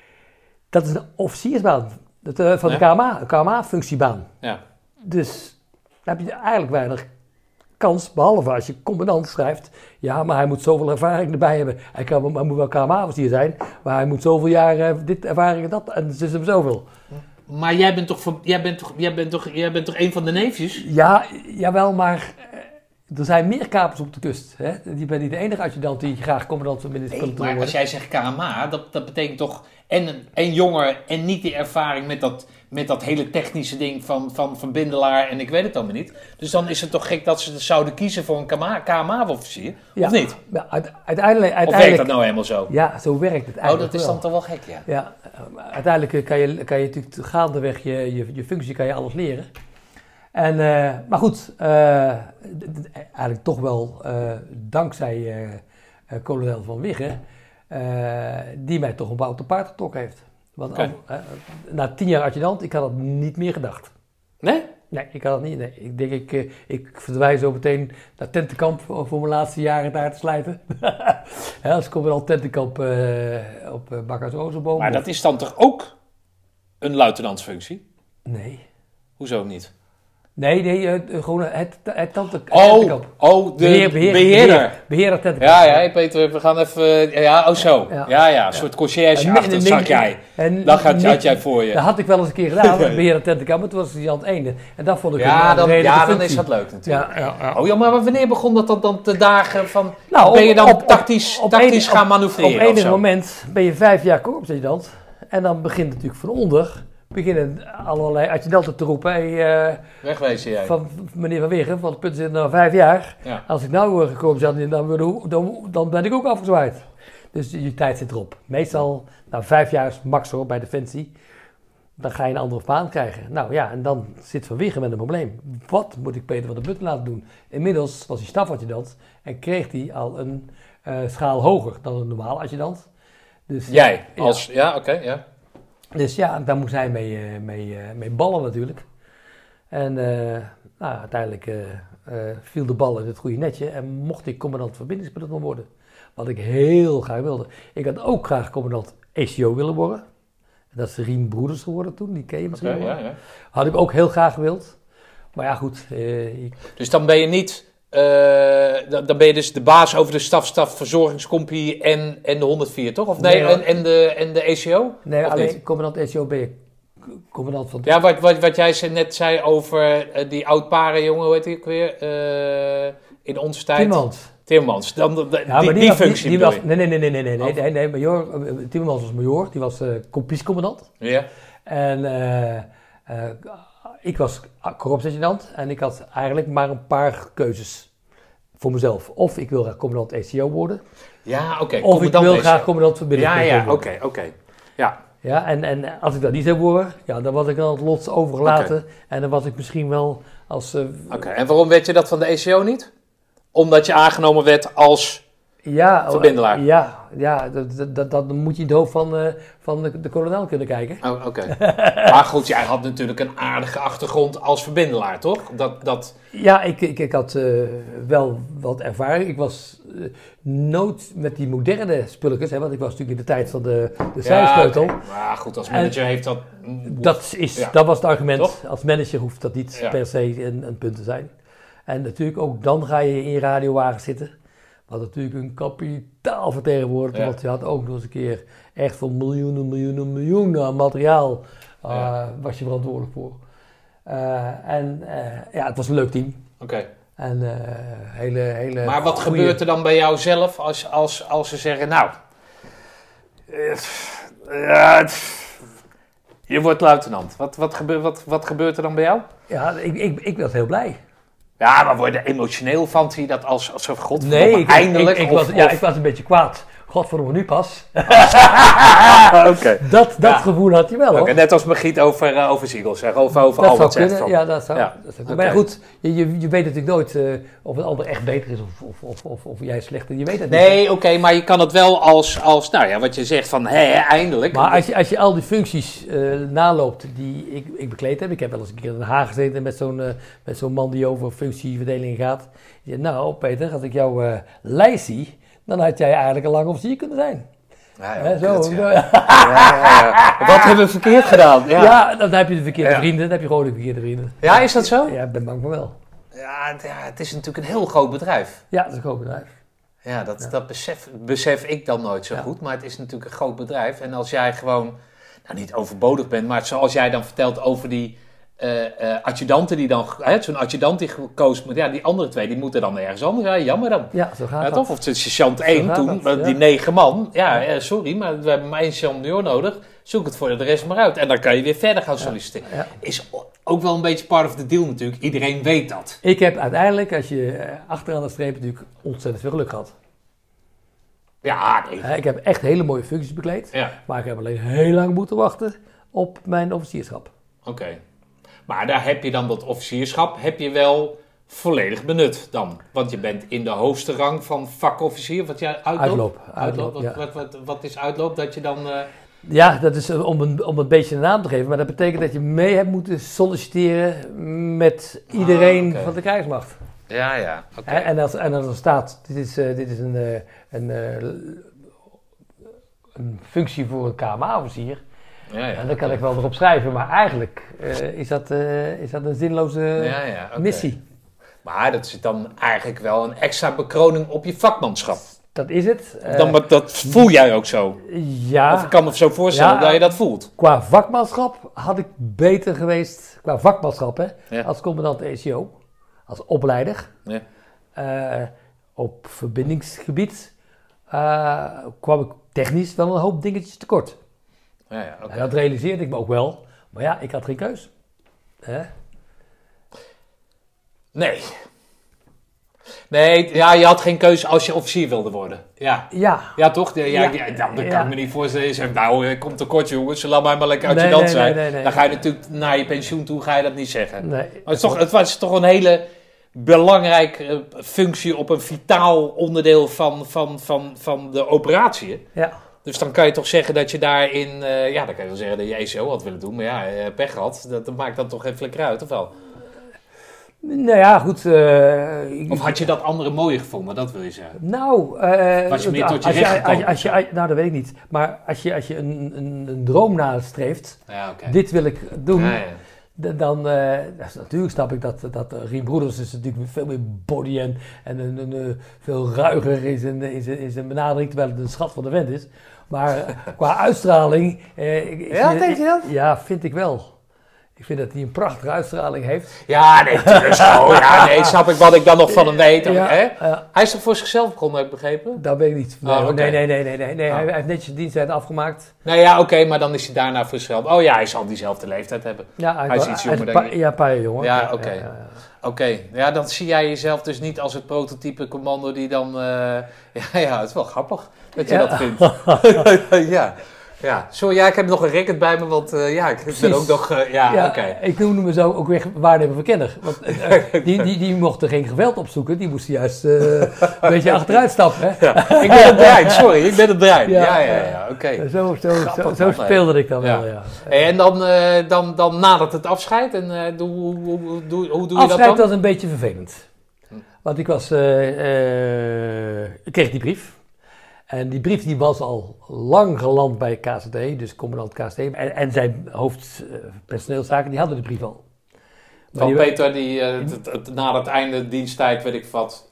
dat is een officiersbaan dat, uh, van de Ja. K M A, een K M A-functiebaan. ja. Dus daar heb je eigenlijk weinig kans, behalve als je commandant schrijft. Ja, maar hij moet zoveel ervaring erbij hebben. Hij, kan, hij moet wel K M A-officier zijn, maar hij moet zoveel jaar uh, dit ervaring en dat. En het is hem zoveel. Maar jij bent toch, van- jij bent toch, jij bent toch, jij bent toch een van de neefjes? Ja, jawel, maar eh, er zijn meer kapers op de kust. Hè? Je bent niet de enige adjudant die graag commandant van Nee, ministerpeloton maar wil als worden. jij zegt K M A, dat, dat betekent toch en, en jonger en niet die ervaring met dat, met dat hele technische ding van, van, van Bindelaar en ik weet het allemaal niet. Dus dan is het toch gek dat ze zouden kiezen voor een K M A-officier, Ja, of niet? Ja, uite- uiteindelijk, Of werkt uiteindelijk dat nou helemaal zo? ja, zo werkt het Oh, eigenlijk dat is wel. dan toch wel gek, ja. Ja, eh, uiteindelijk eh, kan je, kan je natuurlijk gaandeweg je, je, je functie kan je alles leren. En, eh, maar goed, eh, d- d- eigenlijk toch wel eh, dankzij eh eh, kolonel Van Wiggen, eh, die mij toch een bouw te paard getrokken heeft. Want Oké. al- eh, na tien jaar adjudant, ik had het niet meer gedacht. Nee? Nee, ik had het niet. Nee. Ik denk, ik, eh, ik verdwijn zo meteen naar tentenkamp voor voor mijn laatste jaren daar te slijten. Ja, als ik al tentenkamp eh op uh, Bakkers Rozenboom. Maar dat is dan toch ook een luitenantsfunctie? Nee. Hoezo niet? Nee, nee, eh, gewoon het, het tante, het Oh, tentenkamp. oh de Beheer- beheer- beheerder. beheer- Beheerder tentenkamp. Ja, ja, ik weet, we gaan even... Ja, oh zo. Ja. Ja, ja, een soort conciërge En- achter, en- zag en- jij. En Dat had, niet- had jij voor je. Dat had ik wel eens een keer gedaan, beheerder tentenkamp, maar toen was het Jan Eende. En dat vond ik Ja, een dan, redelijke ja, dan functie. is dat leuk natuurlijk. Ja, ja, ja. Oh ja, maar wanneer begon dat dan, dan te dagen van... Nou, ben je op- dan op- op- tactisch, op tactisch enig- gaan op- manoeuvreren Op of enig zo? moment ben je vijf jaar korpsadjudant en dan begint natuurlijk van onder, beginnen allerlei adjudanten te roepen, hey, eh, Wegwezen jij. van meneer Van Wiggen, van het punt zit nou vijf jaar. Ja. Als ik nou uh, korpsadjudant dan, word- dan, dan ben ik ook afgezwaaid. Dus je tijd zit erop. Meestal, nou vijf jaar is max hoor, bij Defensie. Dan ga je een andere baan krijgen. Nou ja, en dan zit Van Wiggen met een probleem. Wat moet ik Peter van der Butten laten doen? Inmiddels was hij stafadjudant en kreeg hij al een uh, schaal hoger dan een normaal adjudant. Dus, Jij, ja. als... Ja, oké, ja. Dus ja, daar moest hij mee, uh, mee, uh, mee ballen natuurlijk. En uh, nou, uiteindelijk uh, uh, viel de bal in het goede netje en mocht ik commandant verbindingspeloton worden. Wat ik heel graag wilde. Ik had ook graag commandant E C O willen worden. Dat is Rien Broeders geworden toen, die ken je misschien Oké, wel. ja, ja. Had ik ook heel graag gewild. Maar ja, goed. Uh, ik... Dus dan ben je niet... Uh, dan, dan ben je dus de baas over de staf, staf verzorgingscompie en, en de honderdvier, toch? Of nee, Nee, en, en, de, en de E C O? Nee, Of alleen niet? commandant E C O ben je commandant van... Ja, wat, wat, wat jij net zei over uh, die oud-parenjongen, hoe heet die ook weer? Uh, in onze tijd. Timmermans. Timmermans. Dan, de, Ja, die, maar die was, functie die, die bedoel was, nee, nee, nee, nee, nee, nee, Of- nee, nee, major, uh, Timmermans was major, die was uh, kompiescommandant. je? Ja. En uh, uh, ik was korpsadjudant en ik had eigenlijk maar een paar keuzes voor mezelf. Of ik wil graag commandant E C O worden, Ja, oké. of ik commandant wil is- graag commandant Ja, verbindingspeloton ja, worden. oké, oké. Ja, Ja, en, en als ik dat niet zou worden, ja, dan was ik dan het lot overgelaten. En dan was ik misschien wel als... Uh, oké. En waarom weet je dat van de E C O niet? Omdat je aangenomen werd als... ja, Verbindelaar. Ja, ja dat, dat, dat, dat moet je in het hoofd van, uh, van de, de kolonel kunnen kijken. Oh, oké. Maar goed, jij had natuurlijk een aardige achtergrond als verbindelaar, toch? Dat, dat... Ja, ik, ik, ik had uh, wel wat ervaring. Ik was uh, nooit met die moderne spulletjes, hè, want ik was natuurlijk in de tijd van de, de zijsleutel. oké. Maar goed, als manager heeft dat... Dat, is, Ja. dat was het argument. Toch? Als manager hoeft dat niet Ja. per se een, een punt te zijn. En natuurlijk ook dan ga je in je radiowagen zitten. wat natuurlijk een kapitaal vertegenwoordigd. Ja. Want je had ook nog eens een keer echt voor miljoenen, miljoenen, miljoenen aan materiaal uh, Ja. was je verantwoordelijk voor. Uh, en uh, ja, het was een leuk team. Oké. Okay. En uh, hele, hele Maar wat goeie... gebeurt er dan bij jou zelf als, als, als ze zeggen, nou, uh, ja, het, je wordt luitenant. Wat, wat, gebeurt, wat, wat gebeurt er dan bij jou? Ja, ik, ik, ik was heel blij. Ja, maar word je er emotioneel van? Zie je dat als, als god nee, ik, eindelijk? Ik, ik, of, was, ja, of... ik was een beetje kwaad. Godverdomme, nu pas. okay. Dat, dat ja. gevoel had hij wel, hoor. Okay, net als Margriet over, uh, over Siegel, zeg. Of over dat Albert zou zegt. kunnen, ja, dat zou, ja. dat zou kunnen. Okay. Maar goed, je, je, je weet natuurlijk nooit uh, of een ander echt beter is of, of, of, of, of jij slechter. Je weet het nee, niet. Nee, oké, okay, maar je kan het wel als, als, nou ja, wat je zegt van, hé, eindelijk. Maar als je, als je al die functies uh, naloopt die ik, ik bekleed heb. Ik heb wel eens een keer in Den Haag gezeten met zo'n, uh, met zo'n man die over functieverdeling gaat. Die zegt, nou Peter, als ik jouw uh, lijst zie, dan had jij eigenlijk een lang officier kunnen zijn. Ja, ja, He, zo, kut, zo. Ja. Ja, ja, ja. Wat hebben we verkeerd gedaan? Ja, ja dan heb je de verkeerde ja. vrienden, dan heb je gewoon de verkeerde vrienden. Ja, is dat zo? Ja, ik ben bang voor wel. Ja, het, ja, het is natuurlijk een heel groot bedrijf. Ja, dat is een groot bedrijf. Ja, dat, ja. dat besef, besef ik dan nooit zo ja. goed, maar het is natuurlijk een groot bedrijf. En als jij gewoon, nou niet overbodig bent, maar zoals jij dan vertelt over die uh, uh, adjudanten die dan, hè, zo'n adjudant die gekozen moet, ja, die andere twee, die moeten dan ergens anders. Ja, jammer dan. Ja, zo gaat ja, dat. toch? Of de sergeant één toen, dat, ja. die negen man. Ja, ja, sorry, maar we hebben maar één sergeant nodig. Zoek het voor de rest maar uit. En dan kan je weer verder gaan solliciteren. Ja, ja. Is ook wel een beetje part of the deal natuurlijk. Iedereen weet dat. Ik heb uiteindelijk, als je uh, achteraan de streep natuurlijk ontzettend veel geluk gehad. Ja, nee. Uh, ik heb echt hele mooie functies bekleed. Ja. Maar ik heb alleen heel lang moeten wachten op mijn officierschap. Oké. Okay. Maar daar heb je dan dat officierschap, heb je wel volledig benut dan? Want je bent in de hoogste rang van vakofficier. Wat jij uitloop? Uitloop. uitloop wat, ja. wat, wat, wat is uitloop? Dat je dan... Uh... Ja, dat is om een, om een beetje een naam te geven. Maar dat betekent dat je mee hebt moeten solliciteren met iedereen ah, okay. van de krijgsmacht. Ja, ja. Okay. En, als, en als er staat, dit is, uh, dit is een, uh, een, uh, een functie voor een K M A-officier. Ja, ja, en dan kan okay. ik wel erop schrijven, maar eigenlijk uh, is, dat, uh, is dat een zinloze ja, ja, okay. missie. Maar dat is dan eigenlijk wel een extra bekroning op je vakmanschap. Dat is het. Uh, dan, dat voel jij ook zo? Ja. Of ik kan me zo voorstellen ja, dat je dat voelt. Qua vakmanschap had ik beter geweest, qua vakmanschap hè, ja. als commandant E C O, als opleider. Ja. Uh, op verbindingsgebied uh, kwam ik technisch wel een hoop dingetjes tekort. Ja, ja, okay. En dat realiseerde ik me ook wel. Maar ja, ik had geen keus. Hè? Nee. Nee, ja, je had geen keus als je officier wilde worden. Ja, ja. ja toch? Ja, ja, ja, ja, dat kan ik me niet voorstellen. Je zegt, nou, ik kom tekort jongens, laat mij maar lekker adjudant nee, nee, zijn. Nee, nee, nee, dan ga je natuurlijk naar je pensioen toe, ga je dat niet zeggen. Nee. Maar het, is toch, het was toch een hele belangrijke functie op een vitaal onderdeel van, van, van, van de operatie. Ja. Dus dan kan je toch zeggen dat je daarin, uh, ja, dan kan je wel zeggen dat je E C O had willen doen, maar ja, pech gehad. Dat, dat maakt dan toch geen flikker uit, of wel? Nou ja, goed. Uh, of had je dat andere mooier gevonden, dat wil je zeggen? Nou, uh, was je meer tot je als recht je, als je, als je, nou dat weet ik niet. Maar als je, als je een, een, een droom nastreeft, ja, okay. dit wil ik doen, ja, ja. dan, uh, natuurlijk snap ik dat, dat Rien Broeders is natuurlijk veel meer body en, en een, een, een, veel ruiger in zijn, in, zijn, in zijn benadering, terwijl het een schat van de vent is. Maar uh, qua uitstraling... Uh, ja, denk je dat? Ja, vind ik wel. Ik vind dat hij een prachtige uitstraling heeft. Ja, nee, dat zo. Ja, nee, snap ik wat ik dan nog van hem weet. Ja, hè? Ja. Hij is toch voor zichzelf begonnen, heb ik begrepen? Dat weet ik niet. Nee, oh, okay. nee, nee, nee, nee, nee, nee. Oh. Hij, hij heeft netjes de diensttijd afgemaakt. Nou ja, oké, okay, maar dan is hij daarna voor zichzelf. Oh ja, hij zal diezelfde leeftijd hebben. Ja, hij, hij is iets jonger, denk denk ik. Ja, een paar jaar jonger. Ja, oké. Okay. Ja, ja, ja. Oké, okay. Ja, dan zie jij jezelf dus niet als het prototype commando die dan... Uh, ja, ja, het is wel grappig dat je ja. dat vindt. ja. Ja, sorry, ja, ik heb nog een record bij me, want uh, ja, ik Precies. ben ook nog... Uh, ja, ja oké. Okay. Ik noemde me zo ook weer waarnemer verkenner. Want uh, die, die, die mochten geen geweld opzoeken, die moesten juist uh, een beetje achteruit stappen. Hè? Ja, ik ben het brein, sorry, ik ben het brein. Ja, ja, ja, ja oké. Okay. Zo, zo, zo, zo speelde ik dan ja. wel, ja. Hey, en dan, uh, dan, dan nadert het afscheid, en uh, hoe, hoe, hoe, hoe, hoe doe je afscheid dat dan? Afscheid was een beetje vervelend. Want ik was... Uh, uh, ik kreeg die brief. En die brief die was al lang geland bij K Z D, dus commandant K Z D. En, en zijn hoofd uh, personeelszaken, die hadden de brief al. Maar Van die Peter, die uh, t, t, t, na het einde diensttijd, weet ik wat,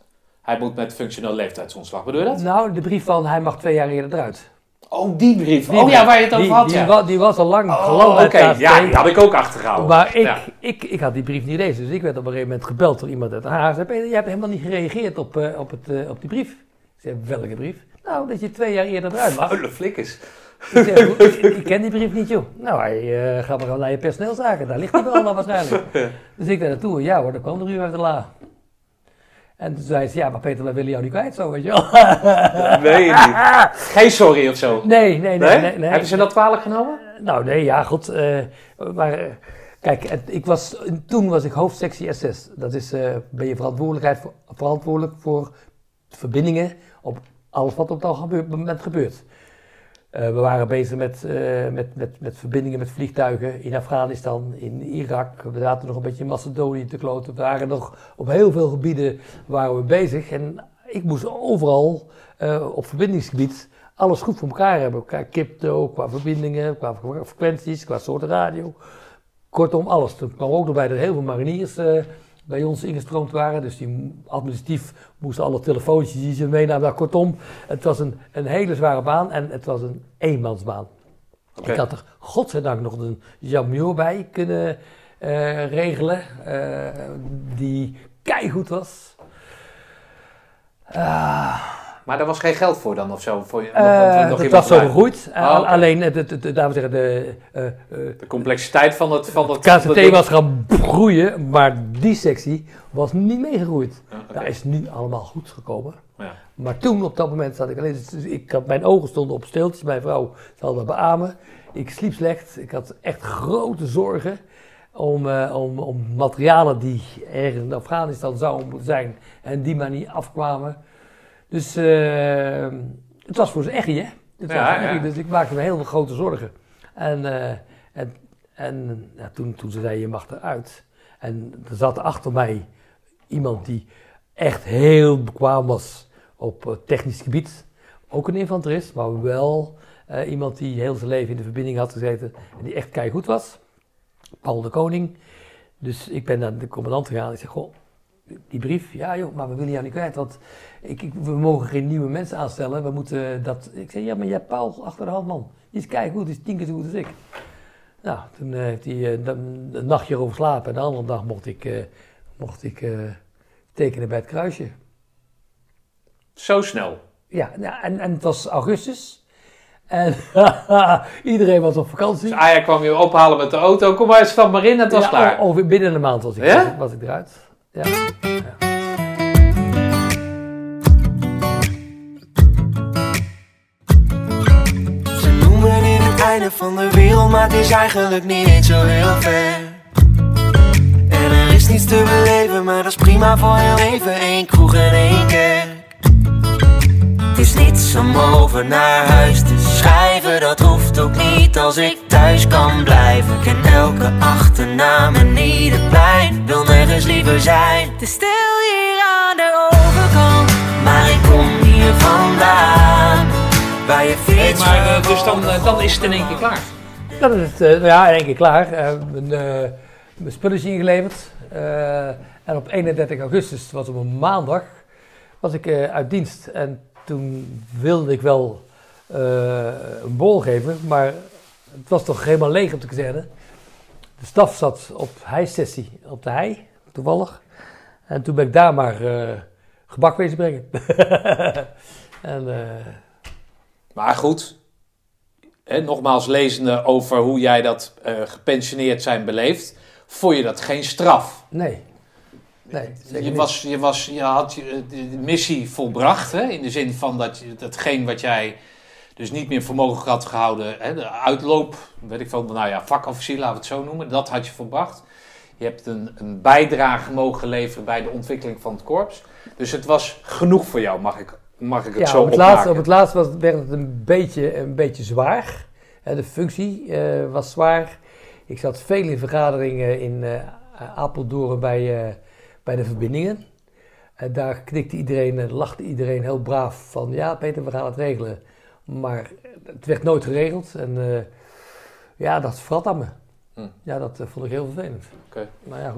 hij moet met functioneel leeftijdsontslag. Bedoel je dat? Nou, de brief van hij mag twee jaar eerder eruit. Oh, die brief. Die oh brief. ja, waar je het over die, had, die, ja. wa- die was al lang Oh, geland oké. bij het K C T. Ja, die had ik ook achtergehouden. Maar ik, Ja. ik, ik had die brief niet gelezen, dus ik werd op een gegeven moment gebeld door iemand uit de Haag. Zei, Peter, jij hebt helemaal niet gereageerd op, uh, op, het, uh, op die brief. Ik zei, welke brief? Nou, dat je twee jaar eerder eruit mag. Vuile flikkers. Ik zei, "Hoe- ik, ik ken die brief niet, joh. Nou, hij uh, gaat maar gewoon naar je personeelszaken, daar ligt hij wel allemaal waarschijnlijk. Dus ik daar naartoe, ja hoor, dat kwam er u uit de la. En toen zei ze, ja, maar Peter, wij willen jou niet kwijt, zo, weet je wel. Nee, niet. Geen sorry of zo. Nee, nee, nee. Nee? nee, nee. Hebben ze dat kwalijk genomen? Nou, nee, ja, goed. Uh, maar uh, kijk, het, ik was, toen was ik hoofdsectie S S. Dat is, uh, ben je verantwoordelijkheid voor, verantwoordelijk voor verbindingen op alles wat op dat gebeur, moment gebeurt. Uh, we waren bezig met, uh, met, met, met verbindingen met vliegtuigen in Afghanistan, in Irak. We zaten nog een beetje in Macedonië te kloten. We waren nog op heel veel gebieden waren we bezig. En ik moest overal uh, op verbindingsgebied alles goed voor elkaar hebben. Qua crypto, qua verbindingen, qua frequenties, qua soorten radio. Kortom, alles. Toen kwam ook nog bij dat heel veel mariniers uh, bij ons ingestroomd waren. Dus die administratief moesten alle telefoontjes die ze meenamen. Nou, kortom, het was een, een hele zware baan en het was een eenmansbaan. Okay. Ik had er godzijdank nog een jammer bij kunnen uh, regelen, uh, die keigoed was. Uh, maar daar was geen geld voor dan of zo? Voor, uh, nog, nog het was zo gegroeid. Oh, okay. Alleen, de, de, de, de, de, de, uh, uh, de complexiteit van het... Van het K C T was gaan groeien, maar die sectie was niet meegegroeid. Oh, okay. Dat is nu allemaal goed gekomen. Ja. Maar toen, op dat moment, zat ik alleen... Dus ik had, mijn ogen stonden op steeltjes. Mijn vrouw zal dat beamen. Ik sliep slecht. Ik had echt grote zorgen om, uh, om, om materialen die ergens in Afghanistan zouden moeten zijn en die maar niet afkwamen. Dus uh, het was voor ze echt, hè? Het ja, was ja. echt, dus ik maakte me heel veel grote zorgen. En, uh, en, en ja, toen, toen ze zei, je mag eruit. En er zat achter mij iemand die echt heel bekwaam was op uh, technisch gebied. Ook een infanterist, maar wel uh, iemand die heel zijn leven in de verbinding had gezeten. En die echt keigoed was. Paul de Koning. Dus ik ben naar de commandant gegaan. Ik zeg, goh, die brief, ja joh, maar we willen jou niet kwijt, want ik, ik, we mogen geen nieuwe mensen aanstellen. We moeten dat... Ik zei, ja, maar jij hebt Paul achter de hand, man. Die is keigoed, die is tien keer zo goed als ik. Nou, toen uh, heeft hij uh, een, een nachtje over slapen en de andere dag mocht ik, uh, mocht ik uh, tekenen bij het kruisje. Zo snel? Ja, ja en, en het was augustus. En iedereen was op vakantie. Dus Aja kwam je ophalen met de auto. Kom maar, stap maar in, het was ja, klaar. Over binnen een maand was ik, ja? was, was ik eruit. Ja. ja. Ze noemen dit het einde van de wereld, maar het is eigenlijk niet eens zo heel ver. En er is niets te beleven, maar dat is prima voor heel even. Eén kroeg en één kerk. Het is niets om over naar huis te schrijven, dat hoeft ook niet als ik thuis kan blijven. Ik ken elke achternaam en ieder plein, wil nergens liever zijn. Het is stil hier aan de overkant, maar ik kom hier vandaan, waar je fiets. Maar uh, dus dan, uh, dan is het in één keer klaar? Dan is het uh, ja, in één keer klaar. Uh, mijn, uh, mijn spullen is ingeleverd. Uh, en op eenendertig augustus, het was op een maandag, was ik uh, uit dienst. En toen wilde ik wel uh, een bol geven, maar het was toch helemaal leeg op de kazerne. De staf zat op heisessie op de hei, toevallig. En toen ben ik daar maar uh, gebak wezen brengen. en, uh, maar goed, hè, nogmaals lezende over hoe jij dat uh, gepensioneerd zijn beleeft, vond je dat geen straf? Nee. Nee, je, was, je, was, je had je, de missie volbracht, hè? In de zin van dat je, datgene wat jij dus niet meer voor mogelijk had gehouden, hè? De uitloop, weet ik veel, nou ja, vakofficier, laten we het zo noemen, dat had je volbracht. Je hebt een, een bijdrage mogen leveren bij de ontwikkeling van het korps. Dus het was genoeg voor jou, mag ik, mag ik het ja, zo op het opmaken? laatste, op het laatste was, werd het een beetje, een beetje zwaar. De functie uh, was zwaar. Ik zat veel in vergaderingen in uh, Apeldoorn bij... Uh, bij de verbindingen. En daar knikte iedereen en lachte iedereen heel braaf van, ja Peter, we gaan het regelen. Maar het werd nooit geregeld en uh, ja, dat vrat aan me. Hm. Ja, dat uh, vond ik heel vervelend. Okay. Nou ja, goed.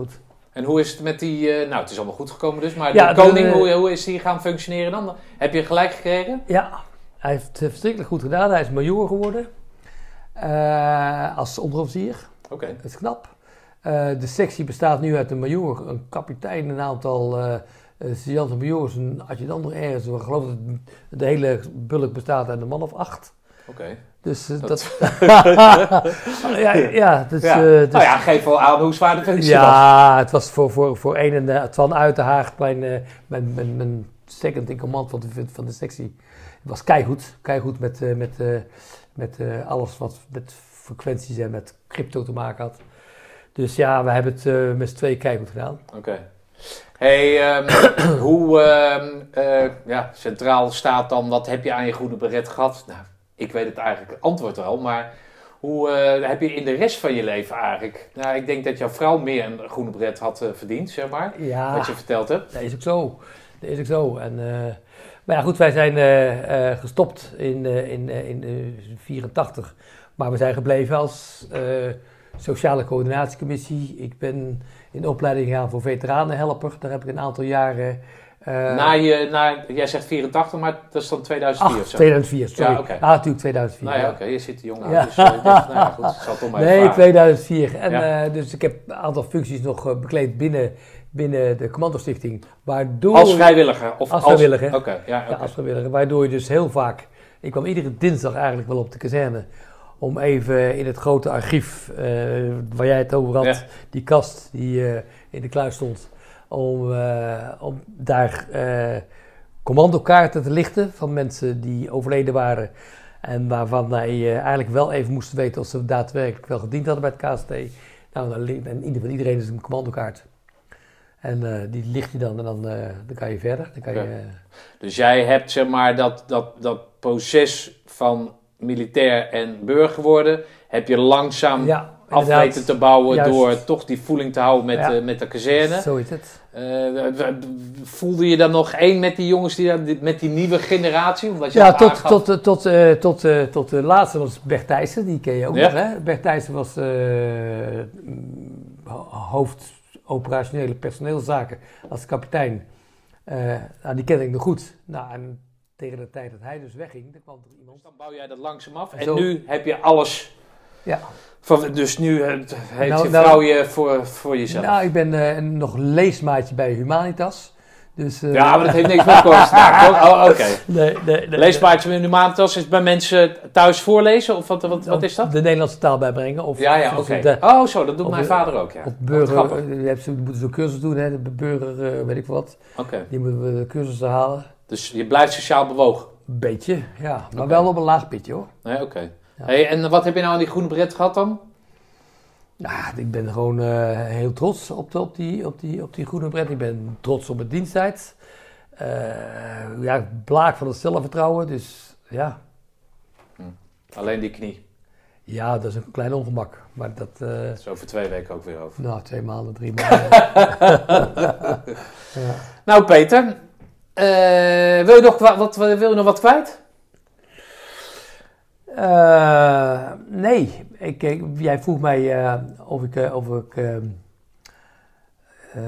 En hoe is het met die... Uh, nou, het is allemaal goed gekomen dus. Maar Ja, de koning, de, hoe, hoe is die gaan functioneren dan? Heb je gelijk gekregen? Ja, hij heeft het verschrikkelijk goed gedaan. Hij is majoor geworden. Uh, als onderofficier. Oké. Okay. Dat is knap. Uh, de sectie bestaat nu uit een majoor, een kapitein, een aantal uh, uh, sergeanten majoors, een adjudant nog ergens. Ik geloof dat de hele bulk bestaat uit een man of acht. Oké. Okay. Dus uh, dat... dat... ja, ja, dus, ja. Uh, dus... Nou ja, geef wel aan hoe zwaar de functie ja, was. Ja, het was voor, voor, voor een en uh, Twan Uitenhaag, mijn, uh, mijn, mijn, mijn second in command van de, van de sectie. Het was keigoed, keigoed met, uh, met, uh, met uh, alles wat met frequenties en met crypto te maken had. Dus ja, we hebben het uh, met z'n tweeën keigoed gedaan. Oké. Okay. Hey, um, hoe um, uh, ja, centraal staat dan, wat heb je aan je groene beret gehad? Nou, ik weet het eigenlijk het antwoord wel, maar hoe uh, heb je in de rest van je leven eigenlijk? Nou, ik denk dat jouw vrouw meer een groene beret had uh, verdiend, zeg maar, ja, wat je verteld hebt. Dat is ook zo. Dat is ook zo. En, uh, maar ja, goed, wij zijn uh, uh, gestopt in uh, in, uh, in uh, vierentachtig, maar we zijn gebleven als uh, sociale coördinatiecommissie. Ik ben in opleiding gegaan voor veteranenhelper. Daar heb ik een aantal jaren... Uh, na je, na, jij zegt vierentachtig, maar dat is dan tweeduizend vier ach, of zo? tweeduizend vier, sorry. Ja, okay. Ah, natuurlijk tweeduizend vier. Nou ja, ja. oké, okay. Je zit jong aan, ja. dus uh, ik dacht, nou ja, goed, het zal toch maar Nee, vragen. tweeduizend vier. En ja. uh, dus ik heb een aantal functies nog uh, bekleed binnen, binnen de Commandostichting. Waardoor als vrijwilliger? Of als vrijwilliger. Oké, okay, ja, okay. ja, als vrijwilliger. Waardoor je dus heel vaak... Ik kwam iedere dinsdag eigenlijk wel op de kazerne om even in het grote archief, uh, waar jij het over had, ja. die kast die uh, in de kluis stond, om, uh, om daar uh, commandokaarten te lichten van mensen die overleden waren en waarvan wij uh, eigenlijk wel even moesten weten of ze daadwerkelijk wel gediend hadden bij het K S T. Nou, dan, en iedereen, iedereen is een commandokaart. En uh, die licht je dan en dan, uh, dan kan je verder. Dan kan okay. je, uh, dus jij hebt zeg maar dat, dat, dat proces van militair en burger worden, heb je langzaam ja, af weten te bouwen juist. door toch die voeling te houden met, ja. uh, met de kazerne. Zo is het. Uh, voelde je dan nog één met die jongens, die, met die nieuwe generatie? Omdat je ja, tot, tot, tot, tot, uh, tot, uh, tot de laatste was Bert Thijssen, die ken je ook ja. nog. Hè? Bert Thijssen was uh, hoofd operationele personeelszaken als kapitein. Uh, nou, die kende ik nog goed. Nou, en tegen de tijd dat hij dus wegging, dan kwam er iemand. Dus dan bouw jij dat langzaam af. En Zo. nu heb je alles. Ja. Van, dus nu heeft nou, je nou, vrouw je voor, voor jezelf. Nou, ik ben uh, nog leesmaatje bij Humanitas. Dus, uh, ja, maar dat heeft niks met kost te maken. Oh, oké. Okay. Nee, nee, nee, leesmaatje bij Humanitas is bij mensen thuis voorlezen? Of wat, wat, wat is dat? De Nederlandse taal bijbrengen. Of, ja, ja, oké. Okay. Oh, zo, dat doet mijn vader ook, ja. Of burger, je hebt, je moet zo'n cursus doen, hè, de burger, uh, weet ik wat. Oké. Okay. Die moeten we de cursussen halen. Dus je blijft sociaal bewogen? Een beetje, ja. Maar okay. wel op een laag pitje, hoor. Nee, oké. Okay. Ja. Hey, en wat heb je nou aan die groene beret gehad dan? Nou, ik ben gewoon uh, heel trots op, de, op, die, op, die, op die groene bret. Ik ben trots op mijn diensttijd. Uh, ja, blaak van het zelfvertrouwen, dus ja. Hm. Alleen die knie? Ja, dat is een klein ongemak. Maar dat, uh, dat is over twee weken ook weer over. Nou, twee maanden, drie maanden. ja. Nou, Peter, uh, wil, je nog wat, wil je nog wat kwijt? Uh, nee, ik, ik, jij vroeg mij uh, of ik, uh, of ik uh, uh,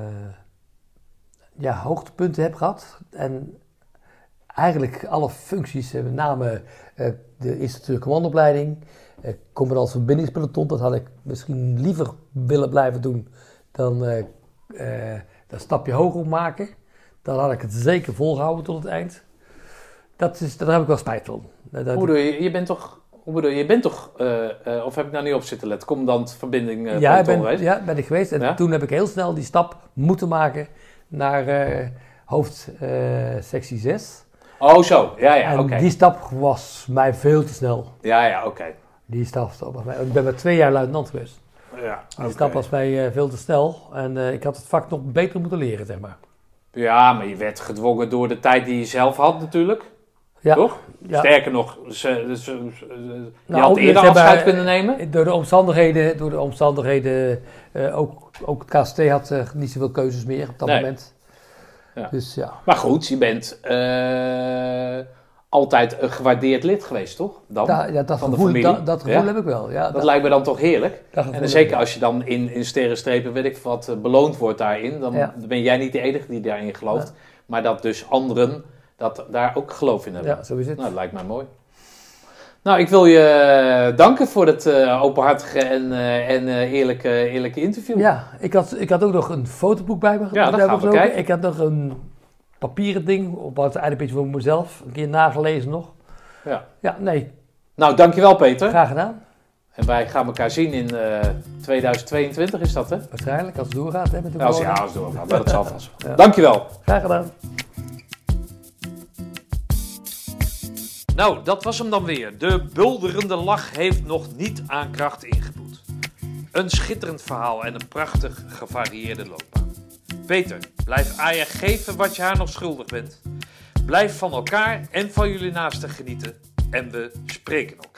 ja, hoogtepunten heb gehad. En eigenlijk alle functies, met name uh, de instructeur commandoopleiding, uh, commandant verbindingspeloton, dat had ik misschien liever willen blijven doen dan uh, uh, dat stapje hoger op maken. Dan had ik het zeker volgehouden tot het eind. Dat is, daar heb ik wel spijt van. Dat hoe bedoel je? Je bent toch, hoe bedoel je? Je bent toch, uh, uh, of heb ik nou niet op zitten letten, commandant verbinding uh, ja, peloton ben, ja, ben ik geweest. En ja? toen heb ik heel snel die stap moeten maken naar uh, hoofd uh, sectie zes. Oh zo, ja ja, oké. Okay. Die stap was mij veel te snel. Ja ja, oké. Okay. Die stap was mij, ik ben maar twee jaar luitenant geweest. Ja, die okay. stap was mij uh, veel te snel en uh, ik had het vak nog beter moeten leren, zeg maar. Ja, maar je werd gedwongen door de tijd die je zelf had natuurlijk. Ja. Toch? Ja. Sterker nog, ze, ze, ze, je nou, had eerder hebben, afscheid kunnen nemen. Door de omstandigheden, door de omstandigheden uh, ook, ook het K S T had uh, niet zoveel keuzes meer op dat nee. moment. Ja. Dus, ja. Maar goed, je bent uh, altijd een gewaardeerd lid geweest, toch? Dan, Da, ja, dat van de gevoel, familie. dat, dat gevoel Ja? heb ik wel. Ja, Dat lijkt me dan toch heerlijk. dat gevoel En heb zeker ik als je dan in, in sterrenstrepen, weet ik wat, uh, beloond wordt daarin. Dan, Ja. dan ben jij niet de enige die daarin gelooft. Ja. Maar dat dus anderen dat daar ook geloof in wel. hebben. Ja, zo is het. Nou, dat lijkt mij mooi. Nou, ik wil je uh, danken voor het uh, openhartige en, uh, en uh, eerlijke, eerlijke interview. Ja, ik had, ik had ook nog een fotoboek bij me. Ja, dat daar gaan we besproken. kijken. Ik had nog een papieren ding, op wat eigenlijk een beetje voor mezelf. Een keer nagelezen nog. Ja. Ja, nee, Nou, dankjewel Peter. graag gedaan. En wij gaan elkaar zien in uh, tweeduizend tweeëntwintig, is dat hè? Waarschijnlijk, als het doorgaat. Hè, met de Als, ja, corona. als het doorgaat. Maar dat zal vast wel. Ja. Dankjewel. Graag gedaan. Nou, dat was hem dan weer. De bulderende lach heeft nog niet aan kracht ingeboet. Een schitterend verhaal en een prachtig gevarieerde loopbaan. Peter, blijf Aya geven wat je haar nog schuldig bent. Blijf van elkaar en van jullie naasten genieten. En we spreken elkaar.